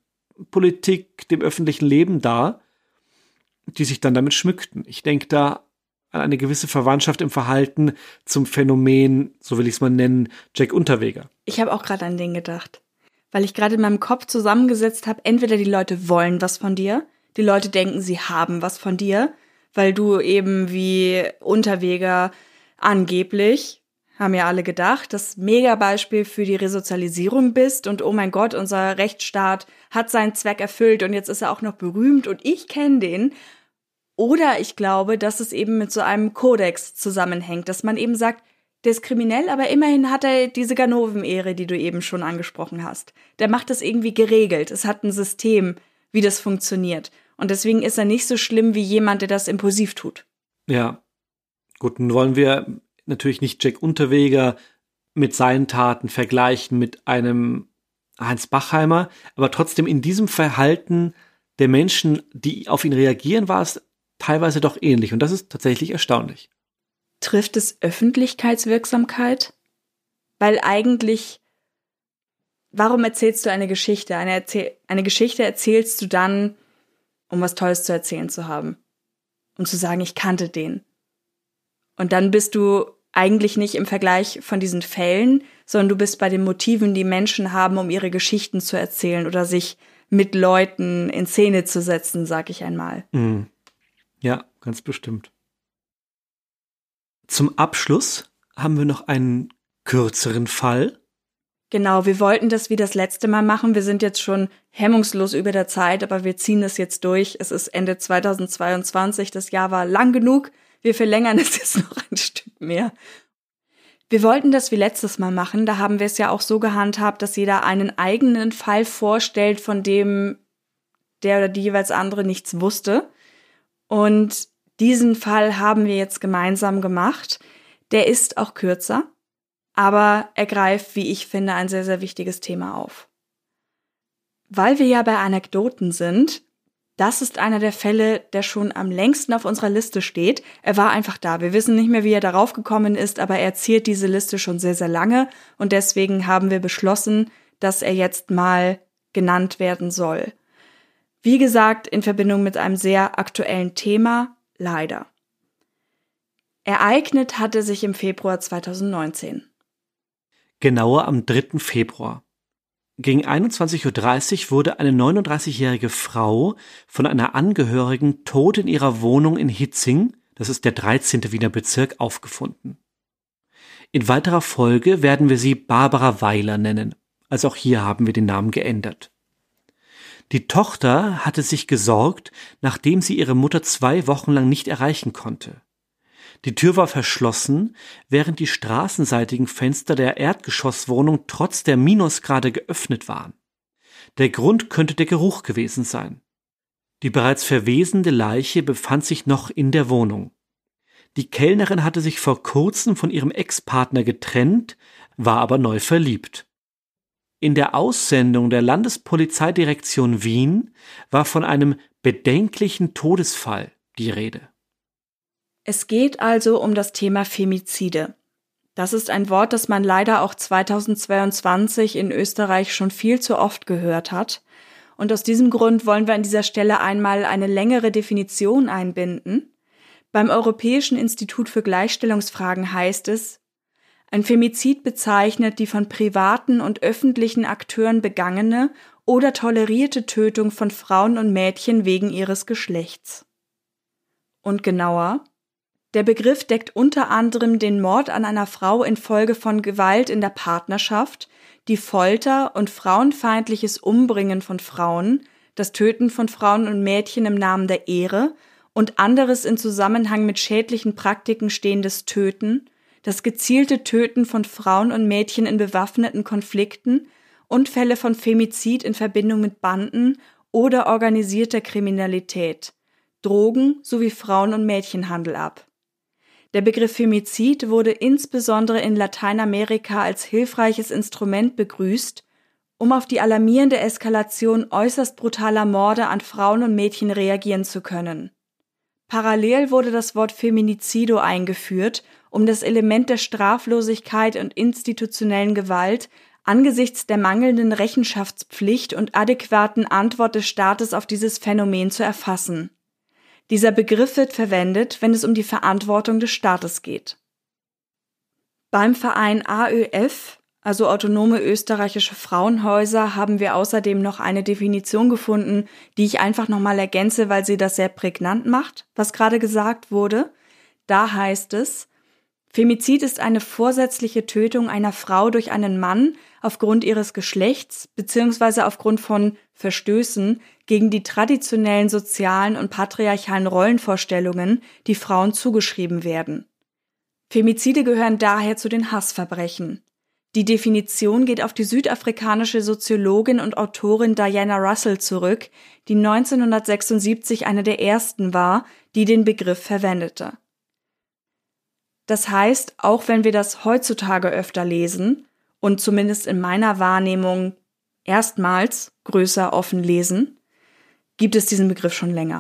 Politik, dem öffentlichen Leben da, die sich dann damit schmückten. Ich denke da an eine gewisse Verwandtschaft im Verhalten zum Phänomen, so will ich es mal nennen, Jack Unterweger. Ich habe auch gerade an den gedacht, weil ich gerade in meinem Kopf zusammengesetzt habe, entweder die Leute wollen was von dir, die Leute denken, sie haben was von dir, weil du eben wie Unterweger angeblich, haben ja alle gedacht, das Megabeispiel für die Resozialisierung bist und oh mein Gott, unser Rechtsstaat hat seinen Zweck erfüllt und jetzt ist er auch noch berühmt und ich kenne den. Oder ich glaube, dass es eben mit so einem Kodex zusammenhängt, dass man eben sagt, der ist kriminell, aber immerhin hat er diese Ganoven-Ehre, die du eben schon angesprochen hast. Der macht das irgendwie geregelt. Es hat ein System, wie das funktioniert. Und deswegen ist er nicht so schlimm wie jemand, der das impulsiv tut. Ja, gut, nun wollen wir natürlich nicht Jack Unterweger mit seinen Taten vergleichen mit einem Heinz Bachheimer, aber trotzdem in diesem Verhalten der Menschen, die auf ihn reagieren, war es teilweise doch ähnlich. Und das ist tatsächlich erstaunlich. Trifft es Öffentlichkeitswirksamkeit? Weil eigentlich, warum erzählst du eine Geschichte? Eine Geschichte erzählst du dann, um was Tolles zu erzählen zu haben. Um zu sagen, ich kannte den. Und dann bist du eigentlich nicht im Vergleich von diesen Fällen, sondern du bist bei den Motiven, die Menschen haben, um ihre Geschichten zu erzählen oder sich mit Leuten in Szene zu setzen, sag ich einmal. Ja, ganz bestimmt. Zum Abschluss haben wir noch einen kürzeren Fall. Genau, wir wollten das wie das letzte Mal machen. Wir sind jetzt schon hemmungslos über der Zeit, aber wir ziehen das jetzt durch. Es ist Ende 2022, das Jahr war lang genug. Wir verlängern es jetzt noch ein Stück mehr. Wir wollten das wie letztes Mal machen. Da haben wir es ja auch so gehandhabt, dass jeder einen eigenen Fall vorstellt, von dem der oder die jeweils andere nichts wusste. Und diesen Fall haben wir jetzt gemeinsam gemacht. Der ist auch kürzer, aber er greift, wie ich finde, ein sehr, sehr wichtiges Thema auf. Weil wir ja bei Anekdoten sind, das ist einer der Fälle, der schon am längsten auf unserer Liste steht. Er war einfach da. Wir wissen nicht mehr, wie er darauf gekommen ist, aber er ziert diese Liste schon sehr, sehr lange und deswegen haben wir beschlossen, dass er jetzt mal genannt werden soll. Wie gesagt, in Verbindung mit einem sehr aktuellen Thema, leider. Ereignet hatte sich im Februar 2019. Genauer am 3. Februar. Gegen 21:30 Uhr wurde eine 39-jährige Frau von einer Angehörigen tot in ihrer Wohnung in Hietzing, das ist der 13. Wiener Bezirk, aufgefunden. In weiterer Folge werden wir sie Barbara Weiler nennen, also auch hier haben wir den Namen geändert. Die Tochter hatte sich gesorgt, nachdem sie ihre Mutter 2 Wochen lang nicht erreichen konnte. Die Tür war verschlossen, während die straßenseitigen Fenster der Erdgeschosswohnung trotz der Minusgrade geöffnet waren. Der Grund könnte der Geruch gewesen sein. Die bereits verwesende Leiche befand sich noch in der Wohnung. Die Kellnerin hatte sich vor kurzem von ihrem Ex-Partner getrennt, war aber neu verliebt. In der Aussendung der Landespolizeidirektion Wien war von einem bedenklichen Todesfall die Rede. Es geht also um das Thema Femizide. Das ist ein Wort, das man leider auch 2022 in Österreich schon viel zu oft gehört hat. Und aus diesem Grund wollen wir an dieser Stelle einmal eine längere Definition einbinden. Beim Europäischen Institut für Gleichstellungsfragen heißt es, ein Femizid bezeichnet die von privaten und öffentlichen Akteuren begangene oder tolerierte Tötung von Frauen und Mädchen wegen ihres Geschlechts. Und genauer, der Begriff deckt unter anderem den Mord an einer Frau infolge von Gewalt in der Partnerschaft, die Folter und frauenfeindliches Umbringen von Frauen, das Töten von Frauen und Mädchen im Namen der Ehre und anderes in Zusammenhang mit schädlichen Praktiken stehendes Töten, das gezielte Töten von Frauen und Mädchen in bewaffneten Konflikten und Fälle von Femizid in Verbindung mit Banden oder organisierter Kriminalität, Drogen sowie Frauen- und Mädchenhandel ab. Der Begriff Femizid wurde insbesondere in Lateinamerika als hilfreiches Instrument begrüßt, um auf die alarmierende Eskalation äußerst brutaler Morde an Frauen und Mädchen reagieren zu können. Parallel wurde das Wort Feminicido eingeführt, um das Element der Straflosigkeit und institutionellen Gewalt angesichts der mangelnden Rechenschaftspflicht und adäquaten Antwort des Staates auf dieses Phänomen zu erfassen. Dieser Begriff wird verwendet, wenn es um die Verantwortung des Staates geht. Beim Verein AÖF, also Autonome Österreichische Frauenhäuser, haben wir außerdem noch eine Definition gefunden, die ich einfach nochmal ergänze, weil sie das sehr prägnant macht, was gerade gesagt wurde. Da heißt es, Femizid ist eine vorsätzliche Tötung einer Frau durch einen Mann aufgrund ihres Geschlechts bzw. aufgrund von Verstößen gegen die traditionellen sozialen und patriarchalen Rollenvorstellungen, die Frauen zugeschrieben werden. Femizide gehören daher zu den Hassverbrechen. Die Definition geht auf die südafrikanische Soziologin und Autorin Diana Russell zurück, die 1976 eine der ersten war, die den Begriff verwendete. Das heißt, auch wenn wir das heutzutage öfter lesen und zumindest in meiner Wahrnehmung erstmals größer offen lesen, gibt es diesen Begriff schon länger.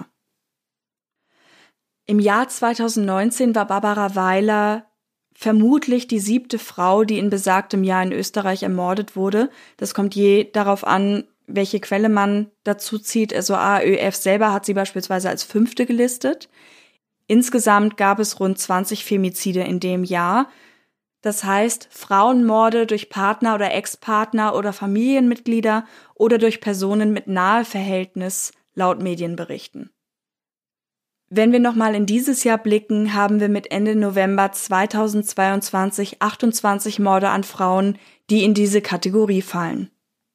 Im Jahr 2019 war Barbara Weiler vermutlich die 7. Frau, die in besagtem Jahr in Österreich ermordet wurde. Das kommt je darauf an, welche Quelle man dazu zieht. Also AÖF selber hat sie beispielsweise als 5. gelistet. Insgesamt gab es rund 20 Femizide in dem Jahr. Das heißt, Frauenmorde durch Partner oder Ex-Partner oder Familienmitglieder oder durch Personen mit Naheverhältnis, laut Medienberichten. Wenn wir nochmal in dieses Jahr blicken, haben wir mit Ende November 2022 28 Morde an Frauen, die in diese Kategorie fallen.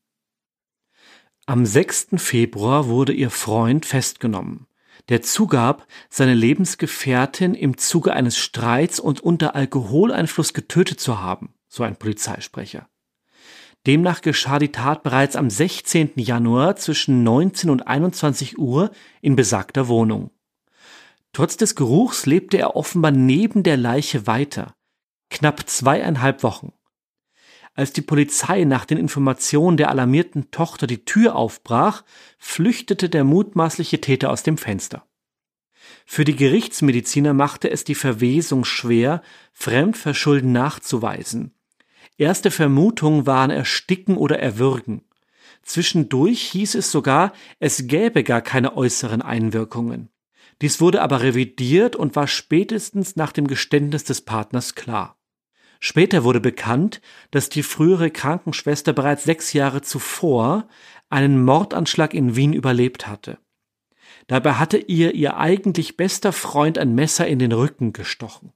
Am 6. Februar wurde ihr Freund festgenommen, der zugab, seine Lebensgefährtin im Zuge eines Streits und unter Alkoholeinfluss getötet zu haben, so ein Polizeisprecher. Demnach geschah die Tat bereits am 16. Januar zwischen 19 und 21 Uhr in besagter Wohnung. Trotz des Geruchs lebte er offenbar neben der Leiche weiter, knapp 2,5 Wochen. Als die Polizei nach den Informationen der alarmierten Tochter die Tür aufbrach, flüchtete der mutmaßliche Täter aus dem Fenster. Für die Gerichtsmediziner machte es die Verwesung schwer, Fremdverschulden nachzuweisen. Erste Vermutungen waren Ersticken oder Erwürgen. Zwischendurch hieß es sogar, es gäbe gar keine äußeren Einwirkungen. Dies wurde aber revidiert und war spätestens nach dem Geständnis des Partners klar. Später wurde bekannt, dass die frühere Krankenschwester bereits 6 Jahre zuvor einen Mordanschlag in Wien überlebt hatte. Dabei hatte ihr eigentlich bester Freund ein Messer in den Rücken gestochen.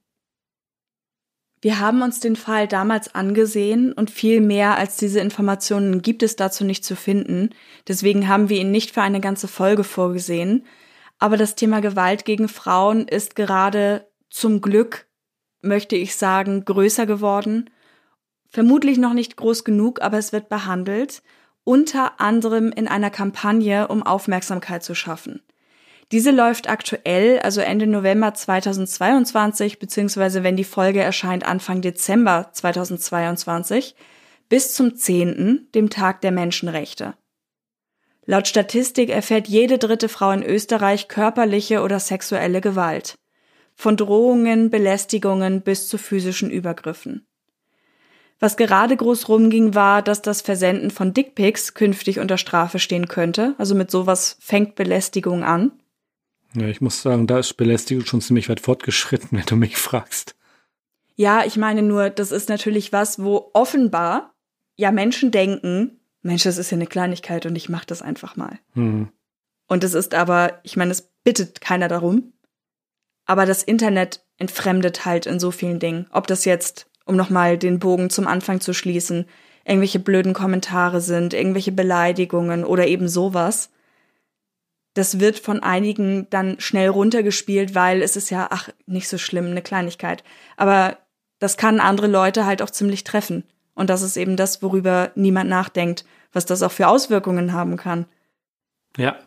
Wir haben uns den Fall damals angesehen und viel mehr als diese Informationen gibt es dazu nicht zu finden. Deswegen haben wir ihn nicht für eine ganze Folge vorgesehen. Aber das Thema Gewalt gegen Frauen ist gerade zum Glück, möchte ich sagen, größer geworden. Vermutlich noch nicht groß genug, aber es wird behandelt, unter anderem in einer Kampagne, um Aufmerksamkeit zu schaffen. Diese läuft aktuell, also Ende November 2022, beziehungsweise wenn die Folge erscheint, Anfang Dezember 2022, bis zum 10., dem Tag der Menschenrechte. Laut Statistik erfährt jede 3. Frau in Österreich körperliche oder sexuelle Gewalt. Von Drohungen, Belästigungen bis zu physischen Übergriffen. Was gerade groß rumging, war, dass das Versenden von Dickpics künftig unter Strafe stehen könnte. Also mit sowas fängt Belästigung an. Ja, ich muss sagen, da ist Belästigung schon ziemlich weit fortgeschritten, wenn du mich fragst. Ja, ich meine nur, das ist natürlich was, wo offenbar ja Menschen denken, Mensch, das ist ja eine Kleinigkeit und ich mache das einfach mal. Und es ist aber, ich meine, es bittet keiner darum. Aber das Internet entfremdet halt in so vielen Dingen. Ob das jetzt, um nochmal den Bogen zum Anfang zu schließen, irgendwelche blöden Kommentare sind, irgendwelche Beleidigungen oder eben sowas. Das wird von einigen dann schnell runtergespielt, weil es ist ja, nicht so schlimm, eine Kleinigkeit. Aber das kann andere Leute halt auch ziemlich treffen. Und das ist eben das, worüber niemand nachdenkt, was das auch für Auswirkungen haben kann. Ja.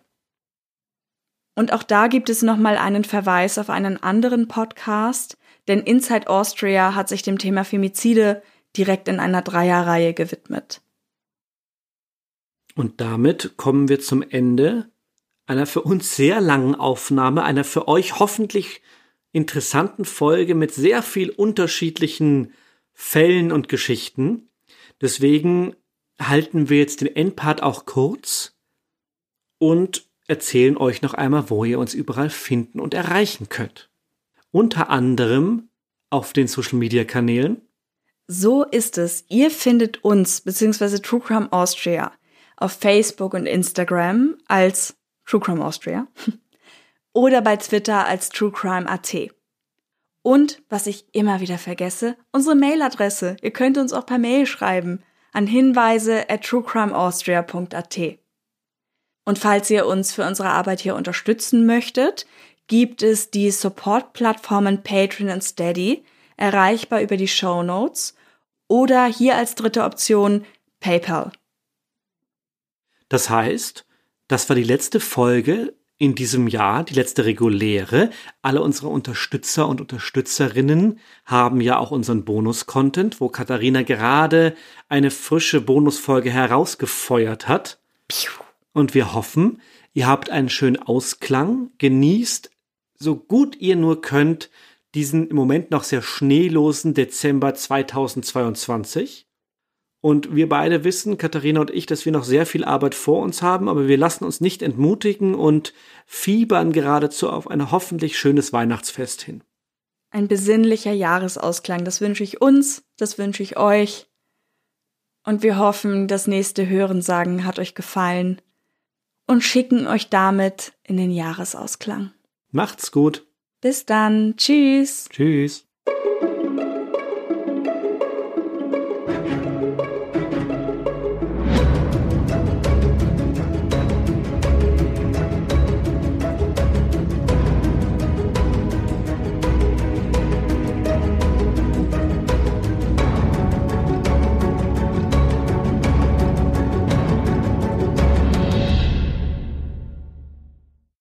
Und auch da gibt es nochmal einen Verweis auf einen anderen Podcast, denn Inside Austria hat sich dem Thema Femizide direkt in einer 3er-Reihe gewidmet. Und damit kommen wir zum Ende einer für uns sehr langen Aufnahme, einer für euch hoffentlich interessanten Folge mit sehr viel unterschiedlichen Fällen und Geschichten. Deswegen halten wir jetzt den Endpart auch kurz und erzählen euch noch einmal, wo ihr uns überall finden und erreichen könnt. Unter anderem auf den Social-Media-Kanälen. So ist es. Ihr findet uns bzw. True Crime Austria auf Facebook und Instagram als True Crime Austria oder bei Twitter als TrueCrime.at. Und, was ich immer wieder vergesse, unsere Mailadresse. Ihr könnt uns auch per Mail schreiben an hinweise@truecrimeaustria.at. Und falls ihr uns für unsere Arbeit hier unterstützen möchtet, gibt es die Support-Plattformen Patreon und Steady, erreichbar über die Shownotes, oder hier als dritte Option PayPal. Das heißt, das war die letzte Folge in diesem Jahr, die letzte reguläre. Alle unsere Unterstützer und Unterstützerinnen haben ja auch unseren Bonus-Content, wo Katharina gerade eine frische Bonusfolge herausgefeuert hat. Und wir hoffen, ihr habt einen schönen Ausklang, genießt so gut ihr nur könnt diesen im Moment noch sehr schneelosen Dezember 2022. Und wir beide wissen, Katharina und ich, dass wir noch sehr viel Arbeit vor uns haben, aber wir lassen uns nicht entmutigen und fiebern geradezu auf ein hoffentlich schönes Weihnachtsfest hin. Ein besinnlicher Jahresausklang, das wünsche ich uns, das wünsche ich euch. Und wir hoffen, das nächste Hörensagen hat euch gefallen und schicken euch damit in den Jahresausklang. Macht's gut. Bis dann. Tschüss. Tschüss.